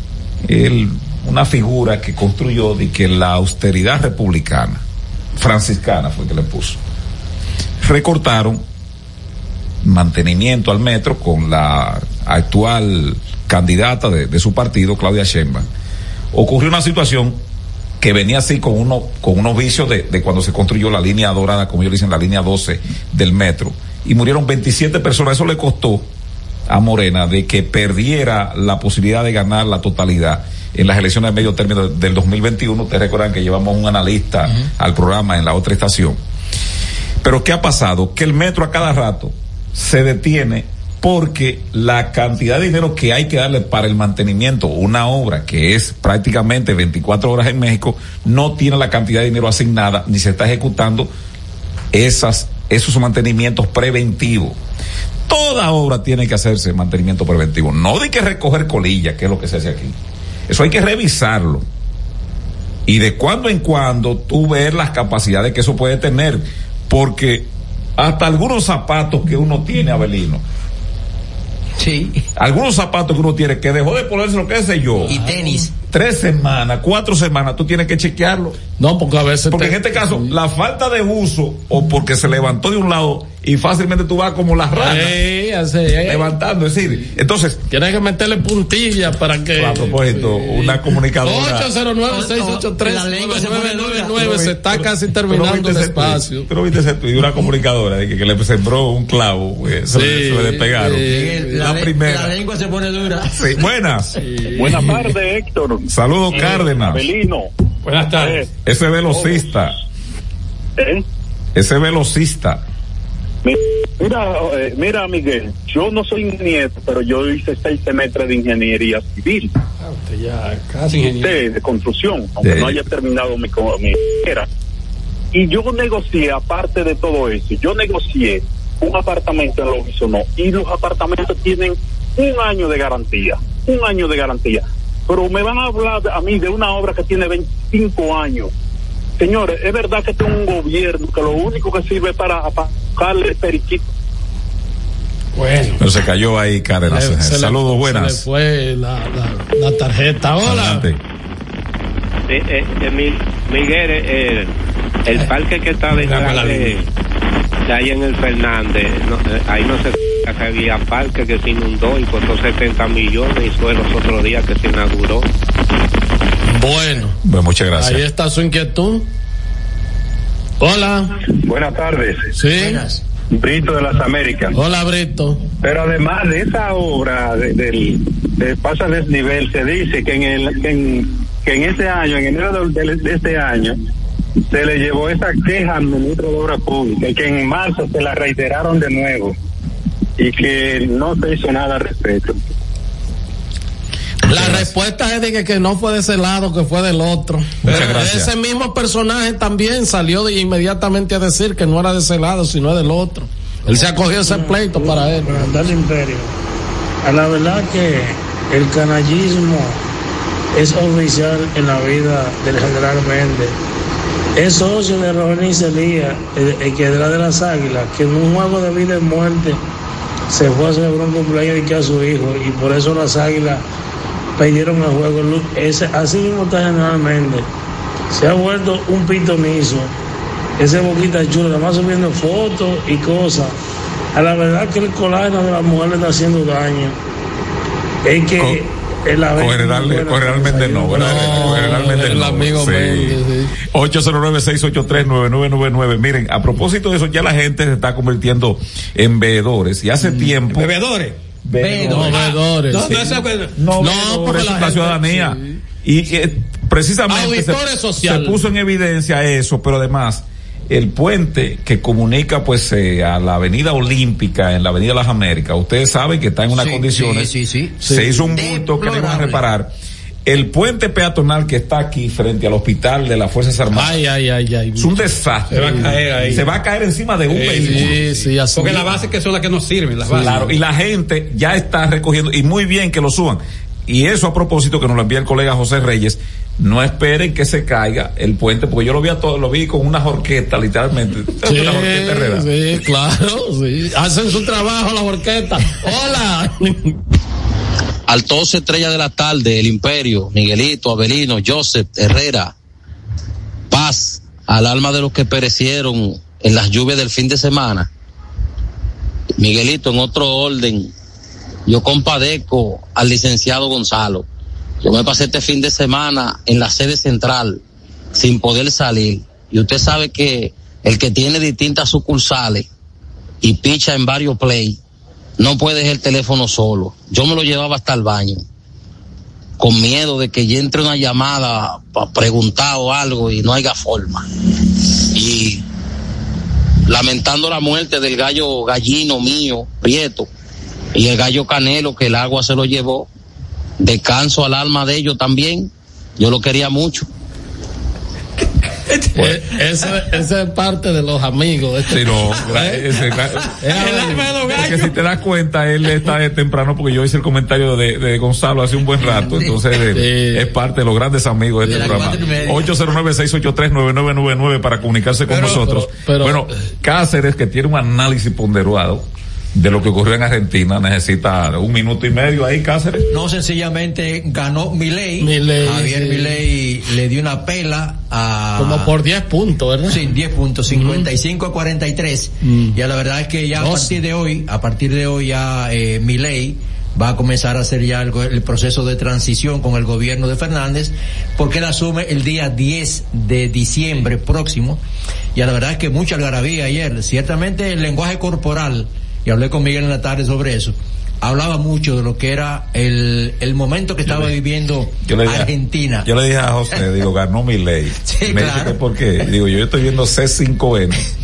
figura que construyó de que la austeridad republicana, franciscana fue que le puso, recortaron mantenimiento al metro con la actual candidata de su partido, Claudia Sheinbaum. Ocurrió una situación que venía así con unos vicios de cuando se construyó la línea dorada, como ellos dicen, la línea 12 del metro, y murieron 27 personas. Eso le costó a Morena de que perdiera la posibilidad de ganar la totalidad en las elecciones de medio término del 2021. Ustedes recuerdan que llevamos un analista al programa en la otra estación. Pero ¿qué ha pasado? Que el metro a cada rato se detiene porque la cantidad de dinero que hay que darle para el mantenimiento, una obra que es prácticamente 24 horas en México, no tiene la cantidad de dinero asignada ni se está ejecutando esos mantenimientos preventivos. Toda obra tiene que hacerse mantenimiento preventivo, no de que recoger colillas, que es lo que se hace aquí. Eso hay que revisarlo y de cuando en cuando tú ver las capacidades que eso puede tener, porque hasta algunos zapatos que uno tiene, Abelino, sí, algunos zapatos que uno tiene que dejó de ponerse, lo que sé yo, y tenis, 3 semanas, 4 semanas, tú tienes que chequearlo. No, porque a veces en este caso, la falta de uso, o porque se levantó de un lado y fácilmente tú vas como las ranas levantando, es decir, entonces tienes que meterle puntillas para que, a propósito, una comunicadora 809-683-9999 se está casi terminando el espacio. Pero viste ese tuit, una comunicadora de que le sembró un clavo, se le despegaron. La primera. La lengua se pone dura. Sí, buenas. Buenas tardes, Héctor. Saludos, Cárdenas. Abelino. Buenas tardes. Ese velocista. ese velocista. Mira, Miguel, yo no soy nieto, pero yo hice 6 semestres de ingeniería civil. Ya casi ingeniero. De construcción, aunque no haya terminado mi carrera. Y yo negocié, aparte de todo eso, yo negocié un apartamento en Los Bisonó, y los apartamentos tienen 1 año de garantía, 1 año de garantía. Pero me van a hablar a mí de una obra que tiene 25 años. Señores, es verdad que tengo un gobierno que lo único que sirve para buscarle periquito. Bueno. Pero se cayó ahí, Cárdenas. Saludos, buenas. Se le fue la tarjeta. Hola. Miguel, el parque que está detrás de ahí en el Fernández, ahí no se que había parque que se inundó y costó 70 millones y fue los otros días que se inauguró. Bueno, muchas gracias. Ahí está su inquietud. Hola. Buenas tardes. Sí. Buenas. Brito de las Américas. Hola, Brito. Pero además de esa obra de pasa desnivel, se dice que en ese año, en enero de este año, se le llevó esa queja al ministro de Obras Públicas y que en marzo se la reiteraron de nuevo y que no se hizo nada al respecto. La respuesta es de que no fue de ese lado, que fue del otro. Ese mismo personaje también salió inmediatamente a decir que no era de ese lado, sino del otro. Él se acogió ese pleito para él. Para andar al imperio. A la verdad que el canallismo es oficial en la vida del general Méndez. Es socio de Ronnie Celía, el que era de las Águilas, que en un juego de vida y muerte se fue a celebrar un cumpleaños y que a su hijo, y por eso las Águilas perdieron el juego. Así mismo está General Méndez. Se ha vuelto un pitonizo. Ese boquita chulo, además subiendo fotos y cosas. A la verdad que el colágeno de la mujer le está haciendo daño. Es que Generalmente no. El amigo Méndez, sí. 809-683-9999. Miren, a propósito de eso, ya la gente se está convirtiendo en veedores. Y hace tiempo. ¿Bebedores? Bebedores. No, porque la ciudadanía. Sí. Y precisamente se puso en evidencia eso, pero además el puente que comunica pues a la Avenida Olímpica en la Avenida Las Américas, ustedes saben que está en unas condiciones, se hizo un bulto que le iban a reparar. El puente peatonal que está aquí frente al hospital de las Fuerzas Armadas es un desastre. Se va a caer ahí. Se va a caer encima de un vehículo. Porque las bases que son las que nos sirven, las bases. Claro, y la gente ya está recogiendo, y muy bien que lo suban. Y eso a propósito que nos lo envía el colega José Reyes. No esperen que se caiga el puente, porque yo lo vi con una horqueta, literalmente. Sí, una horqueta Herrera. Sí, claro, sí. Hacen su trabajo la horqueta. Hola. Al 12 estrellas de la tarde, el Imperio, Miguelito, Abelino, Joseph, Herrera, paz al alma de los que perecieron en las lluvias del fin de semana. Miguelito, en otro orden, yo compadezco al licenciado Gonzalo. Yo me pasé este fin de semana en la sede central sin poder salir. Y usted sabe que el que tiene distintas sucursales y picha en varios play, no puede dejar el teléfono solo. Yo me lo llevaba hasta el baño, con miedo de que ya entre una llamada para preguntar o algo y no haya forma. Y lamentando la muerte del gallo gallino mío, Prieto, y el gallo Canelo, que el agua se lo llevó. Descanso al alma de ellos también. Yo lo quería mucho. Esa es parte de los amigos. Sí, no, porque si te das cuenta, él está de temprano, porque yo hice el comentario de Gonzalo hace un buen rato, entonces es parte de los grandes amigos de este programa. 809-683-9999 para comunicarse con nosotros. Bueno, Cáceres, que tiene un análisis ponderado de lo que ocurrió en Argentina, necesita 1 minuto y medio ahí, Cáceres. No, sencillamente ganó Milei. Javier Milei le dio una pela a... Como por 10 puntos, ¿verdad? Sí, 10 puntos, 55-43. Y la verdad es que ya a partir de hoy ya Milei va a comenzar a hacer ya el proceso de transición con el gobierno de Fernández, porque él asume el día 10 de diciembre próximo. Y la verdad es que mucha algarabía ayer. Ciertamente el lenguaje corporal, y hablé con Miguel en la tarde sobre eso, hablaba mucho de lo que era el momento que estaba viviendo Argentina. Yo le dije a José, ganó Milei. Sí, me claro. dice que por qué. Digo, yo estoy viendo C5N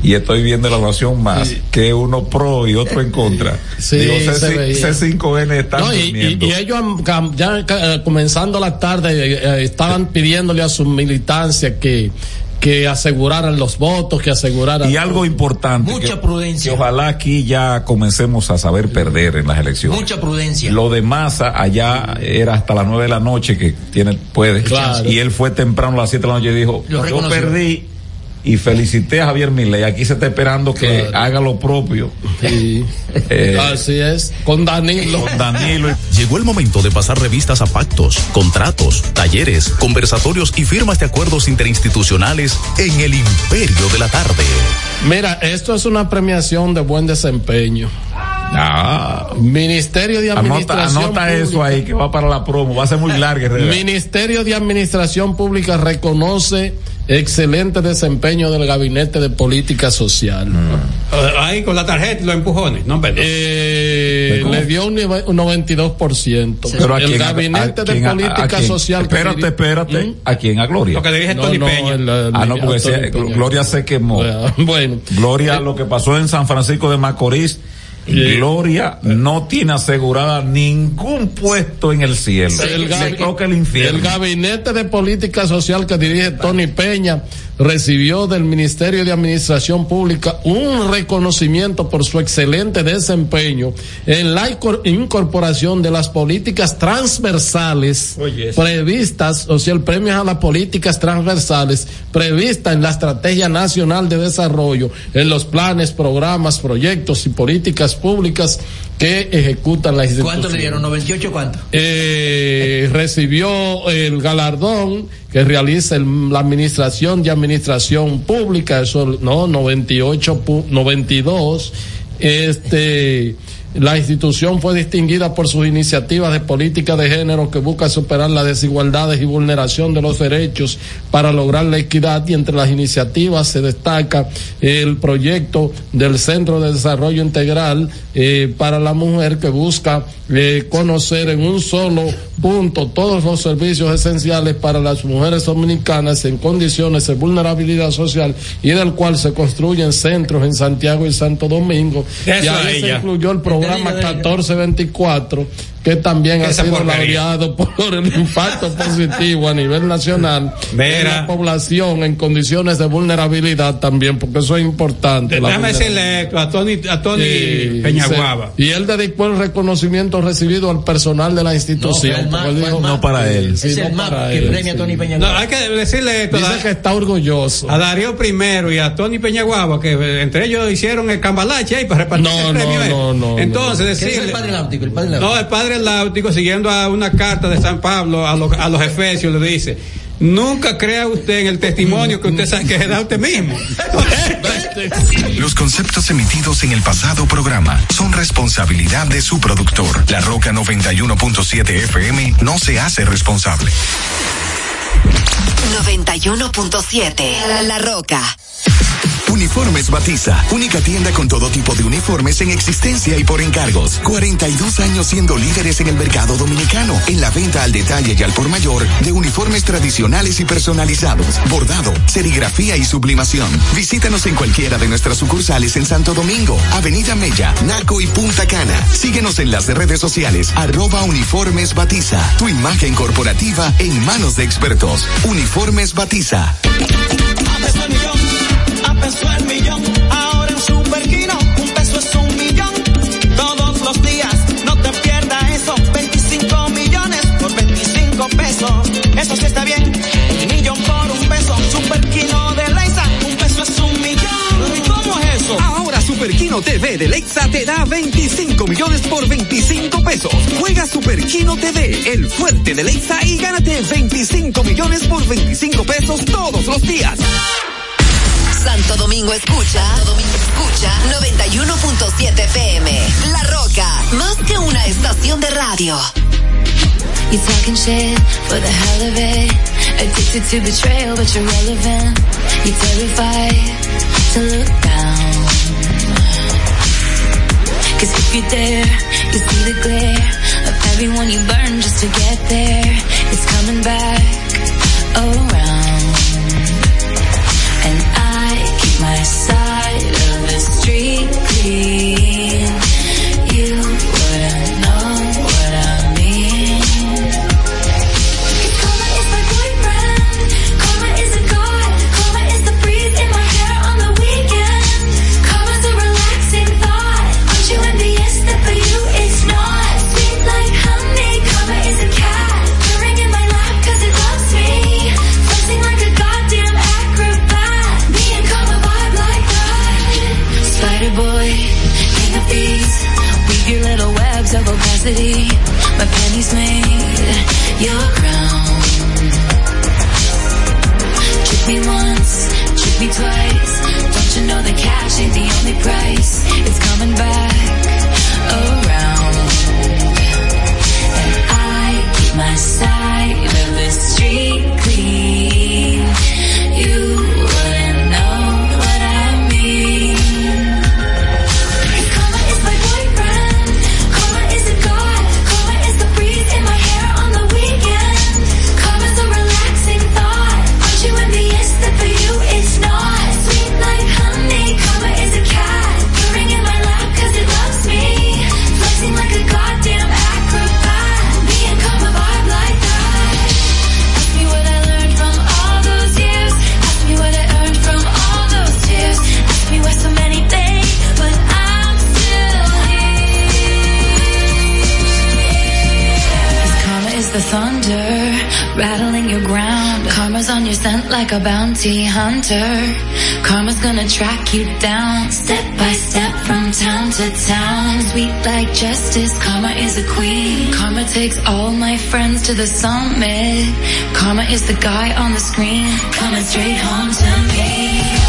y estoy viendo la evaluación más que uno pro y otro en contra. Sí, digo, C5N están durmiendo. Y ellos ya comenzando la tarde estaban pidiéndole a su militancia que aseguraran los votos, que aseguraran... Y algo importante. Mucha prudencia. Que ojalá aquí ya comencemos a saber perder en las elecciones. Mucha prudencia. Lo de Massa allá era hasta las 9 de la noche que puede. Claro. Y él fue temprano a las 7 de la noche y dijo, yo perdí y felicité a Javier Milei. Aquí se está esperando que haga lo propio. Sí. Así es. Con Danilo. Llegó el momento de pasar revistas a pactos, contratos, talleres, conversatorios y firmas de acuerdos interinstitucionales en el Imperio de la Tarde. Mira, esto es una premiación de buen desempeño. Ministerio de Administración Anota Pública. eso ahí que va para la promo, va a ser muy larga. Ministerio de Administración Pública reconoce excelente desempeño del Gabinete de Política Social. Ahí con la tarjeta, los empujones, no, le dio un 92%. Pero el Gabinete de Política Social. Espérate. ¿A quién? ¿A Gloria? Lo que le dije Tony Peña. No, porque Gloria se quemó. Bueno. Gloria, lo que pasó en San Francisco de Macorís, Gloria no tiene asegurada ningún puesto en el cielo. Le toca el infierno. El Gabinete de Política Social que dirige Tony Peña recibió del Ministerio de Administración Pública un reconocimiento por su excelente desempeño en la incorporación de las políticas transversales previstas, o sea, el premio a las políticas transversales previstas en la Estrategia Nacional de Desarrollo, en los planes, programas, proyectos y políticas públicas que ejecutan la institución. ¿Cuánto le dieron? ¿98 cuánto? Recibió el galardón que realiza la Administración de Administración Pública, eso 92. La institución fue distinguida por sus iniciativas de política de género que busca superar las desigualdades y vulneración de los derechos para lograr la equidad, y entre las iniciativas se destaca el proyecto del Centro de Desarrollo Integral para la Mujer, que busca conocer en un solo punto todos los servicios esenciales para las mujeres dominicanas en condiciones de vulnerabilidad social, y del cual se construyen centros en Santiago y Santo Domingo. Y ahí se incluyó el programa 1424, que también ha sido laureado por el impacto positivo a nivel nacional en la población en condiciones de vulnerabilidad también, porque eso es importante. Déjame decirle esto a Tony Peñaguaba. Y él dedicó el reconocimiento recibido al personal de la institución. No para él. Es el MAP que premia a Tony Peñaguaba. No, hay que decirle esto. Dice que está orgulloso. A Darío primero y a Tony Peñaguaba, que entre ellos hicieron el cambalache ahí para repartir el premio. No. Entonces, decirle. ¿Qué es el padre Láutico? No, el padre Láutico, siguiendo a una carta de San Pablo a los Efesios, le dice: nunca crea usted en el testimonio que usted sabe que da usted mismo. Los conceptos emitidos en el pasado programa son responsabilidad de su productor. La Roca 91.7 FM no se hace responsable. 91.7 La Roca. Uniformes Batiza, única tienda con todo tipo de uniformes en existencia y por encargos. 42 años siendo líderes en el mercado dominicano, en la venta al detalle y al por mayor de uniformes tradicionales y personalizados, bordado, serigrafía y sublimación. Visítanos en cualquiera de nuestras sucursales en Santo Domingo, Avenida Mella, Naco y Punta Cana. Síguenos en las redes sociales, @Uniformes Batiza. Tu imagen corporativa en manos de expertos. Uniformes Batiza. Peso el millón, ahora en Superquino, un peso es un millón. Todos los días, no te pierdas eso. 25 millones por 25 pesos. Eso sí está bien. Un millón por un peso. Superquino de Lexa, un peso es un millón. ¿Y cómo es eso? Ahora Superquino TV de Lexa te da 25 millones por 25 pesos. Juega Superquino TV, el fuerte de Lexa, y gánate 25 millones por 25 pesos todos los días. Santo Domingo escucha 91.7 FM. La Roca, más que una estación de radio. You talking shit for the hell of it. Addicted to betrayal, but you're relevant. You're terrified to look down. 'Cause if you're there, you see the glare of everyone you burn just to get there. It's coming back around. And I keep my side Kiss me once, trick me twice. Don't you know that cash ain't the only price? It's coming back around. And I keep my side of the street clean. You wouldn't know what I mean. Karma is my boyfriend. Karma is a god. Karma is the breeze in my hair on the weekend. Karma's a relaxing thought. Aren't you envious that for you it's not? Sweet like honey. Karma is a cat. Purring in my lap cause it loves me. Flexing like a goddamn acrobat. Me and karma vibe like that. Ask me what I learned from all those years. Ask me what I earned from all those tears. Ask me where so many things, but I'm still here. 'Cause karma is the thunder, rattling your ground. Karma's on your scent like a bounty hunter. Karma's gonna track you down, step by step from town to town. Sweet like justice, karma is a queen. Karma takes all my friends to the summit. Karma is the guy on the screen, coming straight home to me.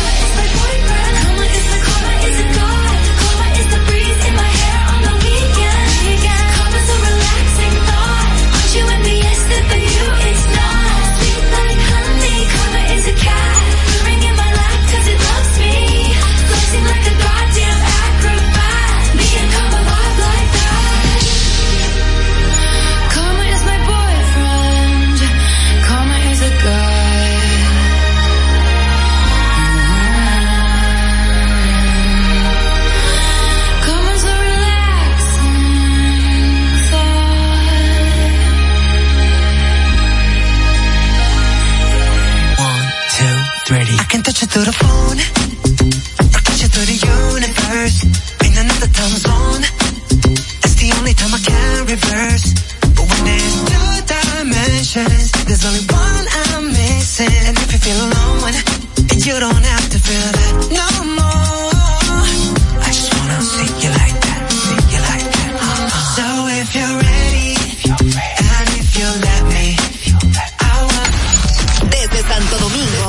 Touch it through the phone, or touch it through the universe. Ain't another time zone. That's the only time I can reverse. But when there's two dimensions, there's only one I'm missing. And if you feel alone, and you don't have to feel that no more. I just wanna see you like that, see you like that. So if you're ready, and if you let me, I will. Desde Santo Domingo,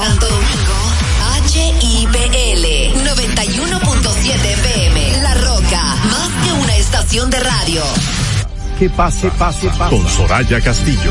HIPL 91.7 FM, La Roca, más que una estación de radio. ¿Qué pasa? Con Soraya Castillo.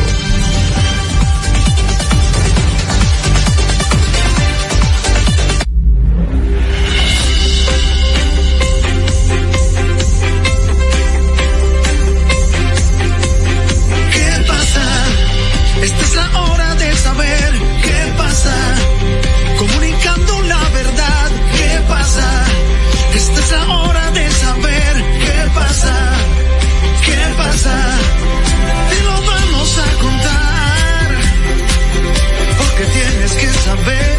¿Qué pasa? Esta es la hora de saber qué pasa. Comunicando la verdad, ¿qué pasa? Esta es la hora de saber qué pasa. ¿Qué pasa? Te lo vamos a contar, porque tienes que saber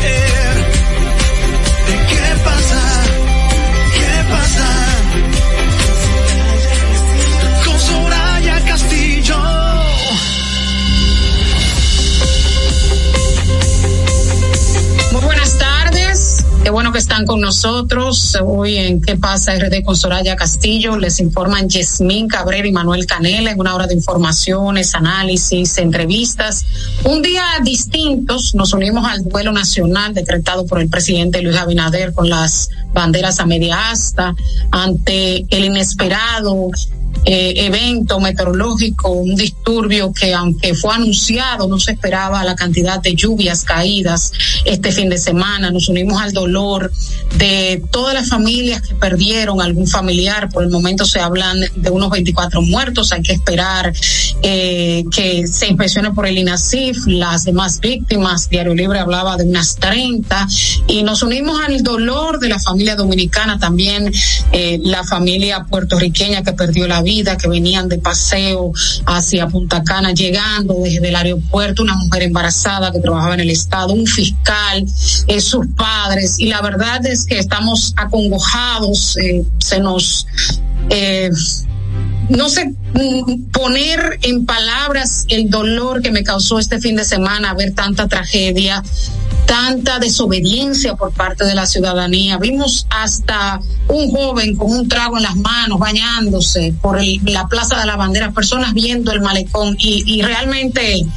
de qué pasa. ¿Qué pasa? Con Soraya Castillo. Muy buenas tardes, qué bueno que están con nosotros hoy en ¿Qué pasa RD con Soraya Castillo? Les informan Yasmín Cabrera y Manuel Canela en una hora de informaciones, análisis, entrevistas. Un día distintos, nos unimos al duelo nacional decretado por el presidente Luis Abinader con las banderas a media asta ante el inesperado evento meteorológico, un disturbio que aunque fue anunciado no se esperaba la cantidad de lluvias caídas este fin de semana. Nos unimos al dolor de todas las familias que perdieron algún familiar. Por el momento se hablan de unos 24 muertos. Hay que esperar que se inspeccione por el INASIF las demás víctimas. Diario Libre hablaba de unas 30 y nos unimos al dolor de la familia dominicana, también la familia puertorriqueña que perdió la vida, que venían de paseo hacia Punta Cana, llegando desde el aeropuerto, una mujer embarazada que trabajaba en el estado, un fiscal, sus padres, y la verdad es que estamos acongojados, se nos no sé poner en palabras el dolor que me causó este fin de semana ver tanta tragedia. tanta desobediencia por parte de la ciudadanía. Vimos hasta un joven con un trago en las manos bañándose por la Plaza de la Bandera, personas viendo el malecón y realmente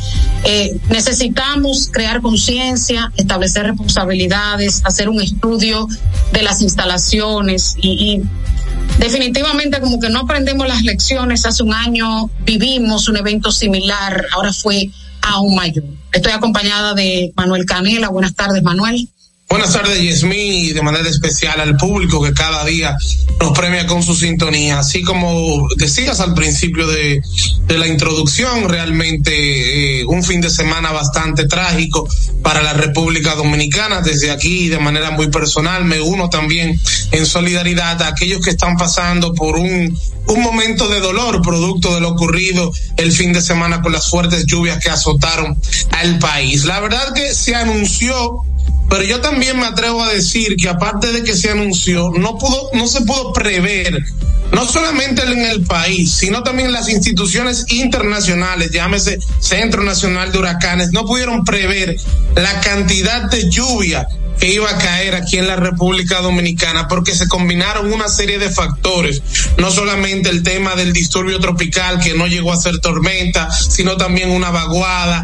necesitamos crear conciencia, establecer responsabilidades, hacer un estudio de las instalaciones y definitivamente como que no aprendemos las lecciones. Hace un año vivimos un evento similar, ahora fue aún mayor. Estoy acompañada de Manuel Canela. Buenas tardes, Manuel. Buenas tardes, Yasmín, y de manera especial al público que cada día nos premia con su sintonía. Así como decías al principio de la introducción, realmente un fin de semana bastante trágico para la República Dominicana. Desde aquí, de manera muy personal, me uno también en solidaridad a aquellos que están pasando por un momento de dolor producto de lo ocurrido el fin de semana con las fuertes lluvias que azotaron al país. La verdad que se anunció, pero yo también me atrevo a decir que aparte de que se anunció, no se pudo prever, no solamente en el país, sino también las instituciones internacionales, llámese Centro Nacional de Huracanes, no pudieron prever la cantidad de lluvia que iba a caer aquí en la República Dominicana, porque se combinaron una serie de factores, no solamente el tema del disturbio tropical que no llegó a ser tormenta, sino también una vaguada,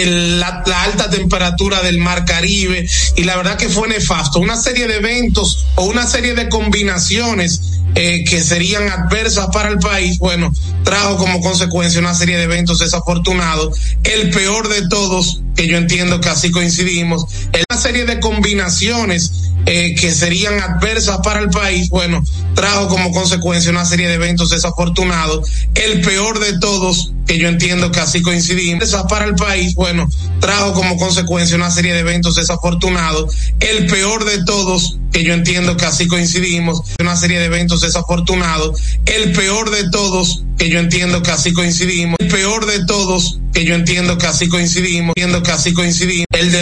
la alta temperatura del Mar Caribe, y la verdad que fue nefasto. Una serie de eventos o una serie de combinaciones que serían adversas para el país, bueno, trajo como consecuencia una serie de eventos desafortunados. El peor de todos, que yo entiendo que así coincidimos, es una serie de combinaciones que serían adversas para el país, bueno, trajo como consecuencia una serie de eventos desafortunados. El peor de todos, que yo entiendo que así coincidimos, para el país, bueno, trajo como consecuencia una serie de eventos desafortunados. El peor de todos, que yo entiendo que así coincidimos, una serie de eventos desafortunados. El peor de todos, que yo entiendo que así coincidimos. El peor de todos, que yo entiendo que así coincidimos, el de